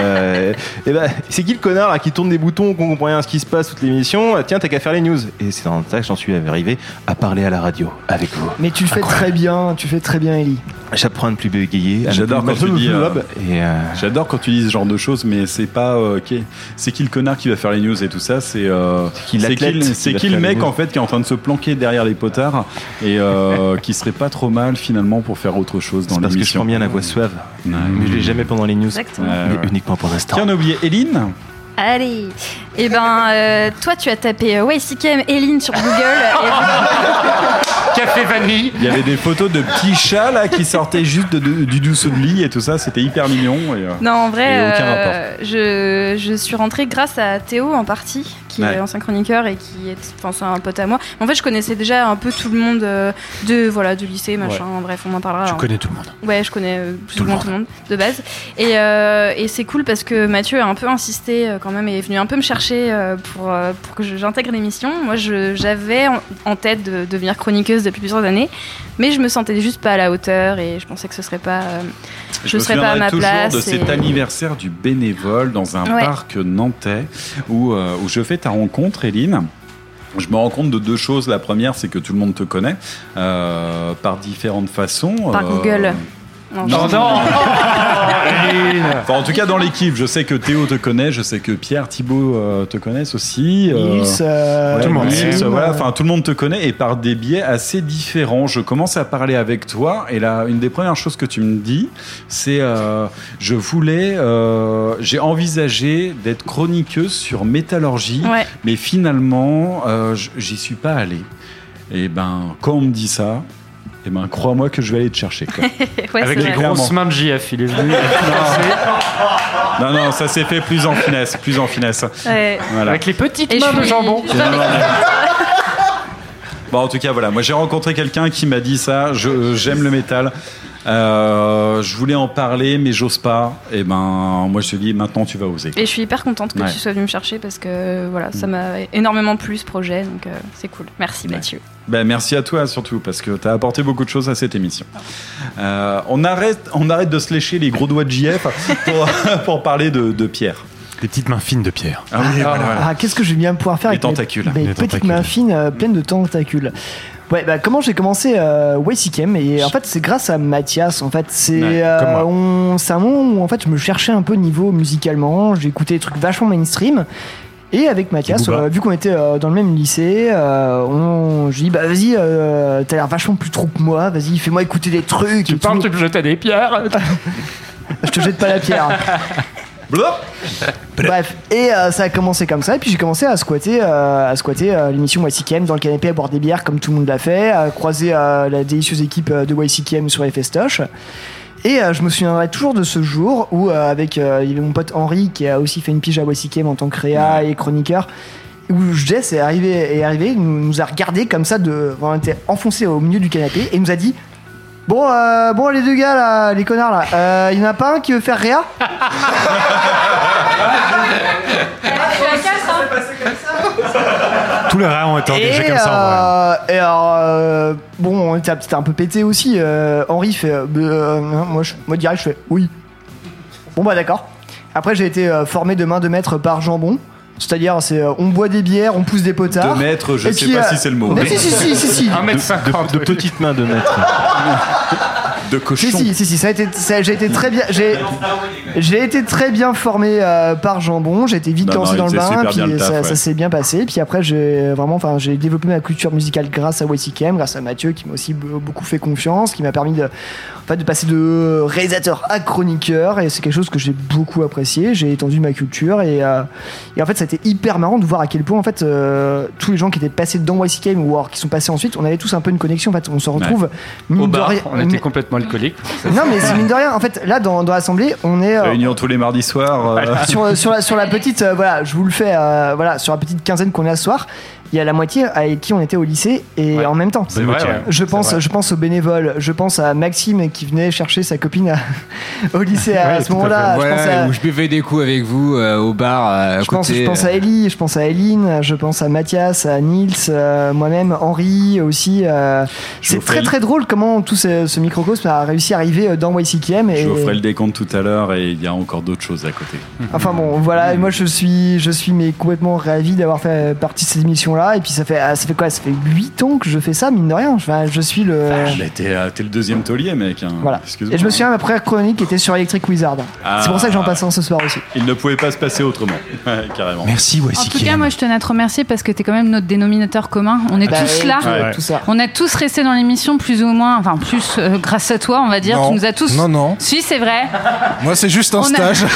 c'est qui le connard là qui tourne des boutons, qu'on comprend rien à ce qui se passe toute l'émission? Tiens, t'as qu'à faire les news. Et c'est dans ça que j'en suis arrivé à parler à la radio avec vous. Mais tu le fais très bien, Ellie. J'apprends à ne plus bégayer. J'adore quand tu dis. Et J'adore quand tu dis ce genre de choses, mais c'est pas. C'est qui le connard qui va faire les news et tout ça? C'est qui le mec en fait qui est en train de se planquer derrière les potards et qui serait pas trop mal finalement pour faire autre chose dans l'émission. Parce que je prends bien la voix suave, mais je l'ai jamais pendant les news. Exactement. Mais uniquement pour l'instant. Tiens, on a oublié Eline. Allez, et toi tu as tapé YCKM Eline sur Google. Café vanille. Il y avait des photos de petits chats là qui sortaient juste du dessous de lit et tout ça, c'était hyper mignon. Non, en vrai, et aucun rapport. je suis rentrée grâce à Théo en partie, qui est ancien chroniqueur et qui est, c'est un pote à moi. En fait, je connaissais déjà un peu tout le monde du lycée, machin. Ouais. Bref, on en parlera. Tu connais tout le monde. Ouais, je connais plus ou moins tout le monde de base. Et c'est cool parce que Mathieu a un peu insisté quand même et est venu un peu me chercher pour que j'intègre l'émission. Moi, j'avais en tête de devenir chroniqueuse depuis plusieurs années, mais je me sentais juste pas à la hauteur et je pensais que ce serait pas. Je serais pas à ma place. De cet anniversaire du bénévole dans un parc nantais où je fais ta rencontre, Eline. Je me rends compte de 2 choses. La première, c'est que tout le monde te connaît par différentes façons. Par Google. Non. Enfin, en tout cas, dans l'équipe, je sais que Théo te connaît, je sais que Pierre, Thibaut te connaissent aussi. Tout le monde. Voilà, enfin, tout le monde te connaît et par des biais assez différents. Je commence à parler avec toi et là, une des premières choses que tu me dis, c'est j'ai envisagé d'être chroniqueuse sur métallurgie, mais finalement, j'y suis pas allé. Et quand on me dit ça, eh ben, crois-moi que je vais aller te chercher. Quoi. Avec les grosses mains de JF, il est venu. Non, ça s'est fait plus en finesse. Ouais. Voilà. Avec les petites mains de jambon. Bon, en tout cas, voilà. Moi, j'ai rencontré quelqu'un qui m'a dit ça. J'aime le métal. Je voulais en parler, mais j'ose pas. Et moi, je te dis, maintenant, tu vas oser. Quoi. Et je suis hyper contente que tu sois venu me chercher parce que voilà, ça m'a énormément plu ce projet, donc c'est cool. Merci Mathieu. Merci à toi surtout parce que tu as apporté beaucoup de choses à cette émission. On arrête de se lécher les gros doigts de JF pour parler de Pierre. Des petites mains fines de Pierre. Qu'est-ce que je vais bien pouvoir faire les avec tentacules. mes petites mains fines pleines de tentacules. Ouais, comment j'ai commencé YCKM et en fait c'est grâce à Mathias. En fait c'est un moment où en fait je me cherchais un peu niveau musicalement. J'ai écouté des trucs vachement mainstream. Et avec Mathias, vu qu'on était dans le même lycée, je dis vas-y, t'as l'air vachement plus trop que moi, vas-y, fais-moi écouter des trucs. Tu parles, tu me jetais des pierres. Je te jette pas la pierre. Bref, et ça a commencé comme ça, et puis j'ai commencé à squatter l'émission YCKM dans le canapé à boire des bières comme tout le monde l'a fait, à croiser la délicieuse équipe de YCKM sur les festoches. Et je me souviendrai toujours de ce jour où il y avait mon pote Henri qui a aussi fait une pige à YCKM en tant que réa et chroniqueur, où Jess est arrivé, nous a regardé comme ça, on était enfoncé au milieu du canapé et nous a dit bon les 2 gars là, les connards là, il y en a pas un qui veut faire réa? Tous les rats ont été engagés comme ça. Et alors, on était peut-être un peu pété aussi. Henri fait, moi direct, je fais oui. Bon d'accord. Après, j'ai été formé de main de maître par Jambon. C'est-à-dire, on boit des bières, on pousse des potards. 2 mètres, je sais pas si c'est le mot. Mais si. 1m50. De petites mains de maître. de cochon. Si, j'ai été très bien. J'ai été très bien formé par Jambon. J'ai été vite lancé dans le bain, puis ça s'est bien passé. Puis après, j'ai développé ma culture musicale grâce à YCKM, grâce à Mathieu qui m'a aussi beaucoup fait confiance, qui m'a permis de passer de réalisateur à chroniqueur, et c'est quelque chose que j'ai beaucoup apprécié. J'ai étendu ma culture et en fait, ça a été hyper marrant de voir à quel point en fait tous les gens qui étaient passés dans YCKM ou alors qui sont passés ensuite, on avait tous un peu une connexion. En fait, on se retrouve au bar. On était complètement alcooliques. Non, mais c'est mine de rien. En fait, là, dans l'assemblée, on est réunion tous les mardis soirs. Sur la petite, voilà, je vous le fais, sur la petite quinzaine qu'on a ce soir. Il y a la moitié avec qui on était au lycée et en même temps. C'est vrai, ouais. Je pense aux bénévoles. Je pense à Maxime qui venait chercher sa copine au lycée à ce moment-là. Où je buvais des coups avec vous au bar à côté. Je pense à Ellie, je pense à Eline, je pense à Mathias, à Nils, moi-même, Henri aussi. C'est très très drôle comment tout ce microcosme a réussi à arriver dans YCKM. Je vous ferai le décompte tout à l'heure et il y a encore d'autres choses à côté. Enfin bon, voilà, moi je suis mais complètement ravi d'avoir fait partie de cette émission-là. Et puis ça fait quoi? Ça fait 8 ans que je fais ça, mine de rien. Enfin, je suis le. T'es le deuxième taulier, mec. Hein. Voilà. Et je me souviens, ma première chronique était sur Electric Wizard. C'est pour ça que j'en passe un ce soir aussi. Il ne pouvait pas se passer autrement. Carrément. Merci, En tout cas, moi je tenais à te remercier parce que t'es quand même notre dénominateur commun. On est tous là. Tout ça. On a tous resté dans l'émission plus ou moins, enfin plus grâce à toi, on va dire. Non. Tu nous as tous. Non. Si, c'est vrai. Moi, c'est juste un stage.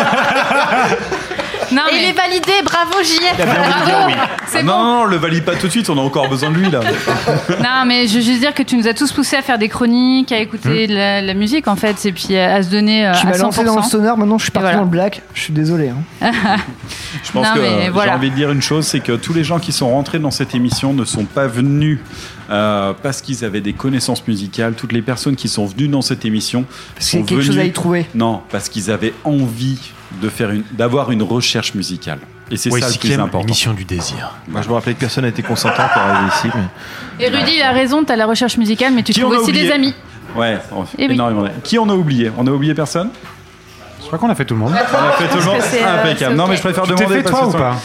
Non, Et il est validé, bravo JF. Bravo. C'est bon. Non, le valide pas tout de suite, on a encore besoin de lui là. Non, mais je veux juste dire que tu nous as tous poussés à faire des chroniques, à écouter de la musique en fait, et puis à se donner à 100%. Tu m'as lancé dans le stoner, maintenant je suis parti dans le black. Je suis désolé. Je pense Non, que mais voilà. j'ai envie de dire une chose, c'est que tous les gens qui sont rentrés dans cette émission ne sont pas venus parce qu'ils avaient des connaissances musicales. Toutes les personnes qui sont venues dans cette émission C'est sont quelque chose venues- à y trouver. Non, parce qu'ils avaient envie d'avoir une recherche musicale. Et c'est ça le plus important. L'émission du désir. Moi, je me rappelais que personne n'a été consentant pour arriver ici. Mais... Et Rudy, il a raison, t'as la recherche musicale, mais tu Qui trouves on a aussi oublié des amis. Ouais, Eh oui. énormément. Qui on a oublié? On a oublié personne? Je crois qu'on a fait tout le monde. On a fait tout le monde. Impeccable. Non, mais je préfère Tu t'es demander. fait parce toi que ou pas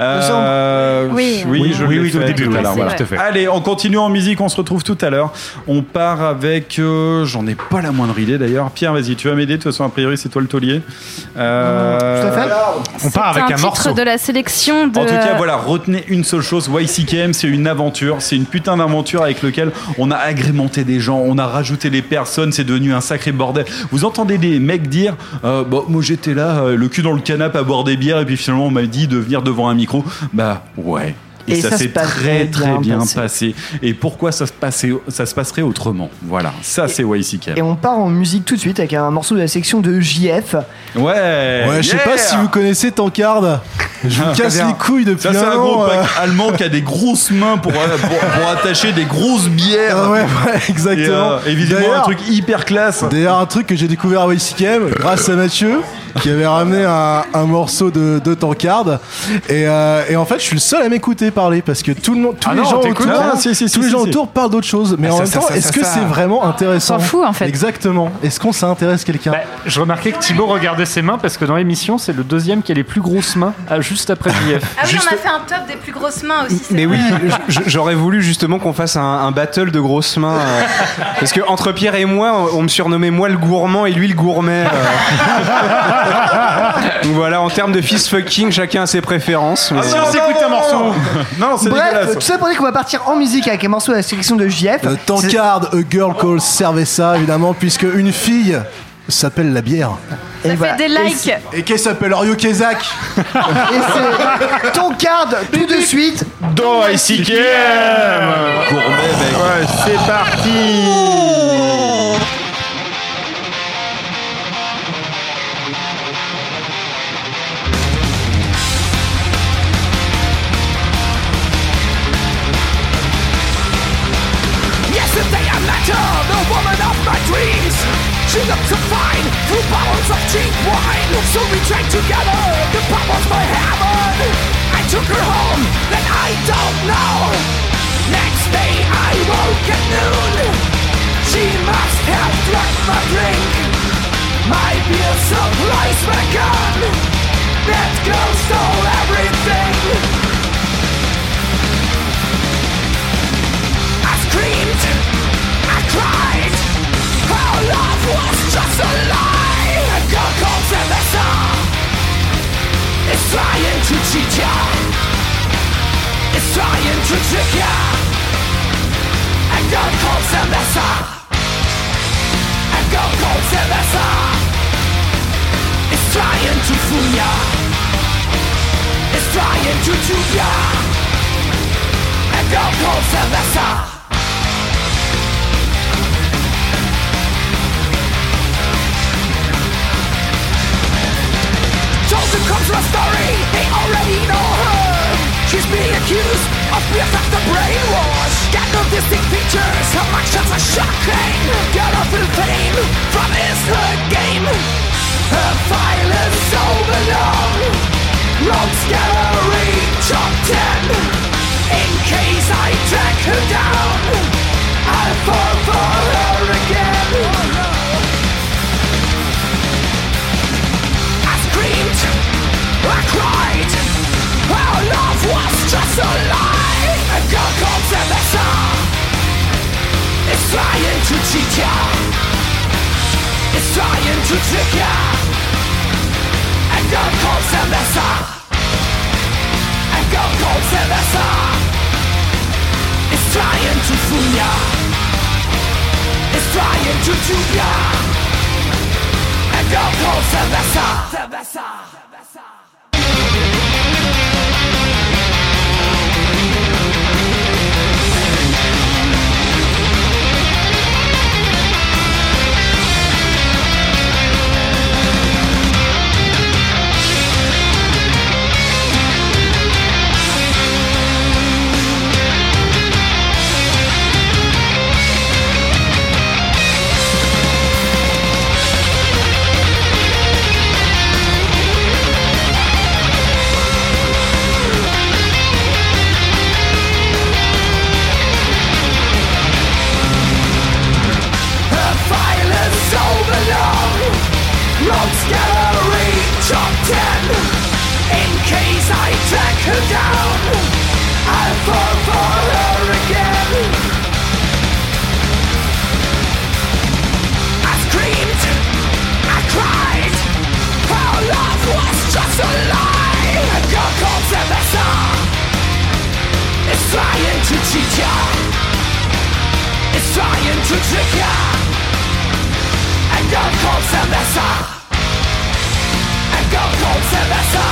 Oui. Oui, je l'ai au fait début. tout à l'heure. Oui, Voilà. tout à fait. Allez, on continue en musique. On se retrouve tout à l'heure. On part avec. J'en ai pas la moindre idée d'ailleurs. Pierre, vas-y, tu vas m'aider. De toute façon, a priori, c'est toi le taulier. Tout à fait. On part avec un titre morceau. de la sélection de. En tout cas, voilà, retenez une seule chose. YCKM, c'est une aventure. C'est une putain d'aventure avec laquelle on a agrémenté des gens, on a rajouté des personnes. C'est devenu un sacré bordel. Vous entendez des mecs dire bon, moi j'étais là, le cul dans le canapé à boire des bières, et puis finalement on m'a dit de venir devant un micro. Bah ouais. Et ça ça s'est se passe très bien bien passé. passé. Et pourquoi ça se passerait autrement? Voilà, ça c'est YCKM. Et on part en musique tout de suite avec un morceau de la section de JF. Ouais. Ouais, je sais yeah. pas si vous connaissez Tankard. Je vous casse les couilles depuis Ça, c'est un an. groupe allemand qui a des grosses mains pour attacher des grosses bières. Ah ouais, exactement. Et évidemment, D'ailleurs- un truc hyper classe. D'ailleurs, un truc que j'ai découvert à YCKM grâce à Mathieu, qui avait ramené un morceau de Tankard. Et en fait, je suis le seul à m'écouter parler parce que tous Ah les non, gens t'écoutes, autour, hein. Si, tous les gens autour parlent d'autre chose. Mais Ah, en ça, même ça, temps, ça, est-ce ça, que ça. c'est vraiment intéressant? On s'en fout, en fait. Exactement. Est-ce qu'on ça intéresse quelqu'un? Je remarquais que Thibaut regardait ses mains parce que dans l'émission, c'est le deuxième qui a les plus grosses mains, juste après JF. Ah oui, on a fait un top des plus grosses mains aussi. c'est Mais vrai. oui, j'aurais voulu justement qu'on fasse un battle de grosses mains. Parce que entre Pierre et moi, on me surnommait moi le gourmand et lui le gourmet. Donc voilà, en termes de fist fucking, chacun a ses préférences. mais- Si on s'écoute un morceau. Non, c'est Bref, dégueulasse. tout ça pour dire qu'on va partir en musique avec un morceau de la sélection de JF. Tankard, A Girl Called Cerveza, évidemment, puisque une fille s'appelle la bière. Et Ça voilà. fait des likes. Et qu'elle s'appelle Orio Kezak. Et c'est Tankard tout de suite. Dans YCKM. Gourmet, mec. Ouais, c'est parti. Yesterday I met her, the woman of my dreams. She looked so fine through bottles of cheap wine. So we drank together, the pub was my heaven. I took her home, then I don't know. Next day I woke at noon. She must have drunk my drink. My beer supply's my gun. That girl stole everything. I screamed, I cried, how long to cheat ya. It's trying to trick ya. A girl called Samantha. A girl called Samantha. It's trying to fool ya. It's trying to dupe ya. A girl called Samantha. Told the cops her story, they already know her. She's being accused of being after brainwash. Got no distinct features, her actions are shocking. Got off in fame from his her game. Her file is over long. Rogues Gallery top 10. In case I track her down, I'll fall for her again. I screamed, I cried. Our love was just a lie. A girl called Samantha is trying to cheat ya. It's trying to trick ya. A girl called Samantha. A girl called Samantha is trying to fool ya. It's trying to dupe ya. A girl called Samantha. Rogues Gallery top 10. In case I track her down, I'll fall for her again. I screamed, I cried. Our love was just a lie. A girl called Samantha is trying to cheat ya. It's trying to trick ya. A girl called Samantha. A girl called Samantha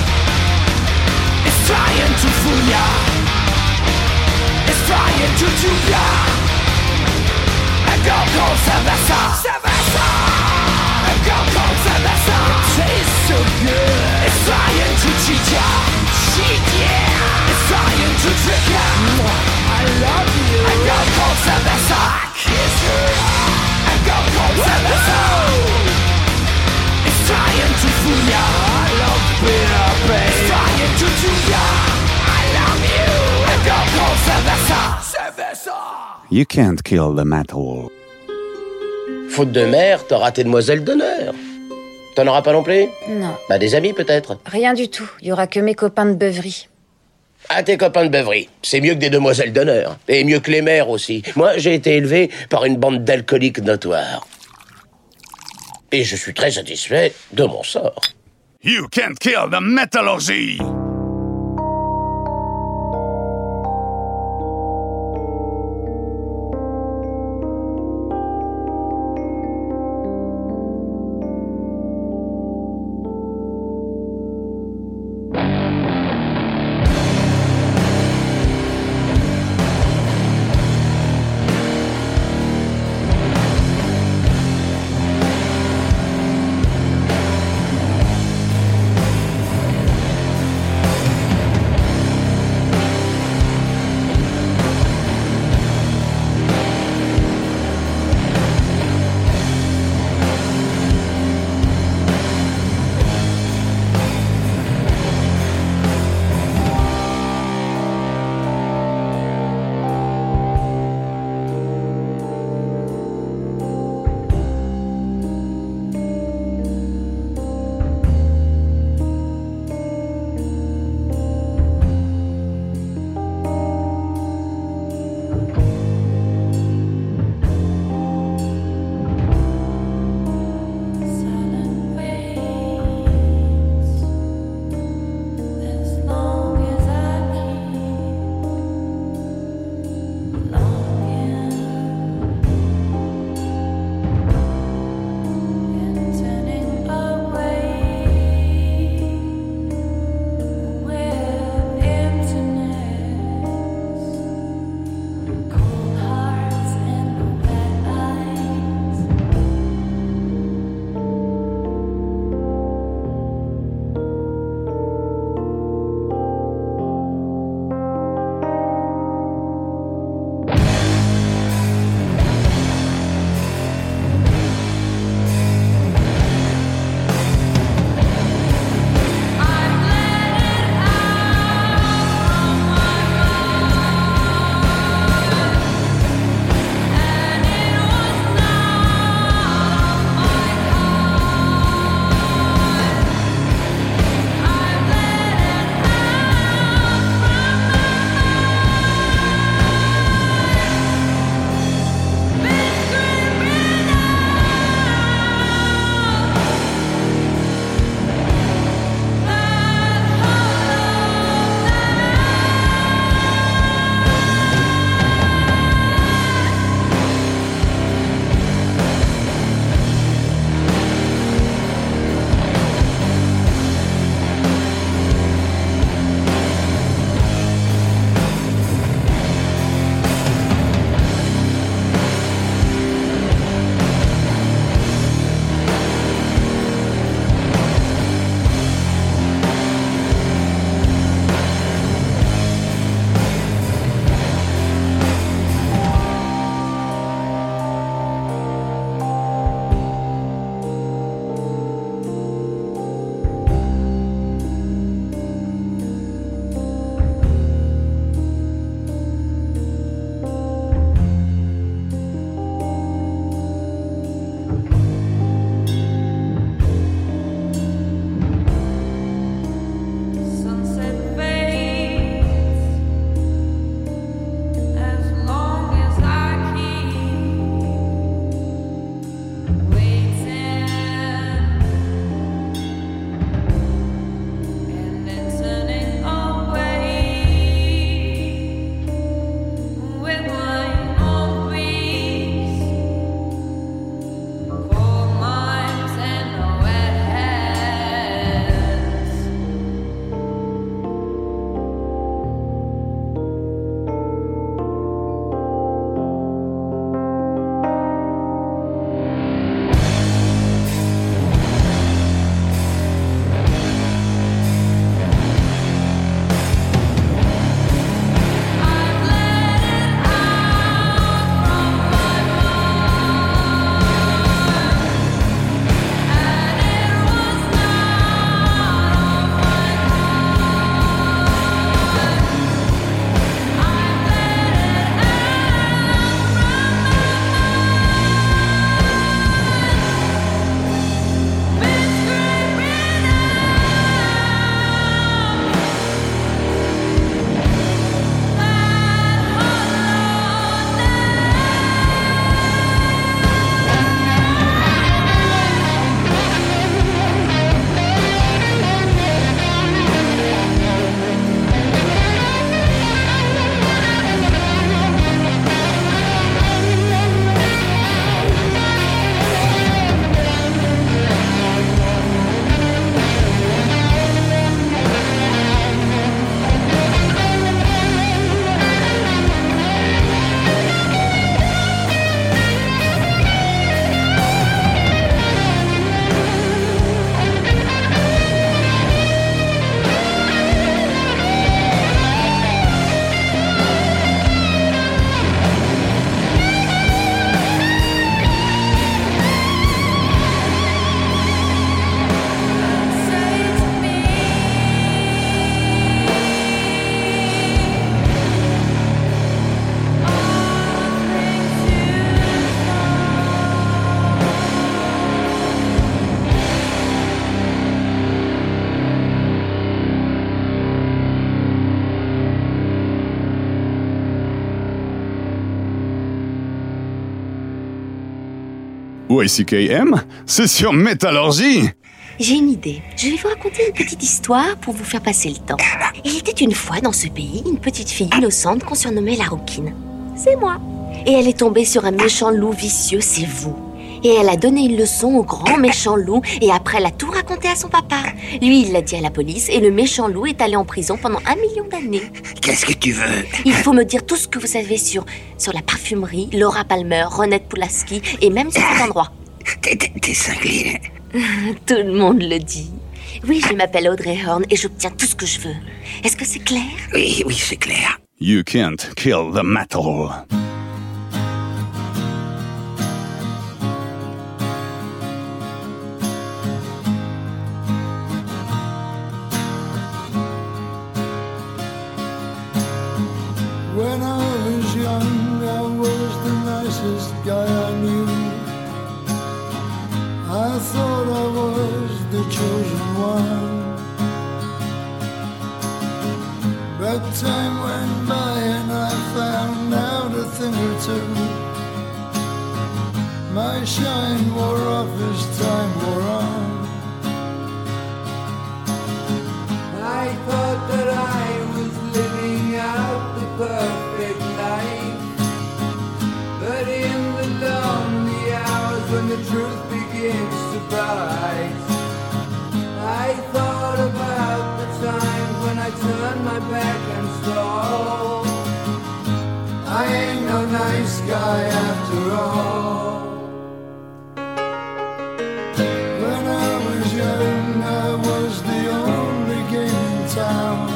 is trying to fool ya. It's trying to dupe ya. A girl called Samantha. A girl called Samantha. It tastes so good. It's trying to cheat ya. Cheat yeah. It's trying to trick ya. I love you. A girl called Samantha. Kiss her. A girl called Samantha is trying to fool ya. I love bitter pain. It's trying to do ya. I love you. A girl called Samantha. You can't kill the metal. Faute de mère, t'auras tes demoiselles d'honneur. T'en auras pas non plus? Non. Bah des amis peut-être. Rien du tout. Il y aura que mes copains de beuverie. Ah, tes copains de beuverie. C'est mieux que des demoiselles d'honneur. Et mieux que les mères aussi. Moi, j'ai été élevé par une bande d'alcooliques notoires. Et je suis très satisfait de mon sort. You can't kill the metallurgy! YCKM, c'est sur Métallurgie. J'ai une idée. Je vais vous raconter une petite histoire pour vous faire passer le temps. Il était une fois dans ce pays une petite fille innocente qu'on surnommait la rouquine. C'est moi. Et elle est tombée sur un méchant loup vicieux, c'est vous. Et elle a donné une leçon au grand méchant loup et après elle a tout raconté à son papa. Lui, il l'a dit à la police et le méchant loup est allé en prison pendant 1 million d'années. Qu'est-ce que tu veux? Il faut me dire tout ce que vous savez sur la parfumerie, Laura Palmer, Ronette Pulaski et même sur cet endroit. T'es cinglé. Tout le monde le dit. Oui, je m'appelle Audrey Horn et j'obtiens tout ce que je veux. Est-ce que c'est clair? Oui, c'est clair. You can't kill the metal. When I was young, I was the nicest guy I knew. I thought I was the chosen one. But time went by and I found out a thing or two. My shine wore off as time wore on. I thought that I was living out the perfect life, but in the lonely hours when the truth begins to bite, I thought about the times when I turned my back and stole. I ain't no nice guy after all. When I was young, I was the only game in town.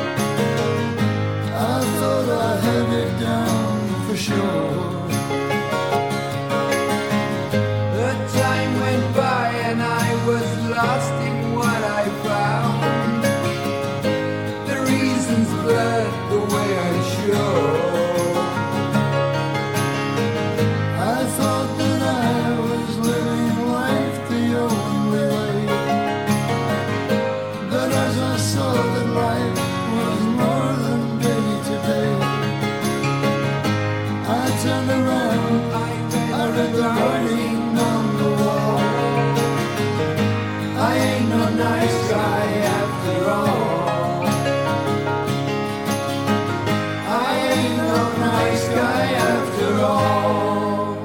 I thought I had it down for sure. The time went by and I was lost in what I found. The reasons blurred the way I should. I thought that I was living life the only way, but as I saw that life was more than day to day, I turned around, I read the writing on the wall. I ain't no nice guy after all. I ain't no nice guy after all.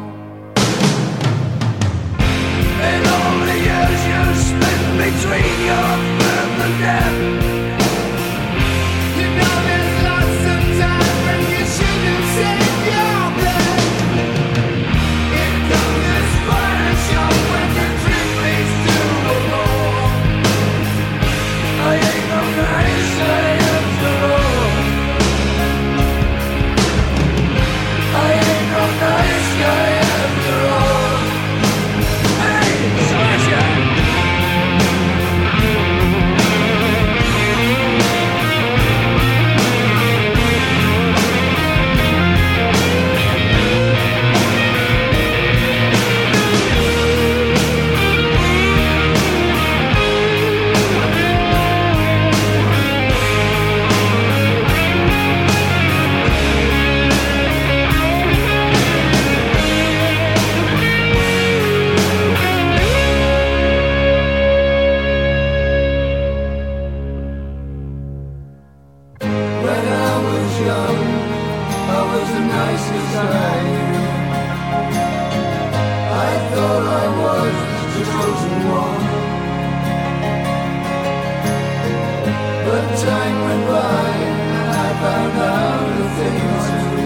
And all the years you spent between your birth and death, you know there's lots of time when you should have saved your breath. It comes as far as show when the truth leads to a war. I ain't no nice guy after all. I ain't no nice guy after all. Hey, Smasher! When I was young, I was the nicest guy I knew. I thought I was the chosen one. But time went by and I found out a thing or two.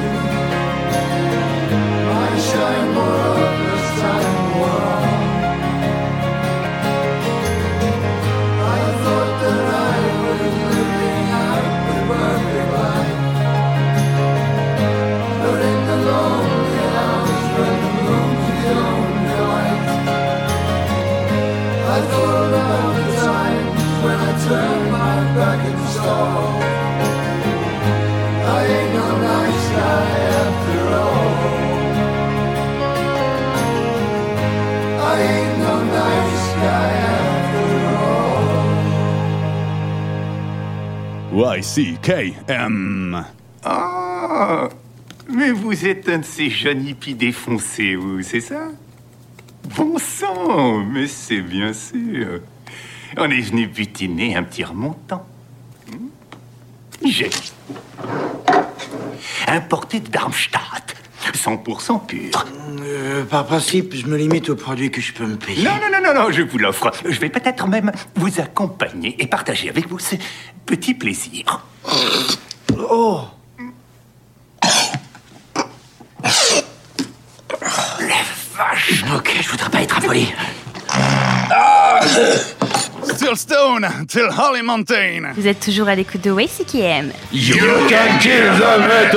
My shine wore up as time wore on. I thought that I was living out the perfect life, but in the lonely hours when the moon's the only light, I thought about the times when I turned my back and stalled. I ain't no nice guy after all. I ain't no nice guy after all. YCKM. Oh, mais vous êtes un de ces jeunes hippies défoncés, vous, c'est ça? Bon sang, mais c'est bien sûr. On est venu butiner un petit remontant. J'ai importé de Darmstadt, 100% pur. Par principe, je me limite aux produits que je peux me payer. Non, je vous l'offre. Je vais peut-être même vous accompagner et partager avec vous ce petit plaisir. Oh! Vache. Ok, je voudrais pas être impoli. Still stone till Holly Mountain. Vous êtes toujours à l'écoute de YCKM. You can kill the metal.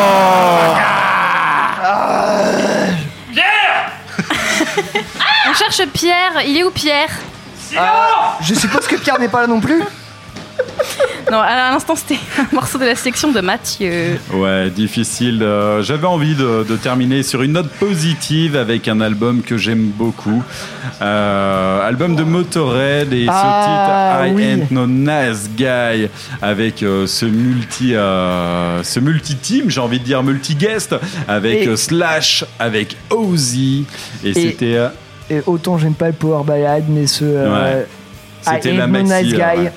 On cherche Pierre. Il est où Pierre? Je suppose que Pierre n'est pas là non plus. Non, à l'instant c'était un morceau de la sélection de Mathieu. Ouais, difficile. J'avais envie de terminer sur une note positive avec un album que j'aime beaucoup. Album de Motörhead et ce titre I Ain't No Nice Guy avec ce multi-team, j'ai envie de dire multi-guest avec Slash, avec Ozzy et c'était... Et autant j'aime pas le power ballad, mais c'était I la Ain't No maxi, Nice Guy. ouais.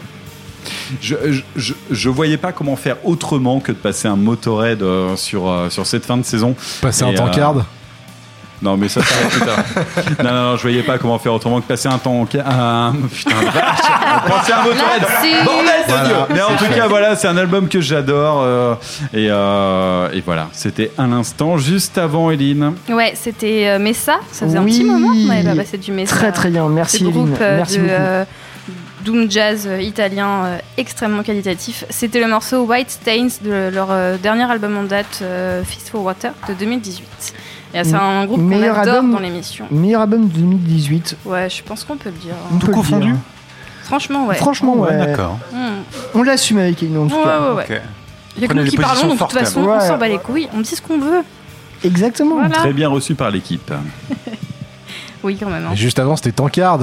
Je voyais pas comment faire autrement que de passer un Motörhead sur cette fin de saison. Passer un tankard. Non, mais ça s'arrête plus tard. Non, je voyais pas comment faire autrement que passer un tankard. Putain de vache. Passer un Motörhead. Bordel de Dieu. Mais en tout cas, voilà, c'est un album que j'adore. Et voilà, c'était à l'instant, juste avant Eline. Ouais, c'était Messa. Ça faisait un petit moment qu'on n'avait pas passé du Messa. Très très bien, merci Le Eline. groupe Merci beaucoup. Doom jazz italien extrêmement qualitatif. C'était le morceau White Stains de leur dernier album en date, Fist for Water, de 2018. Et c'est un groupe qu'on adore dans l'émission. Meilleur album de 2018. Ouais, je pense qu'on peut le dire. Tout confondu. Franchement, ouais. Franchement, ouais. D'accord. On l'assume avec Eline en tout cas. Ouais. Il y a que nous qui parlons, donc de toute façon, on s'en bat les couilles. On dit ce qu'on veut. Exactement. Voilà. Très bien reçu par l'équipe. Oui, quand même. Et juste avant, c'était tankard.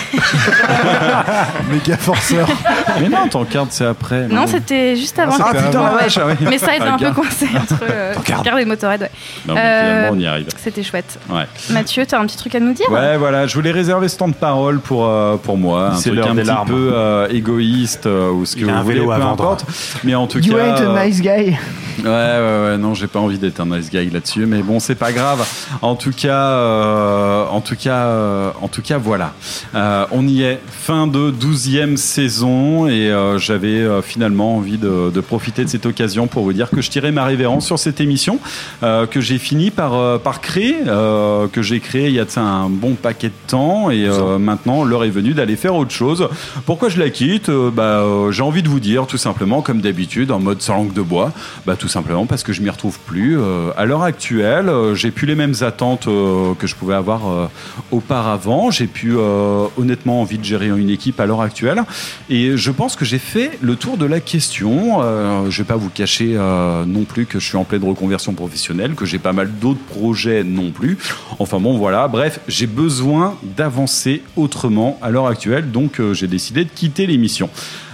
Méga forceur. Mais non, tankard, c'est après. Non, c'était juste avant. Ah putain, la vache, oui. Mais ça a été un peu coincé entre Tankard et Motörhead. Ouais. Non, mais finalement, on y arrive. C'était chouette. Ouais. Mathieu, t'as un petit truc à nous dire? Ouais, voilà, je voulais réserver ce temps de parole pour moi. Un C'est truc l'heure un des petit larmes. peu égoïste ou ce que vous voulez, peu importe. Mais en tout You cas. ain't a nice guy. Ouais, non, j'ai pas envie d'être un nice guy là-dessus, mais bon, c'est pas grave. En tout cas, voilà. On y est, fin de 12e saison, et j'avais finalement envie de profiter de cette occasion pour vous dire que je tirais ma révérence sur cette émission que j'ai fini par créer, que j'ai créé il y a de ça un bon paquet de temps, et maintenant l'heure est venue d'aller faire autre chose. Pourquoi je la quitte? J'ai envie de vous dire tout simplement, comme d'habitude, en mode sans langue de bois, tout simplement parce que je m'y retrouve plus. À l'heure actuelle, j'ai plus les mêmes attentes que je pouvais avoir auparavant. J'ai plus honnêtement envie de gérer une équipe à l'heure actuelle, et je pense que j'ai fait le tour de la question. Je vais pas vous cacher non plus que je suis en pleine reconversion professionnelle, que j'ai pas mal d'autres projets non plus. Enfin bon, voilà, bref, j'ai besoin d'avancer autrement à l'heure actuelle, donc j'ai décidé de quitter l'émission.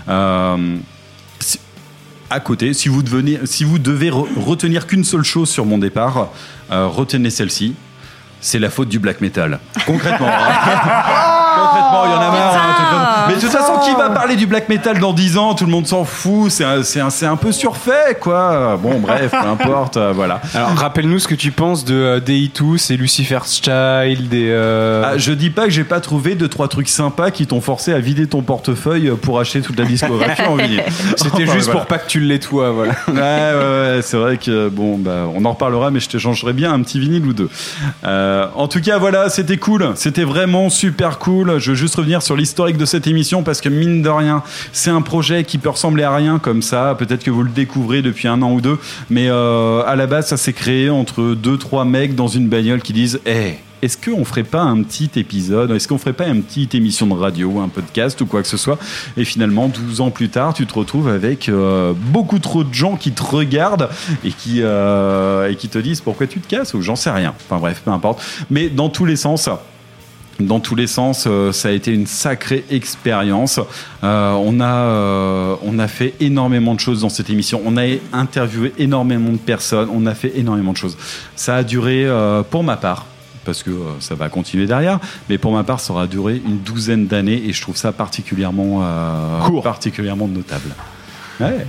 À côté, si vous devez retenir qu'une seule chose sur mon départ, retenez celle-ci. C'est la faute du black metal. Concrètement. Concrètement, il y en a marre. Mais de toute façon, qui va parler du black metal dans 10 ans? Tout le monde s'en fout. C'est un peu surfait, quoi. Bon, bref, peu importe. Voilà. Alors, rappelle-nous ce que tu penses de Deitus et Lucifer's Child. Je dis pas que j'ai pas trouvé 2-3 trucs sympas qui t'ont forcé à vider ton portefeuille pour acheter toute la discographie en vinyle. C'était juste pour pas que tu le nettoies, voilà. Ouais, c'est vrai que on en reparlera, mais je t'échangerai bien un petit vinyle ou deux. En tout cas, voilà, c'était cool. C'était vraiment super cool. Je veux juste revenir sur l'historique de cette émission parce que mine de rien, c'est un projet qui peut ressembler à rien comme ça. Peut-être que vous le découvrez depuis 1 an ou 2, mais à la base, ça s'est créé entre 2-3 mecs dans une bagnole qui disent hey, est-ce qu'on ferait pas un petit épisode? Est-ce qu'on ferait pas une petite émission de radio, un podcast ou quoi que ce soit? Et finalement, 12 ans plus tard, tu te retrouves avec beaucoup trop de gens qui te regardent et qui te disent pourquoi tu te casses ou j'en sais rien. Enfin bref, peu importe. Mais dans tous les sens, ça a été une sacrée expérience. On a fait énormément de choses dans cette émission. On a interviewé énormément de personnes. On a fait énormément de choses. Ça a duré, pour ma part, parce que ça va continuer derrière. Mais pour ma part, ça aura duré une 12aine d'années et je trouve ça particulièrement notable. Ouais.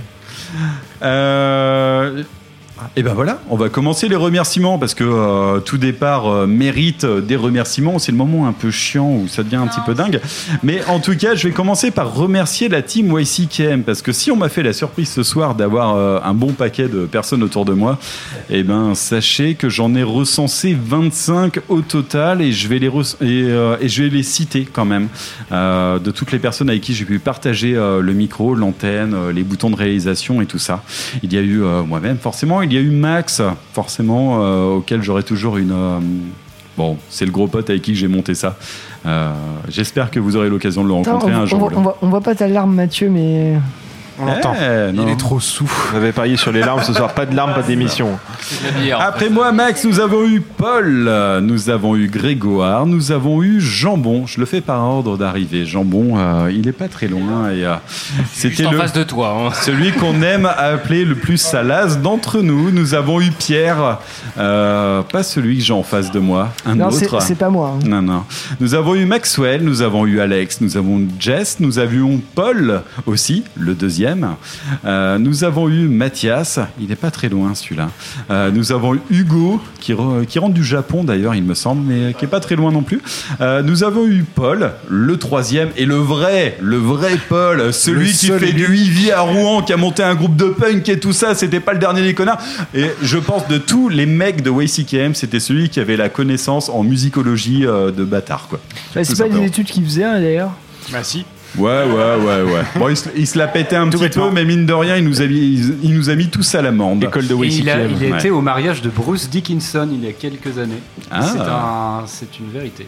Et ben voilà, on va commencer les remerciements parce que tout départ mérite des remerciements. C'est le moment un peu chiant où ça devient un petit peu dingue. Mais en tout cas, je vais commencer par remercier la team YCKM parce que si on m'a fait la surprise ce soir d'avoir un bon paquet de personnes autour de moi, et ben sachez que j'en ai recensé 25 au total et je vais les citer quand même de toutes les personnes avec qui j'ai pu partager le micro, l'antenne, les boutons de réalisation et tout ça. Il y a eu moi-même forcément. Il y a eu Max, forcément, auquel j'aurai toujours une... Bon, c'est le gros pote avec qui j'ai monté ça. J'espère que vous aurez l'occasion de le rencontrer un jour. On voit pas ta larme, Mathieu, mais... On l'entend. Il est trop sous. On avait parié sur les larmes ce soir. Pas de larmes, pas d'émission. Après moi, Max, nous avons eu Paul, nous avons eu Grégoire, nous avons eu Jambon. Je le fais par ordre d'arrivée. Jambon, il est pas très loin. Et, c'était juste en face de toi. Celui qu'on aime appeler le plus salace d'entre nous. Nous avons eu Pierre, pas celui que j'ai en face de moi, un autre. C'est pas moi. Hein. Non. Nous avons eu Maxwell, nous avons eu Alex, nous avons eu Jess, nous avions Paul aussi, le deuxième. Nous avons eu Mathias, il n'est pas très loin celui-là. Nous avons eu Hugo, qui rentre du Japon d'ailleurs, il me semble, mais qui n'est pas très loin non plus. Nous avons eu Paul, le troisième, et le vrai Paul, celui qui fait du Ivy à Rouen, qui a monté un groupe de punk et tout ça, c'était pas le dernier des connards. Et je pense de tous les mecs de YCKM, c'était celui qui avait la connaissance en musicologie de bâtard, quoi. C'est pas des études qu'il faisait, hein, d'ailleurs. Bah si. Ouais. Bon, il se l'a pété un petit peu, mais mine de rien, il nous a mis tous à l'amende. École de YCKM. Il a été au mariage de Bruce Dickinson il y a quelques années. C'est une vérité.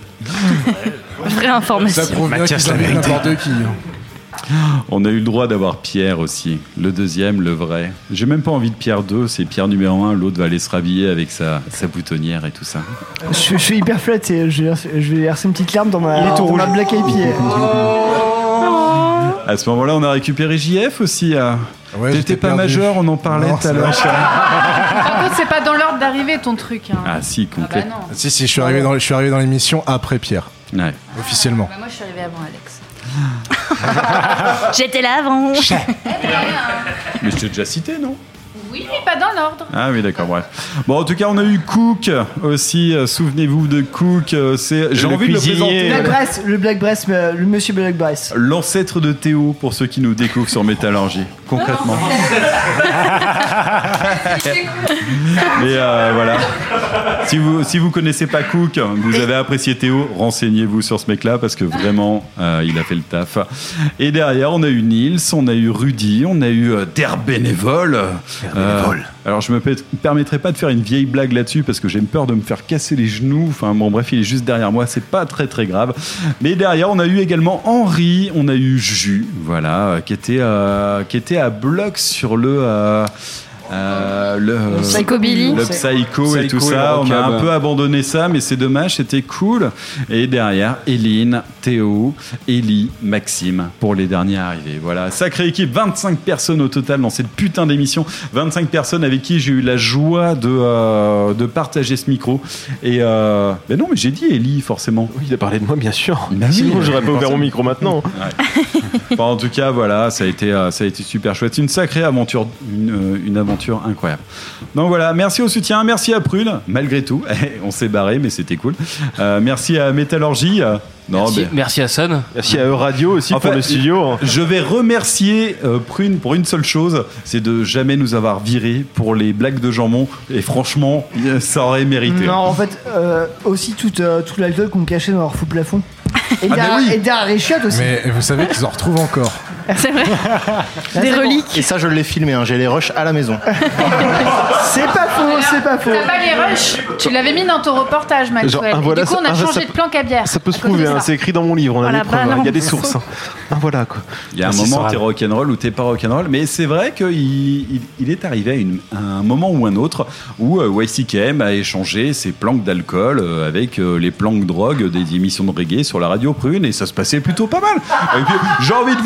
Vraie information. Ça prouve bien qu'il avait n'importe qui. On a eu le droit d'avoir Pierre aussi, le deuxième, le vrai. J'ai même pas envie de Pierre 2, c'est Pierre numéro 1, l'autre va aller se rhabiller avec sa boutonnière et tout ça. Je suis hyper flatté, je vais verser une petite larme dans ma Black Eyed À ce moment-là, on a récupéré JF aussi. T'étais pas majeur, on en parlait tout à l'heure. Par contre, c'est pas dans l'ordre d'arrivée ton truc. Hein. Ah si, complet. Ah bah non. Si, je suis arrivé dans l'émission après Pierre. Ouais. Officiellement. Bah moi, je suis arrivé avant Alex. J'étais là avant. Mais je t'ai déjà cité, non? Oui, mais pas dans l'ordre. Ah oui, d'accord, bref. Bon, en tout cas, on a eu Cook aussi. Souvenez-vous de Cook. J'ai envie de le présenter. Le monsieur Black Bress. L'ancêtre de Théo, pour ceux qui nous découvrent sur Métallurgie, concrètement. Mais voilà. Si vous connaissez pas Cook, vous avez apprécié Théo, renseignez-vous sur ce mec-là parce que vraiment, il a fait le taf. Et derrière, on a eu Nils, on a eu Rudy, on a eu Der Bénévole. Alors je me permettrai pas de faire une vieille blague là-dessus parce que j'ai peur de me faire casser les genoux. Enfin bon bref, il est juste derrière moi, c'est pas très très grave. Mais derrière on a eu également Henri, on a eu Jus, voilà, qui était à bloc sur le Psychobilly. Le Psycho et tout ça. On a un peu abandonné ça, mais c'est dommage, c'était cool. Et derrière, Eline, Théo, Ellie, Maxime pour les derniers arrivés. Voilà, sacrée équipe, 25 personnes au total dans cette putain d'émission. 25 personnes avec qui j'ai eu la joie de partager ce micro. Et ben non, mais j'ai dit Ellie, forcément. Oui, il a parlé de moi, bien sûr. Bah sinon, oui, j'aurais pas ouvert mon micro maintenant. Ouais. Enfin, en tout cas, voilà, ça a été super chouette. Une sacrée aventure, une aventure incroyable. Donc voilà, merci au soutien, merci à Prune, malgré tout. On s'est barré, mais c'était cool. Merci à Métallurgie. Merci à Sun. Merci à Euradio aussi pour le studio. Je vais remercier Prune pour une seule chose, c'est de jamais nous avoir virés pour les blagues de jambon. Et franchement, ça aurait mérité. Non, en fait, aussi toute l'alcool qu'on cachait dans leur faux plafond. Et derrière les chiottes aussi. Mais vous savez qu'ils en retrouvent encore. C'est vrai. Des reliques. Et ça, je l'ai filmé, hein. J'ai les rushs à la maison. C'est pas faux. T'as pas les rushs. Tu l'avais mis dans ton reportage, Maxwell. Voilà, et du coup, on a changé de planque à bière. Ça peut se prouver, hein, c'est écrit dans mon livre, on a les preuves, il y a des sources. Voilà quoi. Il y a un moment, t'es rock'n'roll ou t'es pas rock'n'roll, mais c'est vrai qu'il est arrivé à un moment ou un autre où YCKM a échangé ses planques d'alcool avec les planques drogue des émissions de reggae sur la radio Prune et ça se passait plutôt pas mal. Et puis, j'ai envie de vous dire,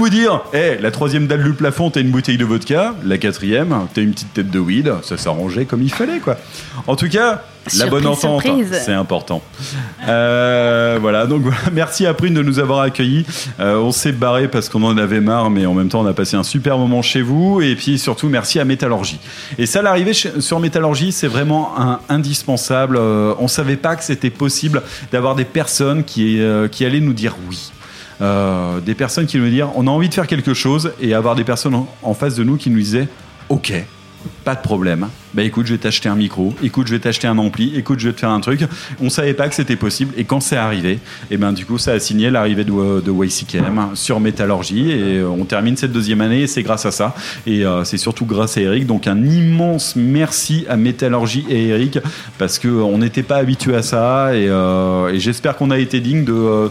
la troisième dalle du plafond, t'as une bouteille de vodka. La quatrième, t'as une petite tête de weed. Ça s'arrangeait comme il fallait, quoi. En tout cas, la bonne entente, c'est important. Voilà, donc voilà, merci à Prune de nous avoir accueillis. On s'est barré parce qu'on en avait marre, mais en même temps, on a passé un super moment chez vous. Et puis surtout, merci à Métallurgie. Et ça, l'arrivée sur Métallurgie, c'est vraiment indispensable. On savait pas que c'était possible d'avoir des personnes qui allaient nous dire oui. Des personnes qui nous disaient on a envie de faire quelque chose, et avoir des personnes en face de nous qui nous disaient ok, pas de problème, bah écoute, je vais t'acheter un micro, écoute, je vais t'acheter un ampli, écoute, je vais te faire un truc. On savait pas que c'était possible, et quand c'est arrivé, et ben du coup ça a signé l'arrivée de YCKM sur Métallurgie, et on termine cette deuxième année, et c'est grâce à ça, et c'est surtout grâce à Eric. Donc un immense merci à Métallurgie et Eric, parce que on n'était pas habitué à ça, et j'espère qu'on a été digne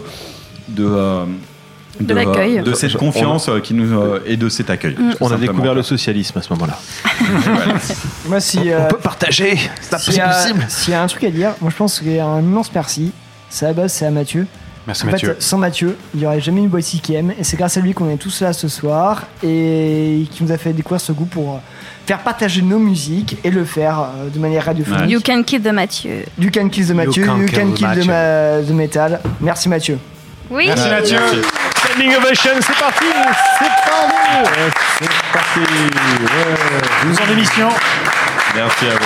de l'accueil, de cette confiance qui nous et de cet accueil. On a découvert le socialisme à ce moment-là. Moi, on peut partager, c'est possible. S'il y a un truc à dire, moi je pense qu'il y a un immense merci. C'est à la base, c'est à Mathieu. Merci en Mathieu. Fait, sans Mathieu, il n'y aurait jamais eu YCKM, et c'est grâce à lui qu'on est tous là ce soir, et qui nous a fait découvrir ce goût pour faire partager nos musiques et le faire de manière radiophonique. You can kill the Mathieu. You can kill the Mathieu. You can kill the metal. Merci Mathieu. Oui. Merci Mathieu. Standing ovation, c'est parti. C'est parti. Nous en émission. Merci à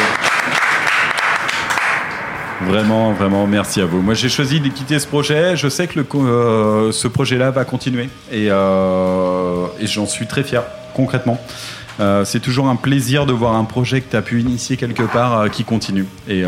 vous. Vraiment, vraiment, merci à vous. Moi, j'ai choisi de quitter ce projet. Je sais que ce projet-là va continuer, et j'en suis très fier, concrètement. C'est toujours un plaisir de voir un projet que tu as pu initier quelque part qui continue. Et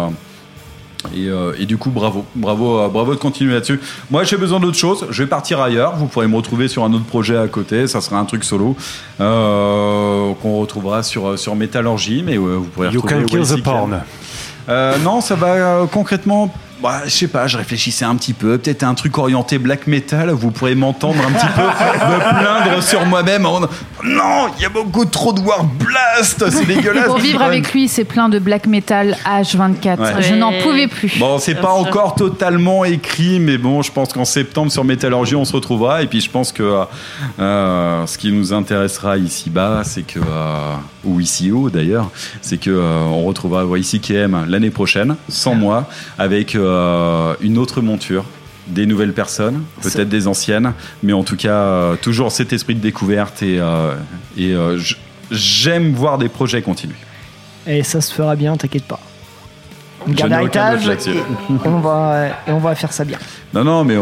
du coup, bravo de continuer là-dessus. Moi, j'ai besoin d'autre chose. Je vais partir ailleurs. Vous pourrez me retrouver sur un autre projet à côté. Ça sera un truc solo qu'on retrouvera sur Métallurgie. Mais vous pourrez retrouver. You can kill the porn. Non, ça va concrètement. Bah, je sais pas, je réfléchissais un petit peu. Peut-être un truc orienté black metal. Vous pourrez m'entendre un petit peu me plaindre sur moi-même. Non, il y a beaucoup trop de War Blast. C'est dégueulasse. Pour vivre avec lui, c'est plein de black metal H24. Ouais. Je n'en pouvais plus. Bon, c'est pas encore totalement écrit, mais bon, je pense qu'en septembre sur Métallurgie, on se retrouvera. Et puis, je pense que ce qui nous intéressera ici-bas, c'est que, ou ici-haut d'ailleurs, c'est que on retrouvera YCKM l'année prochaine, sans moi, avec une autre monture, des nouvelles personnes, peut-être des anciennes, mais en tout cas toujours cet esprit de découverte, et j'aime voir des projets continuer. Et ça se fera bien, t'inquiète pas. On Je garde n'ai aucun l'héritage doute là-dessus. et on va faire ça bien. Non, mais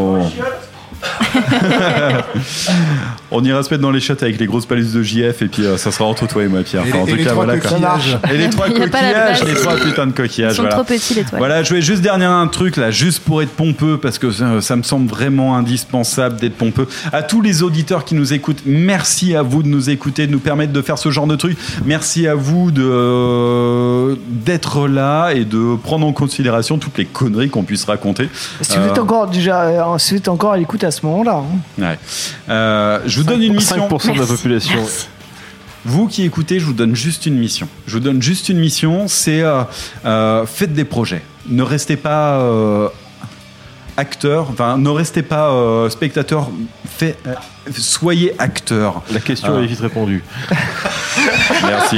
on ira se mettre dans les shots avec les grosses palus de JF, et puis ça sera entre toi et moi, Pierre. Enfin, en tout cas, voilà, quoi. Et les trois coquillages, les trois putains de coquillages. Ils sont trop petits, les toiles. Voilà, je voulais juste dernier un truc là, juste pour être pompeux, parce que ça me semble vraiment indispensable d'être pompeux. À tous les auditeurs qui nous écoutent, merci à vous de nous écouter, de nous permettre de faire ce genre de truc. Merci à vous d'être là et de prendre en considération toutes les conneries qu'on puisse raconter. Si vous êtes encore à l'écoute à ce moment-là. Ouais. Je vous donne une mission. 5% de la population. Merci. Vous qui écoutez, je vous donne juste une mission. C'est faites des projets. Ne restez pas acteur, enfin ne restez pas spectateur, soyez acteur. La question est vite répondue. Merci.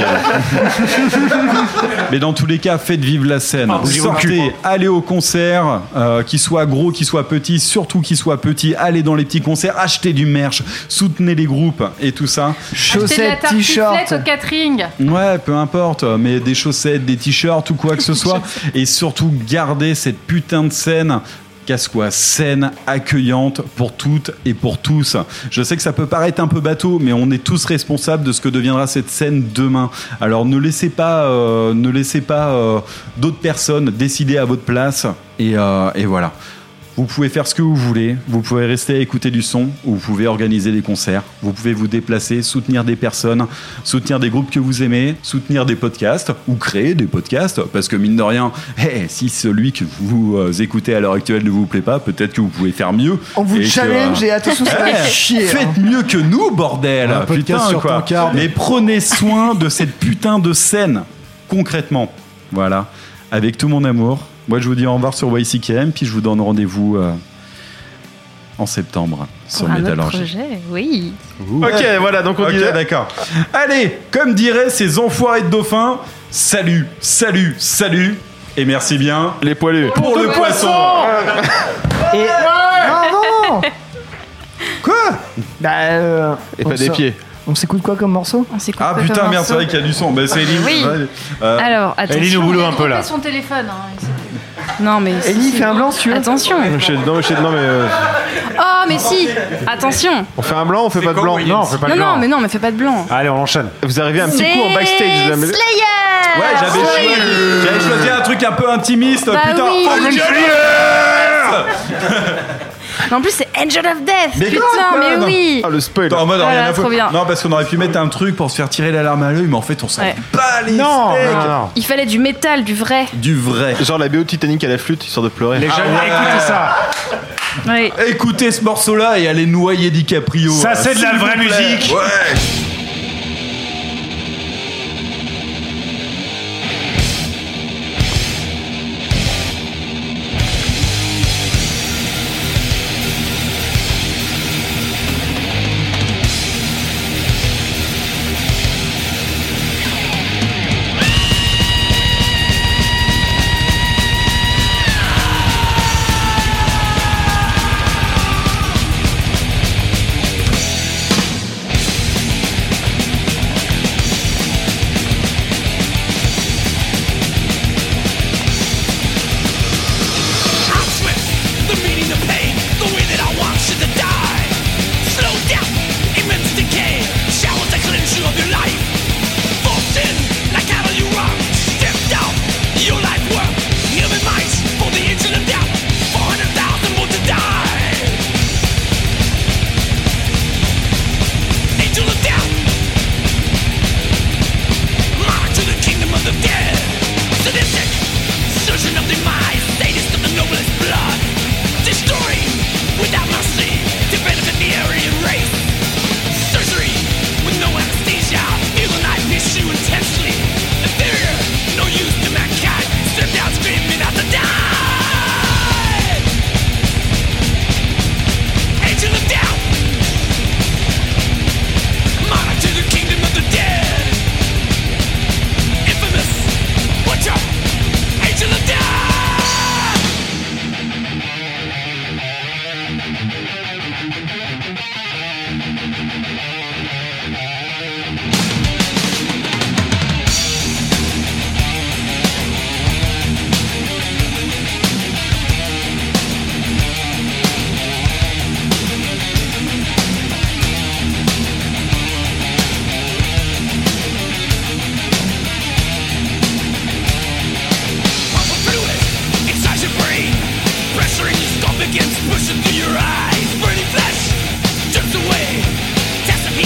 Mais dans tous les cas, faites vivre la scène. Sortez, allez au concert, qu'il soit gros, qu'il soit petit, surtout qu'il soit petit, allez dans les petits concerts, achetez du merch, soutenez les groupes et tout ça. Chaussettes, t-shirts au catering. Ouais, peu importe, mais des chaussettes, des t-shirts ou quoi que ce soit. Et surtout, gardez cette putain de scène. Casse-quoi, scène accueillante pour toutes et pour tous. Je sais que ça peut paraître un peu bateau, mais on est tous responsables de ce que deviendra cette scène demain. Alors ne laissez pas d'autres personnes décider à votre place, et voilà. Vous pouvez faire ce que vous voulez, vous pouvez rester à écouter du son, ou vous pouvez organiser des concerts, vous pouvez vous déplacer, soutenir des personnes, soutenir des groupes que vous aimez, soutenir des podcasts, ou créer des podcasts, parce que mine de rien, si celui que vous écoutez à l'heure actuelle ne vous plaît pas, peut-être que vous pouvez faire mieux. On vous challenge et attention, ça va chier. Faites mieux que nous, bordel. Un podcast sur ton card. Mais prenez soin de cette putain de scène, concrètement. Voilà, avec tout mon amour. Moi, je vous dis au revoir sur YCKM, puis je vous donne rendez-vous en septembre sur Pour un autre Métallurgie. projet, oui. Ok, voilà, donc on disait. D'accord. Allez, comme diraient ces enfoirés de dauphins, salut, salut, salut, et merci bien. Les poilus. Pour le poisson. Et. Non, non. Quoi? Et pas des pieds. On s'écoute quoi comme morceau? Ah putain, merde, c'est vrai qu'il y a du son. Bah, c'est Eline. Oui. Alors, attention. Eline au boulot un peu là. Son téléphone. Non, mais. Ellie, fais un blanc si tu veux. Attention. Non, mais. Oh, mais si. Attention. On fait un blanc, on fait pas de blanc. Non, on fait pas de blanc. Non, mais fais pas de blanc. Allez, on enchaîne. Vous arrivez un petit coup en backstage. Slayer. Ouais, j'avais choisi un truc un peu intimiste. Bah putain. oui. Oh, Mais en plus, c'est Angel of Death. Mais Putain, quoi, mais non. oui. Ah, le spoil. En mode, Voilà, rien à trop foutre. bien. Non, parce qu'on aurait pu mettre un truc pour se faire tirer la larme à l'œil, mais en fait, on s'en bat les steaks. Il fallait du métal, du vrai. Du vrai. Genre la BO Titanic à la flûte, histoire de pleurer. Les jeunes, écoutez ça. Oui. Écoutez ce morceau-là et allez noyer DiCaprio. Ça, c'est de la S'il vous vraie plaît. musique. Ouais. Pushing through your eyes, burning flesh drips away. Test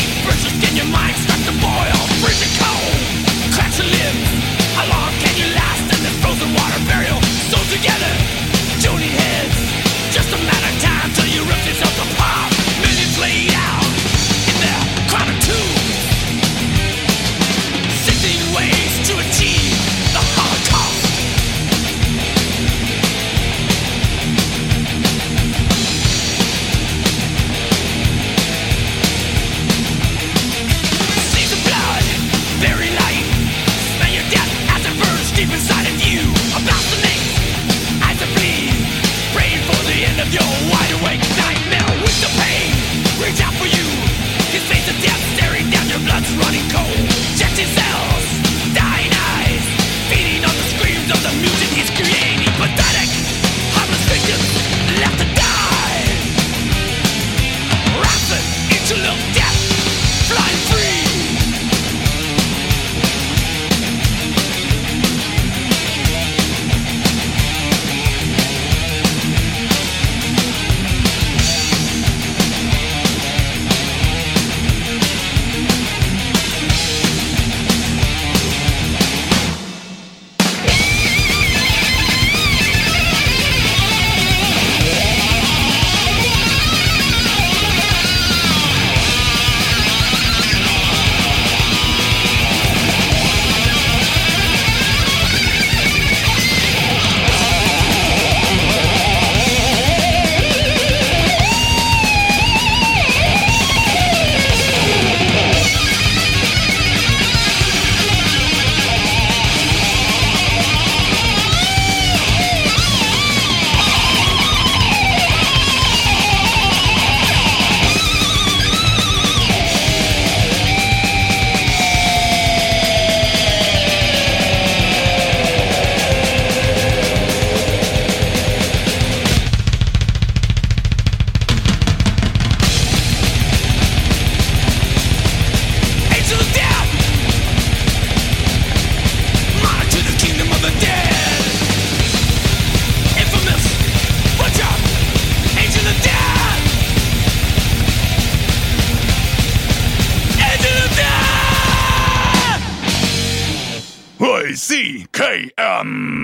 YCKM.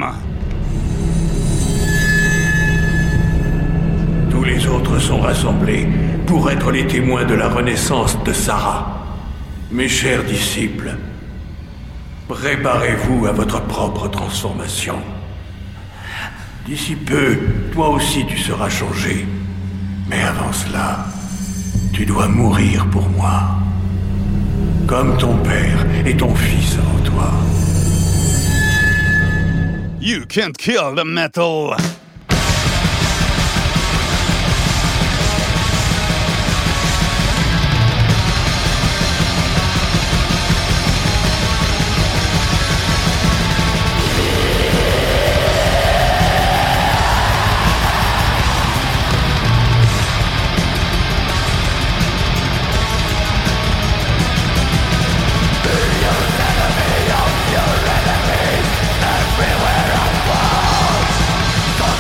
Tous les autres sont rassemblés pour être les témoins de la renaissance de Sarah. Mes chers disciples, préparez-vous à votre propre transformation. D'ici peu, toi aussi tu seras changé. Mais avant cela, tu dois mourir pour moi. Comme ton père et ton fils avant toi. You can't kill the metal. Everywhere I fall,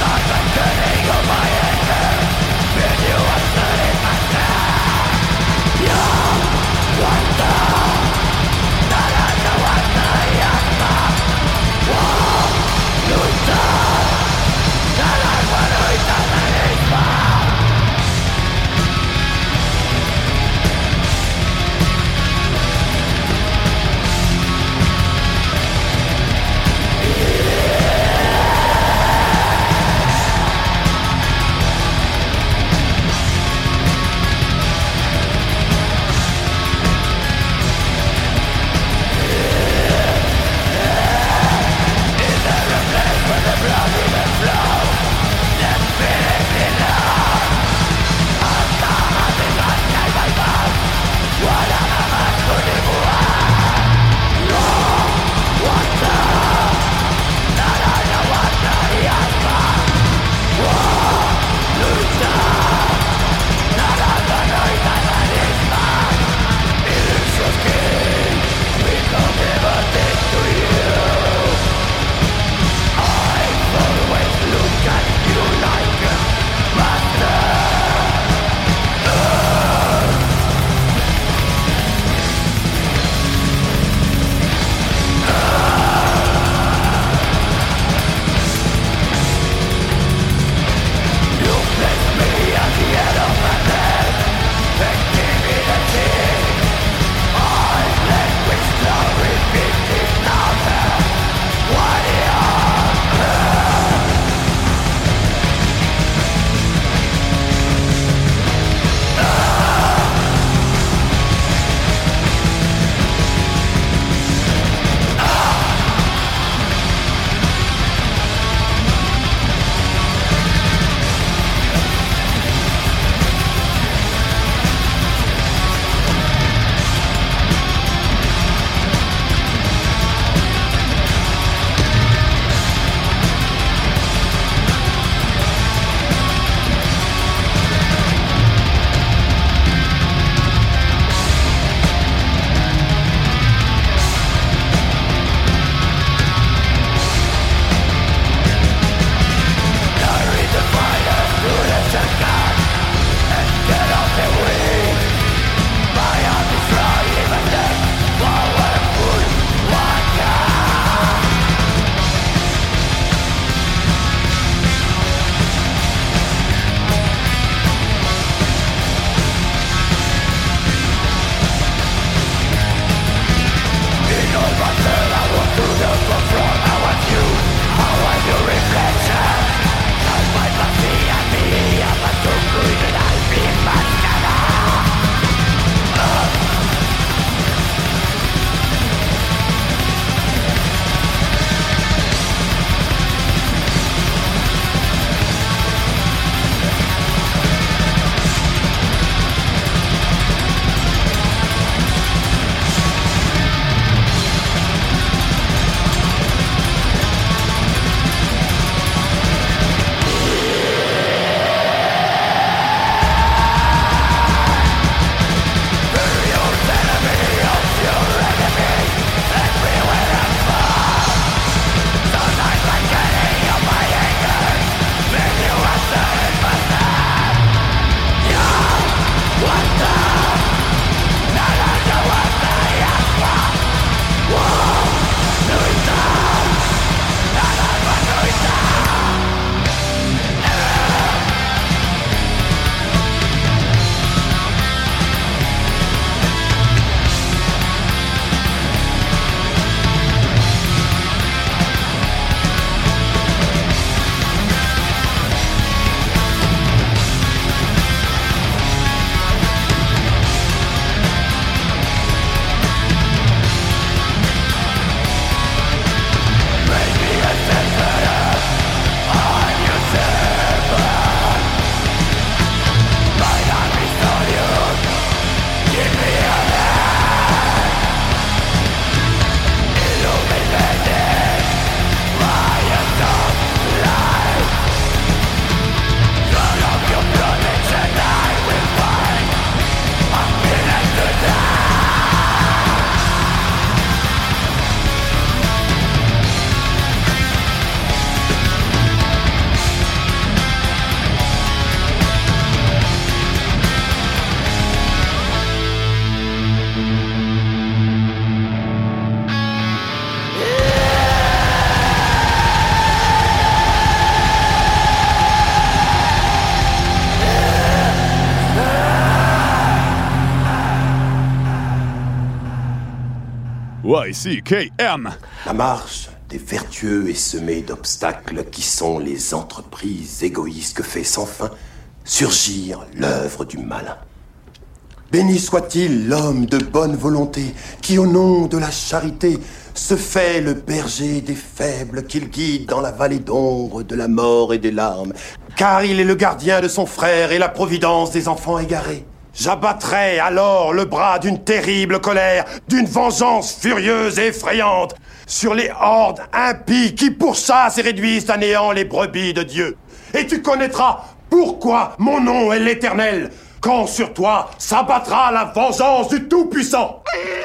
YCKM. La marche des vertueux est semée d'obstacles qui sont les entreprises égoïstes que fait sans fin surgir l'œuvre du malin. Béni soit-il l'homme de bonne volonté qui, au nom de la charité, se fait le berger des faibles qu'il guide dans la vallée d'ombre de la mort et des larmes, car il est le gardien de son frère et la providence des enfants égarés. J'abattrai alors le bras d'une terrible colère, d'une vengeance furieuse et effrayante, sur les hordes impies qui pourchassent et réduisent à néant les brebis de Dieu. Et tu connaîtras pourquoi mon nom est l'Éternel, quand sur toi s'abattra la vengeance du Tout-Puissant.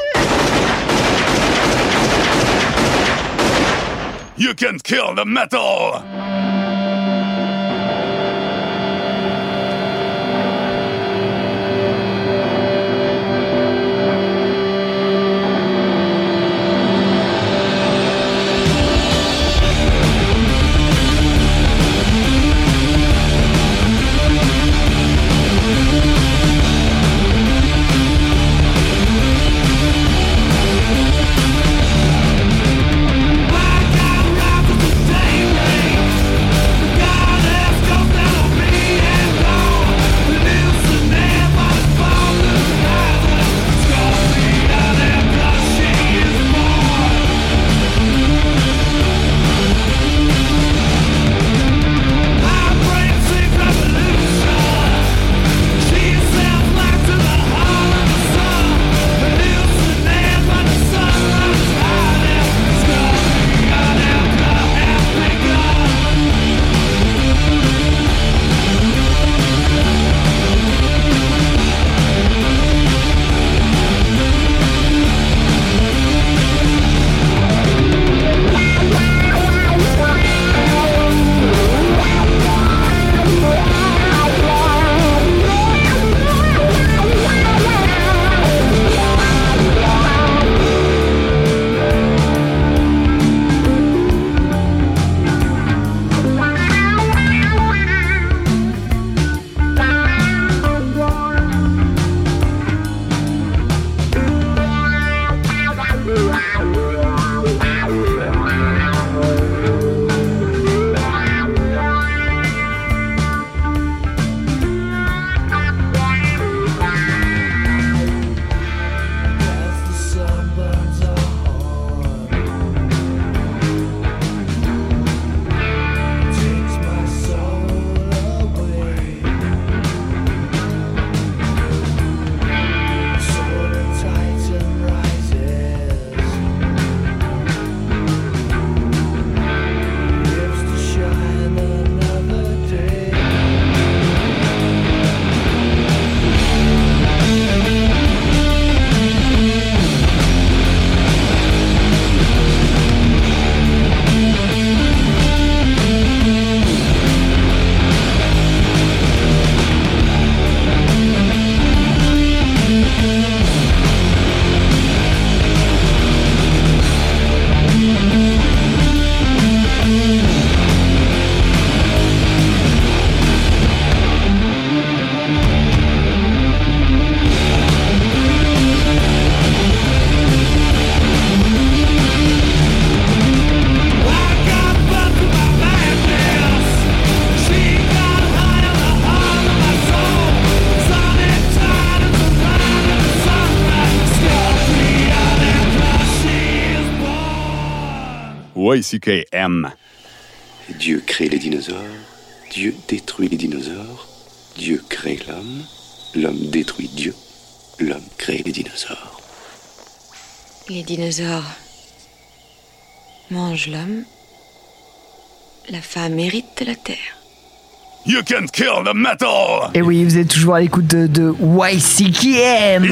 You can kill the metal. YCKM. Dieu crée les dinosaures, Dieu détruit les dinosaures, Dieu crée l'homme, l'homme détruit Dieu, l'homme crée les dinosaures. Les dinosaures mangent l'homme. La femme hérite de la terre. You can kill the metal. Et oui, vous êtes toujours à l'écoute de YCKM.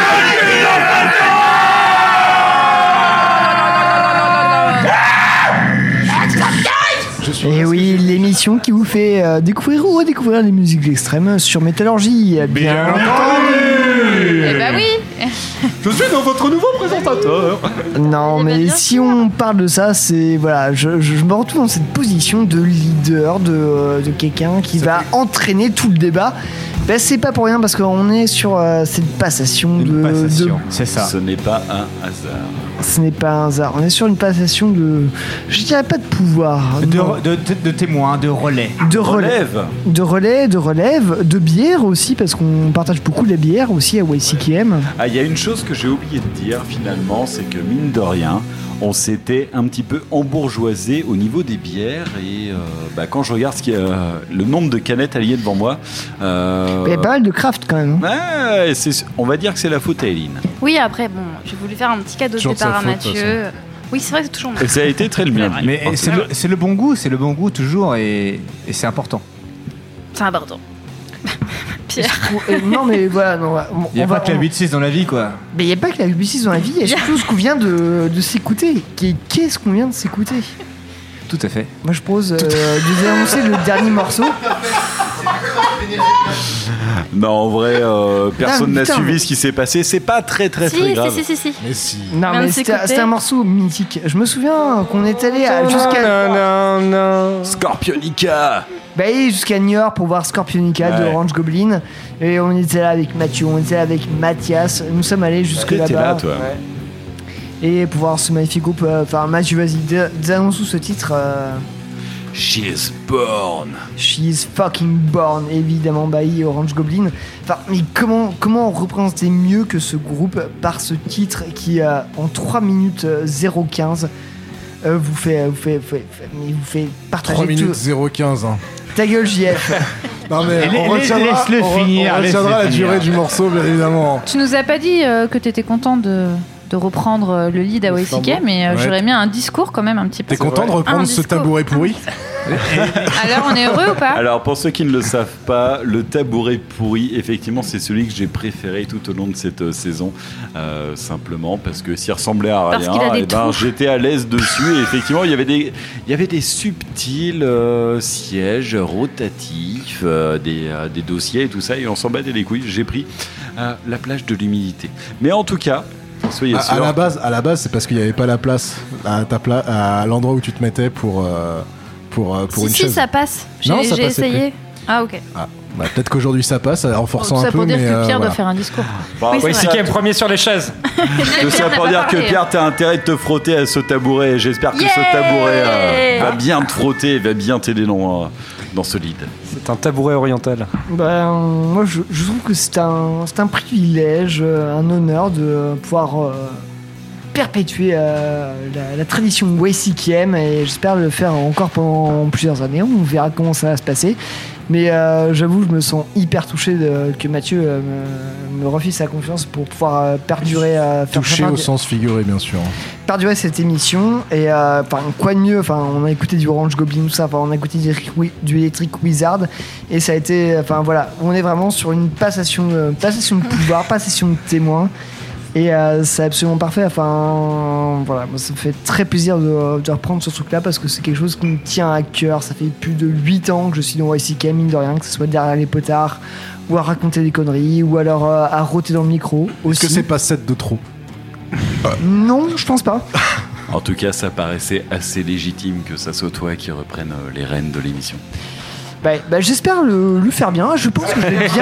Et oui, l'émission qui vous fait découvrir ou redécouvrir les musiques extrêmes sur Métallurgie. Bien entendu. Eh bah oui. Je suis votre nouveau présentateur. Non, mais si on parle de ça, c'est voilà, je me retrouve dans cette position de leader, de quelqu'un qui va entraîner tout le débat. Ben, c'est pas pour rien parce qu'on est sur cette passation de. C'est ça. Ce n'est pas un hasard. Ce n'est pas un hasard. On est sur une passation de. Je dirais pas de pouvoir. De témoins, de relais. De relève. De relève, de bière aussi, parce qu'on partage beaucoup la bière aussi à YCKM. Ah, il y a une chose que j'ai oublié de dire finalement, c'est que mine de rien, on s'était un petit peu embourgeoisé au niveau des bières et quand je regarde le nombre de canettes alliées devant moi. Il y a pas mal de craft quand même. Ouais, on va dire que c'est la faute à Eline. Oui, après, bon, j'ai voulu faire un petit cadeau de départ à Mathieu. Oui, c'est vrai, c'est toujours Et ça a été très bien. Mais c'est le bon goût, toujours et c'est important. C'est important. Pierre. Non, mais voilà. Il n'y a pas que la 8-6 dans la vie, quoi. Mais il n'y a pas que la 8-6 dans la vie, il y a surtout ce qu'on vient de s'écouter. Qu'est-ce qu'on vient de s'écouter? Tout à fait. Moi, je propose de vous annoncer le dernier morceau. Non, en vrai, personne n'a suivi ce qui s'est passé. C'est pas très grave. Si. Mais si. Non, mais c'était un morceau mythique. Je me souviens qu'on est allé jusqu'à. Non. Scorpionica. Bah oui, jusqu'à New York pour voir Scorpionica de Orange Goblin. Et on était là avec Mathieu, on était là avec Mathias. Nous sommes allés jusque là-bas. T'es là, toi. Et pour voir ce magnifique groupe. Enfin, Mathieu, vas-y, dénonce ce titre. She is born. She is fucking born, évidemment, Orange Goblin. Enfin, mais comment représenter mieux que ce groupe par ce titre qui, en 3 minutes 015, vous fait partager 3 minutes 015. Hein. Ta gueule, JF. Non mais laisse-le finir. On retiendra la durée du morceau, bien évidemment. Tu nous as pas dit que t'étais content de reprendre le lead à YCK, mais j'aurais mis un discours quand même un petit peu. T'es content de reprendre ce tabouret pourri? Alors on est heureux ou pas? Alors pour ceux qui ne le savent pas, le tabouret pourri, effectivement, c'est celui que j'ai préféré tout au long de cette saison, simplement parce que s'il ressemblait à rien, j'étais à l'aise dessus. Et effectivement, il y avait des subtils sièges rotatifs, des dossiers et tout ça, et on s'en battait les couilles. J'ai pris la plage de l'humidité. Mais en tout cas, soyez sûrs. À la base, c'est parce qu'il n'y avait pas la place à l'endroit où tu te mettais pour une chaise. Si, ça passe. Non, ça j'ai essayé. plus. Ah, ok. Peut-être qu'aujourd'hui ça passe, en forçant un peu. Tout ça pour dire que Pierre voilà. doit faire un discours. C'est qui est premier sur les chaises. Tout ça pour dire que Pierre, t'as intérêt de te frotter à ce tabouret. Et j'espère que ce tabouret va bien te frotter et va bien t'aider dans ce lead. C'est un tabouret oriental. Moi, je trouve que c'est un privilège, un honneur de pouvoir perpétuer la tradition YCKM et j'espère le faire encore pendant plusieurs années. On verra comment ça va se passer. Mais j'avoue, je me sens hyper touché que Mathieu me refile sa confiance pour pouvoir perdurer. Touché au sens figuré, bien sûr. Perdurer cette émission. Et quoi de mieux, on a écouté du Orange Goblin, tout ça. On a écouté du Electric Wizard. Et ça a été. Voilà, on est vraiment sur une passation de pouvoir, passation de témoins. Et c'est absolument parfait. Voilà, moi, ça me fait très plaisir de reprendre ce truc-là parce que c'est quelque chose qui me tient à cœur. Ça fait plus de 8 ans que je suis dans YCK, mine de rien, que ce soit derrière les potards ou à raconter des conneries ou alors à rôter dans le micro. Aussi. Est-ce que c'est pas 7 de trop? Non, je pense pas. En tout cas, ça paraissait assez légitime que ça soit toi qui reprenne les rênes de l'émission. J'espère le faire bien. Je pense que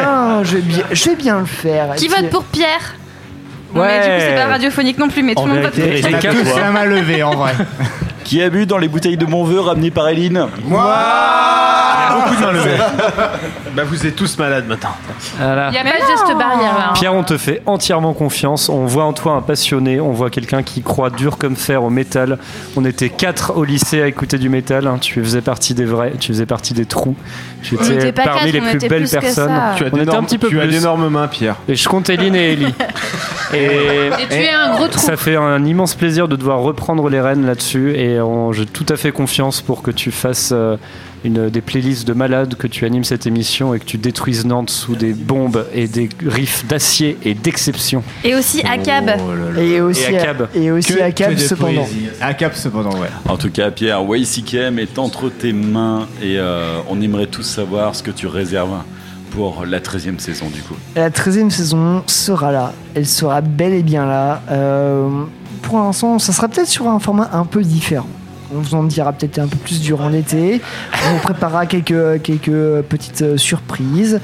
je vais bien le faire. Qui vote pour Pierre? Non, mais du coup, c'est pas radiophonique non plus, mais tout le monde vote pour Pierre. T'as tous la main levée, en vrai. Qui a bu dans les bouteilles de Monveux ramenées par Eline? Moi. Beaucoup de mains levées. Vous êtes tous malades maintenant. Voilà. Il n'y a pas de geste barrière là. Pierre, on te fait entièrement confiance. On voit en toi un passionné. On voit quelqu'un qui croit dur comme fer au métal. On était 4 au lycée à écouter du métal. Tu faisais partie des vrais. Tu faisais partie des trous. Tu étais parmi les plus belles personnes. Tu as un petit peu plus. d'énormes mains, Pierre. Et je compte Eline et Ellie. Et tu es un gros trou. Ça fait un immense plaisir de devoir reprendre les rênes là-dessus. Et j'ai tout à fait confiance pour que tu fasses des playlists de malades, que tu animes cette émission et que tu détruises Nantes sous des bombes et des riffs d'acier et d'exception. Et aussi ACAB. Et aussi ACAB cependant. ACAB cependant, ouais. En tout cas, Pierre, YCKM est entre tes mains et on aimerait tous savoir ce que tu réserves pour la 13e saison du coup. La 13e saison sera là. Elle sera bel et bien là. Pour l'instant, ça sera peut-être sur un format un peu différent. On vous en dira peut-être un peu plus durant l'été. On vous préparera quelques petites surprises.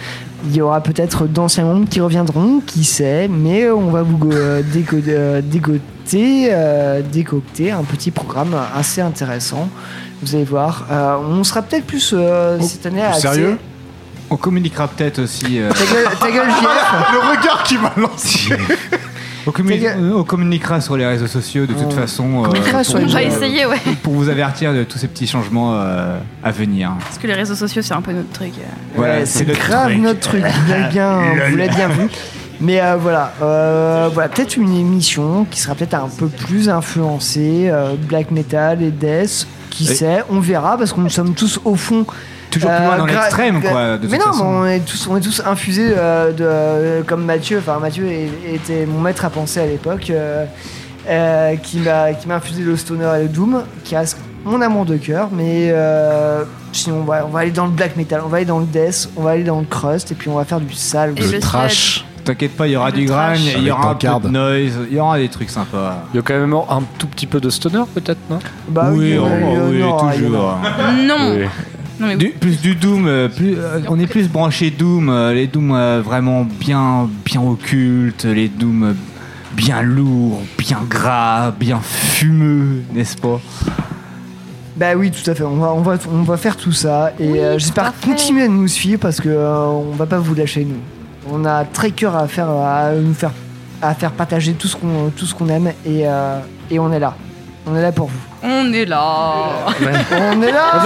Il y aura peut-être d'anciens membres qui reviendront, qui sait, mais on va vous décocter un petit programme assez intéressant. Vous allez voir, on sera peut-être plus cette année à Sérieux ? On communiquera peut-être aussi. Ta gueule, JF. Le regard qui m'a lancé. On communiquera sur les réseaux sociaux de toute façon. On va essayer, ouais. Pour vous avertir de tous ces petits changements à venir. Parce que les réseaux sociaux, c'est un peu notre truc. Voilà, c'est grave notre truc. Vous l'avez bien vu. Mais voilà, peut-être une émission qui sera peut-être un peu plus influencée, black metal et death. Qui sait, on verra parce que nous sommes tous au fond. Toujours plus loin dans l'extrême, quoi. Mais non, on est tous infusés comme Mathieu. Enfin, Mathieu était mon maître à penser à l'époque, qui m'a infusé le stoner et le doom, qui reste mon amour de cœur. Mais sinon, on va aller dans le black metal, on va aller dans le death, on va aller dans le crust, et puis on va faire du sale, du trash. T'inquiète pas, il y aura du grind, il y aura un peu de noise, il y aura des trucs sympas. Il y a quand même un tout petit peu de stoner, peut-être, non ? Bah oui, toujours. Non. Oui. Non, mais plus du doom, on est plus branché doom, les doom vraiment bien occultes, les doom bien lourds, bien gras, bien fumeux, n'est-ce pas ? Bah oui, tout à fait. On va faire tout ça et j'espère continuer à nous suivre parce que on va pas vous lâcher nous. On a très cœur à faire partager tout ce qu'on aime et on est là. On est là pour vous. On est là. On est là.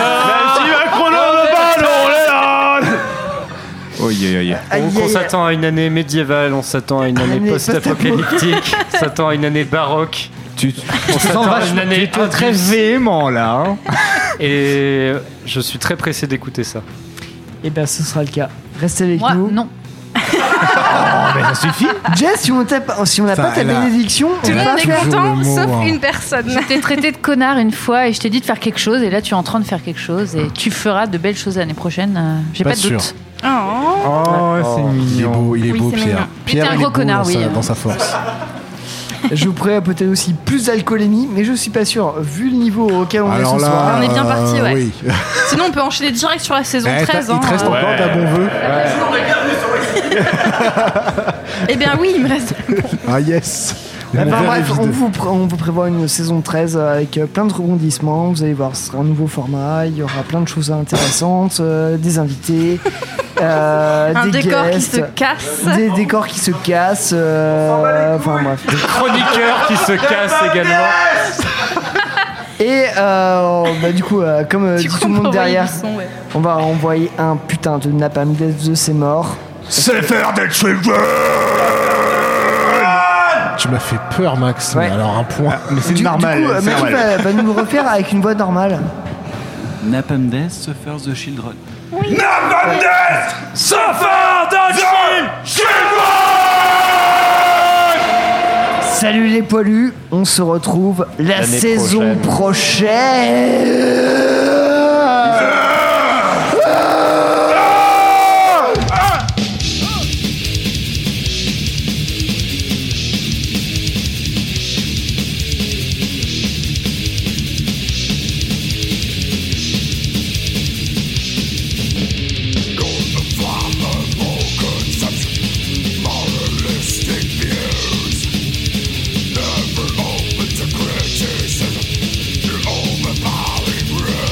On s'attend à une année médiévale, on s'attend à une année post-apocalyptique, on s'attend à une année baroque. On s'attend à une année très véhément là. Et je suis très pressé d'écouter ça. Et ben ce sera le cas. Restez avec nous. Non. Mais ça suffit. Jess, si on n'a pas ta bénédiction, tout le monde est content, sauf hein. une personne. Je t'ai traité de connard une fois et je t'ai dit de faire quelque chose et là tu es en train de faire quelque chose et tu feras de belles choses l'année prochaine. J'ai pas de doute. C'est mignon. Il est beau, c'est Pierre. mignon. Pierre, Mais t'es un il est gros beau connard, oui. dans sa force. Je vous ferai peut-être aussi plus d'alcoolémie, mais je suis pas sûr, vu le niveau auquel on est ce soir. On est bien parti, ouais. Oui. Sinon, on peut enchaîner direct sur la saison 13. Il te reste encore ta bon vœu. Eh bien oui, il me reste. Ah yes. Bref, on vous prévoit une saison 13 avec plein de rebondissements. Vous allez voir, ce sera un nouveau format. Il y aura plein de choses intéressantes, des invités, un des décor guests, qui se casse. des décors qui se cassent. Enfin bref. Des chroniqueurs qui se cassent également. Et du coup, comme dit tout le monde derrière, on va envoyer un putain de Napalm Death de ses morts. C'est faire des children. Tu m'as fait peur, Max. Ouais. Mais alors un point. Mais c'est normal. Du coup, Mathieu va nous le refaire avec une voix normale. Napalm Death suffers the children. Napalm Death suffers the children. Salut les poilus, on se retrouve la L'année saison prochaine. Never open to criticism. Your overpowering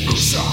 Shut